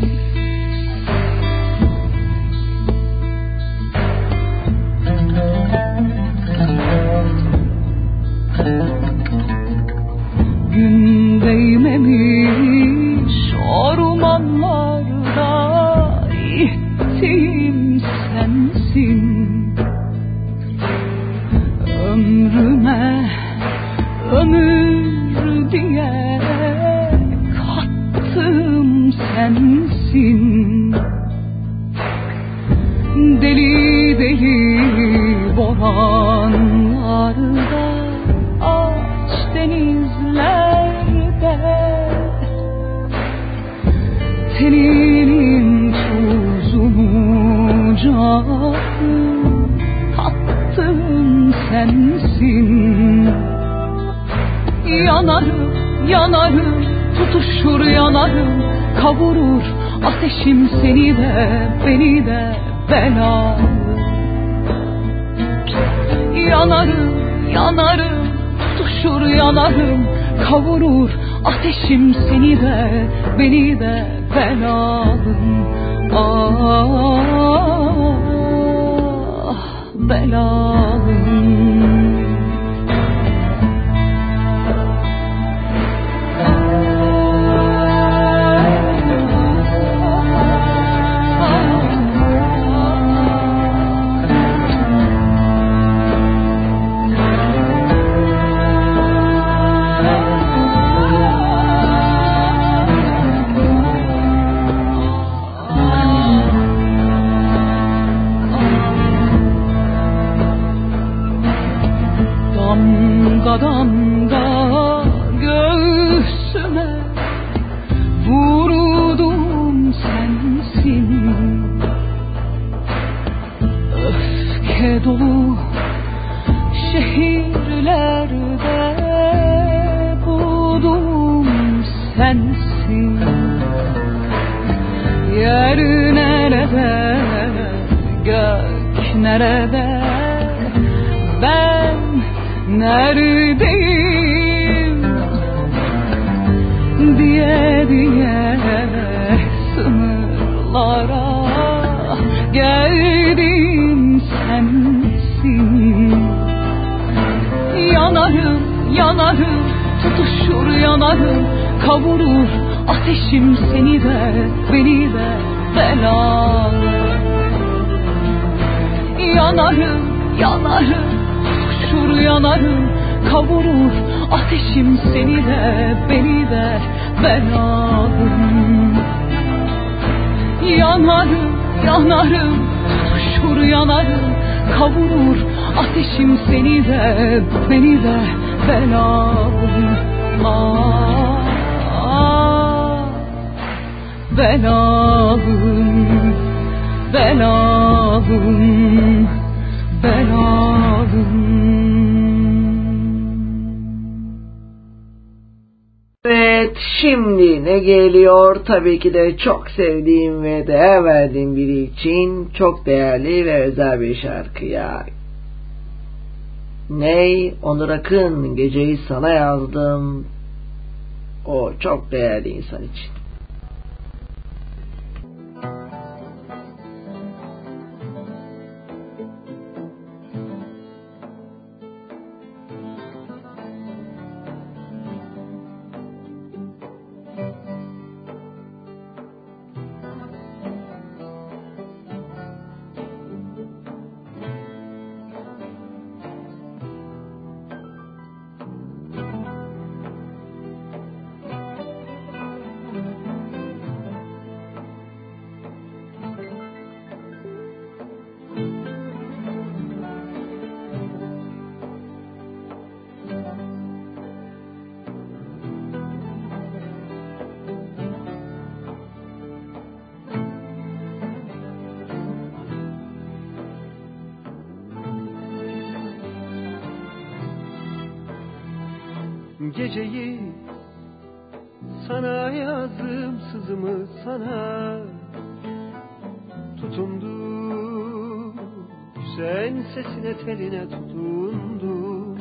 N: Gün değmemiş ormanlarda ihtim sensin. Ömrüme ömür diye kattım sensin. Deli deli boranlarda, aç denizlerde teninin tuzunu canım kattım sensin. Yanarım, yanarım, tutuşur yanarım, kavurur ateşim seni de, beni de belalım. Yanarım, yanarım, tutuşur yanarım, kavurur ateşim seni de, beni de belalım. Ah, belalım. Damga damga göğsüme vurdum sensin. Öfke dolu şehirlerde buldum sensin. Yer nerede, gök nerede, ben neredeyim diye diye sınırlara geldim sensin. Yanarım, yanarım, tutuşur yanarım, kavurur ateşim seni de, beni de belalım. Yanarım, yanarım, tutuşur yanarım, kavurur ateşim seni de, beni de belalım. Yanarım, yanarım, tutuşur yanarım, kavurur ateşim seni de, beni de belalım. Ah, ah, belalım, belalım, belalım.
B: Şimdi ne geliyor? Tabii ki de çok sevdiğim ve değer verdiğim biri için çok değerli ve özel bir şarkıya. Ney? Onur Akın, Geceyi Sana Yazdım. O çok değerli insan için.
P: Geceyi sana yazdım, sızımı sana tutundum, sen sesine teline tutundum.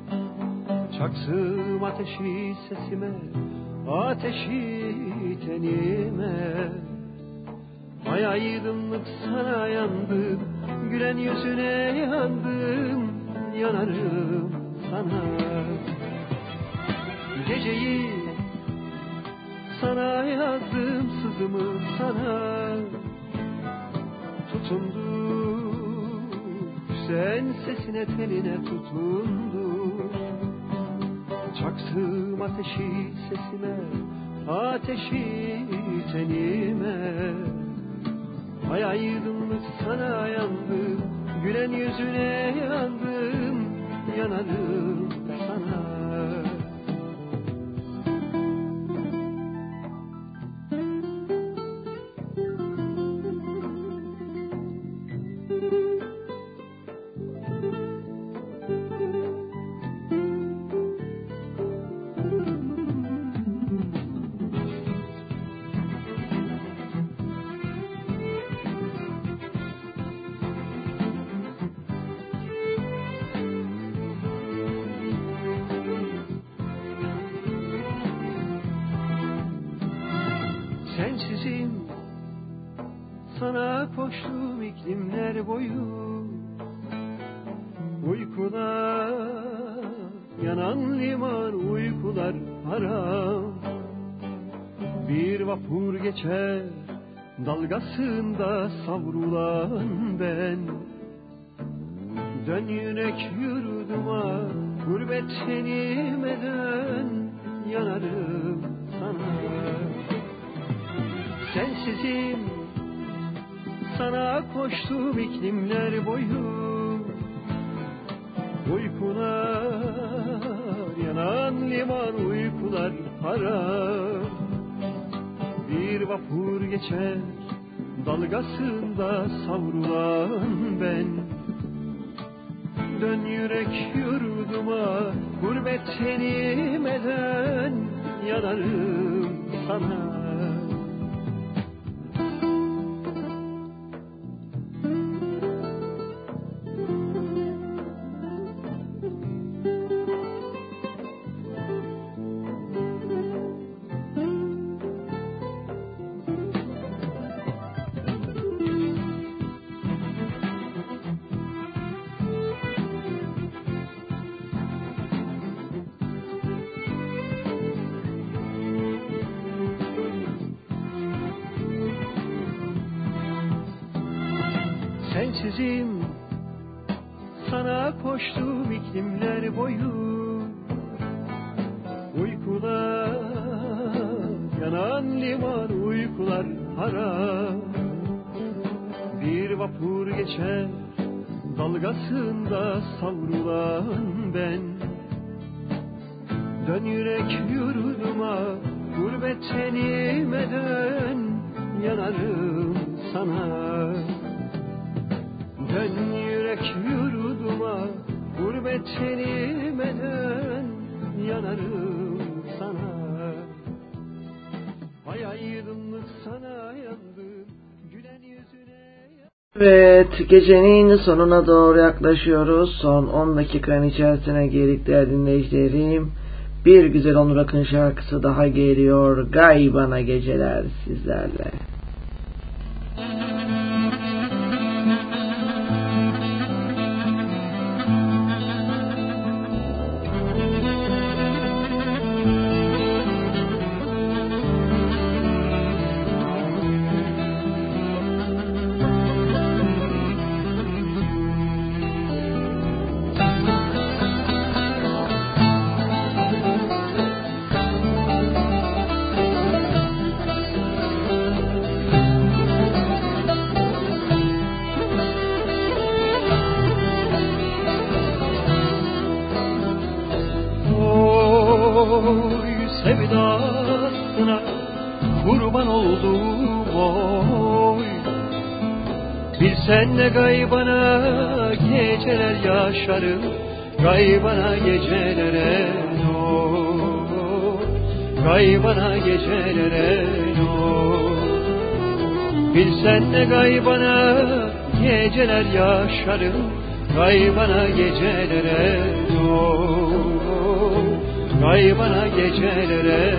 P: Çaksım ateşi sesime, ateşi tenime. Ay aydınlık sana yandım, gülen yüzüne yandım, yanarım sana. Geceyi sana yazdım, sızımı sana tutundum, sen sesine teline tutundum. Çaksım ateşi sesime, ateşi tenime. Ay aydınlık sana yandım, gülen yüzüne yandım, yanarım sana. Sensizim sana koştum iklimler boyu, uykular yanan liman, uykular haram. Bir vapur geçer dalgasında savrulan ben. Dön yürek yurduma, gurbet tenime dön, yanarım sana. Sensizim sana koştum iklimler boyu, uykular yanan liman, uykular haram. Bir vapur geçer dalgasında savrulan ben. Dön yürek yurduma, gurbet tenime dön, yanarım sana. Sensizim sana koştum iklimler boyu, uykular yanan liman, uykular haram. Bir vapur geçer dalgasında savrulan ben. Dön yürek yurduma, gurbet tenime dön, yanarım sana. Dön yürek yurduma, gurbet tenime dön, yanarım sana.
B: Evet, gecenin sonuna doğru yaklaşıyoruz. Son 10 dakikanın içerisine girdik değerli dinleyicilerim. Bir güzel Onur Akın şarkısı daha geliyor. Gay bana geceler sizlerle.
P: Sevdasına kurban oldum oy. Bilsen ne gaybana geceler yaşarım, gaybana gecelere gaybana gecelere Bilsen ne gaybana geceler yaşarım, gaybana gecelere gaybana gecelere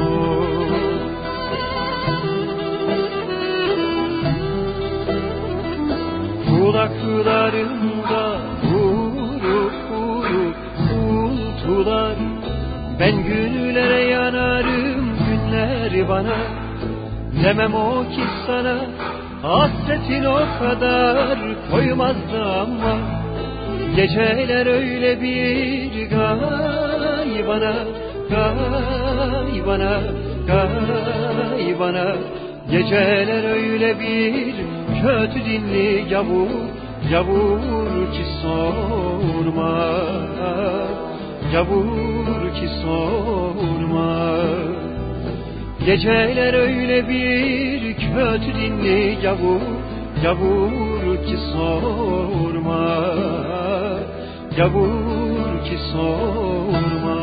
P: Kulaklarımda vurup vurup uğultular, ben günlere yanarım, günler bana. Demem o ki sana hasretin o kadar koymazdı ama geceler öyle bir gaybana, gaybana, gaybana. Geceler öyle bir kötü dinli yavur, yavur ki sorma, yavur ki sorma. Geceler öyle bir kötü dinli yavur, yavur ki sorma, yavur ki sorma.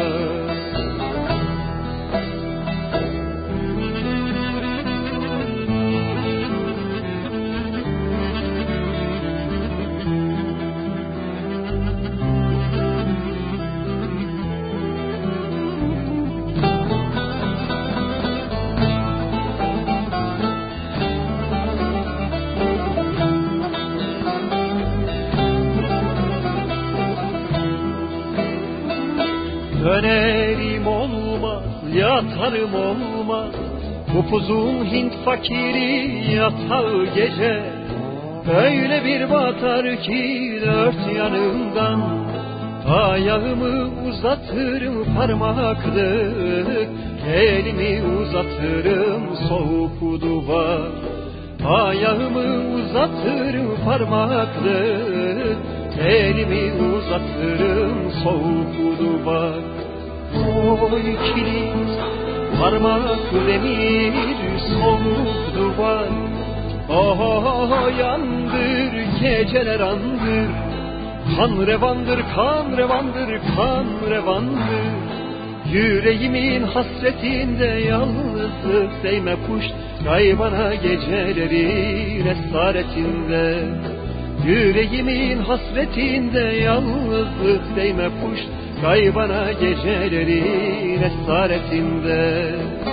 P: Dönerim olmaz, yatarım olmaz, upuzun Hint fakiri yatağı gece. Öyle bir batar ki dört yanımdan, ayağımı uzatırım parmaklık, elimi uzatırım soğuk duvar. Ayağımı uzatırım parmaklık, elimi uzatırım soğuk duvar. Oy kilit, parmak demir, soğuk duvar. Oh yandır, geceler andır, kan revandır, kan revandır, kan revandır. Yüreğimin hasretinde yalnızlık değme kuş, gaybana gecelerin esaretinde. Yüreğimin hasretinde yalnızlık değme kuş, gaybana gecelerin esaretinde.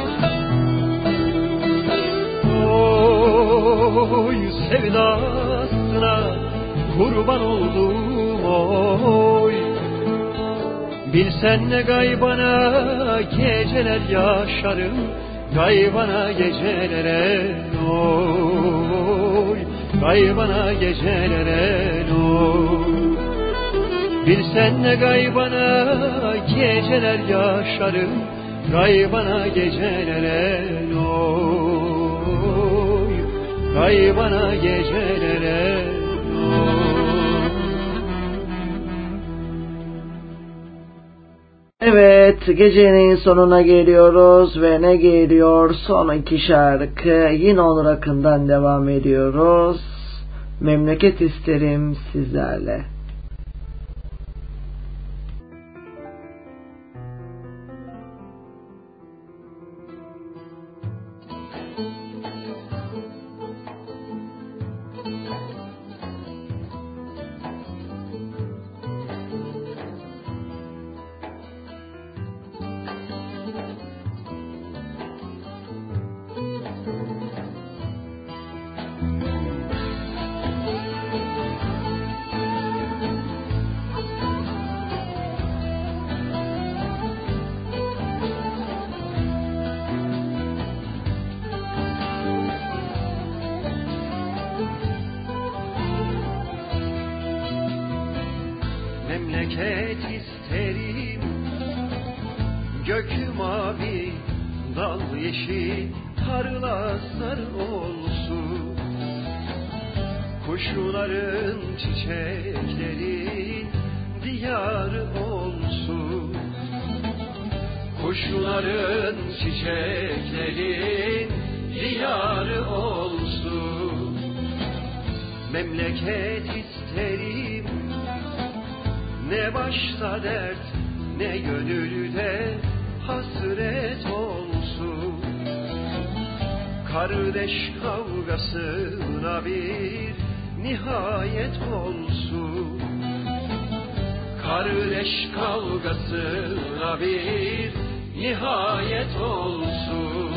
P: Oy sevdasına kurban oldum oy. Bilsen ne gaybana geceler yaşarım, gaybana gecelere oy, gaybana gecelere oy. Bilsen ne gaybana geceler yaşarım, gaybana gecelere oy, gaybana gecelere oy.
B: Evet, gecenin sonuna geliyoruz ve ne geliyor? Son iki şarkı yine Onur Akın'dan devam ediyoruz. Memleket isterim sizlerle.
P: Gökü mavi, dal yeşil, tarlasar olsun. Kuşların, çiçeklerin diyarı olsun. Kuşların, çiçeklerin diyarı olsun. Memleket isterim, ne başta dert, ne gönülde hasret olsun. Kardeş kavgasına bir nihayet olsun. Kardeş kavgasına bir nihayet olsun.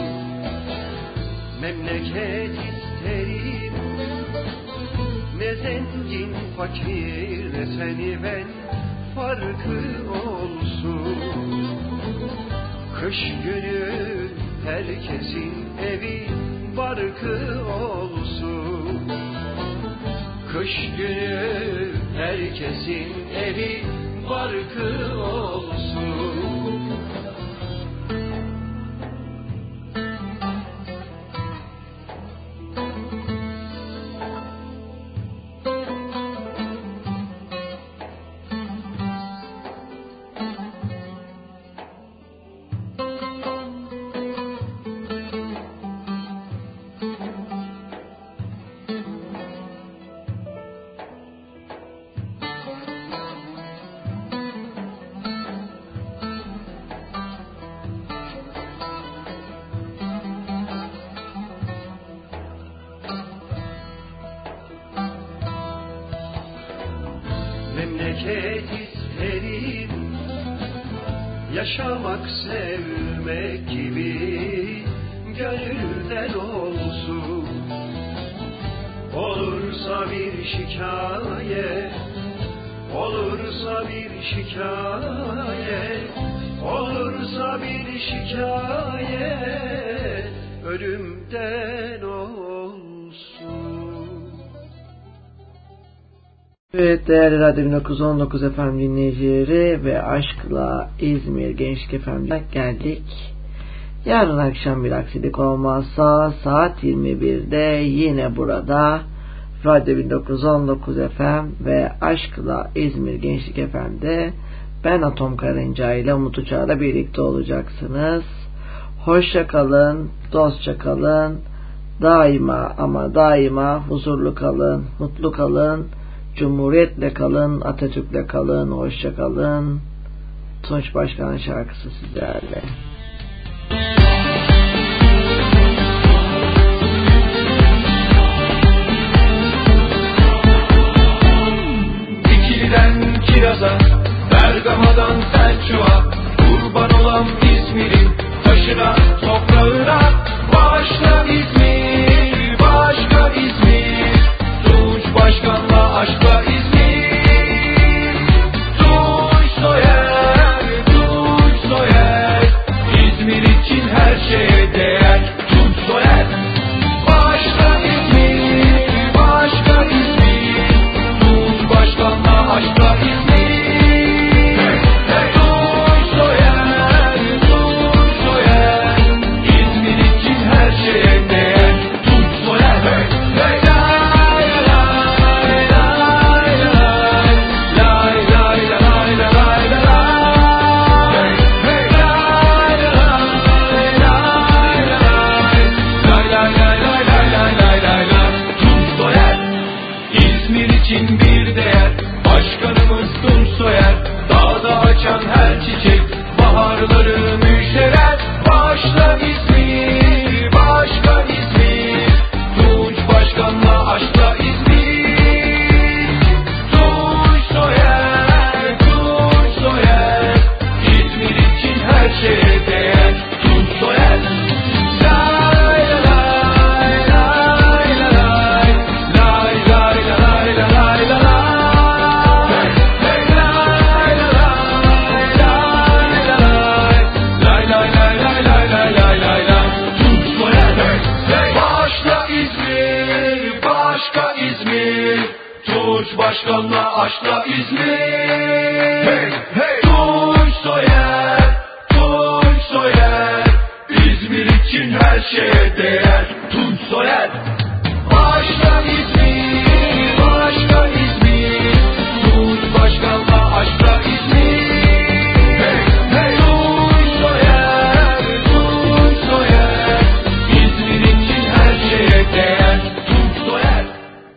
P: Memleket isterim, ne zengin fakir, ne seni ben farkı olsun. Kış günü herkesin evi barkı olsun. Kış günü herkesin evi barkı olsun. Memleket isterim, yaşamak sevmek gibi gönülden olsun. Olursa bir şikayet, olursa bir şikayet, olursa bir şikayet ölümden olsun.
B: Evet değerli Radyo 1919 FM dinleyicileri ve Aşkla İzmir Gençlik FM'den geldik. Yarın akşam bir aksilik olmazsa saat 21'de yine burada Radyo 1919 FM ve Aşkla İzmir Gençlik FM'de ben Atom Karınca ile Umut Uçar'la birlikte olacaksınız. Hoşça kalın, dostça kalın, daima ama daima huzurlu kalın, mutlu kalın. Cumhuriyetle kalın, Atatürk'le kalın, hoşça kalın. Tunç Başkan'ın şarkısı sizlerle.
A: Dikili'den Kiraz'a, Bergama'dan Selçuk'a, kurban olan İzmir'in taşına, toprağına, bağışla İzmir, başka İzmir. Tunç Başkan'la aşkla İzmir. Tunç Soyer, Tunç Soyer. İzmir için her şeye değer. Tunç Soyer. Başka İzmir, başka İzmir. Tunç Başkan'la aşkla İzmir. Tunç Soyer, Tunç Soyer. İzmir için her şeye değer. Tunç Soyer. İçin bir değer, başkanımız Tunç Soyer. Dağda açan her çiçek, baharları müjdeler. Başla İzmir, başka İzmir. Tunç Başkan'la aşkla İzmir. Tunç Soyer, Tunç Soyer. İzmir için her şeye değer. Tunç Soyer. Başkanla aşkla İzmir. Hey, hey.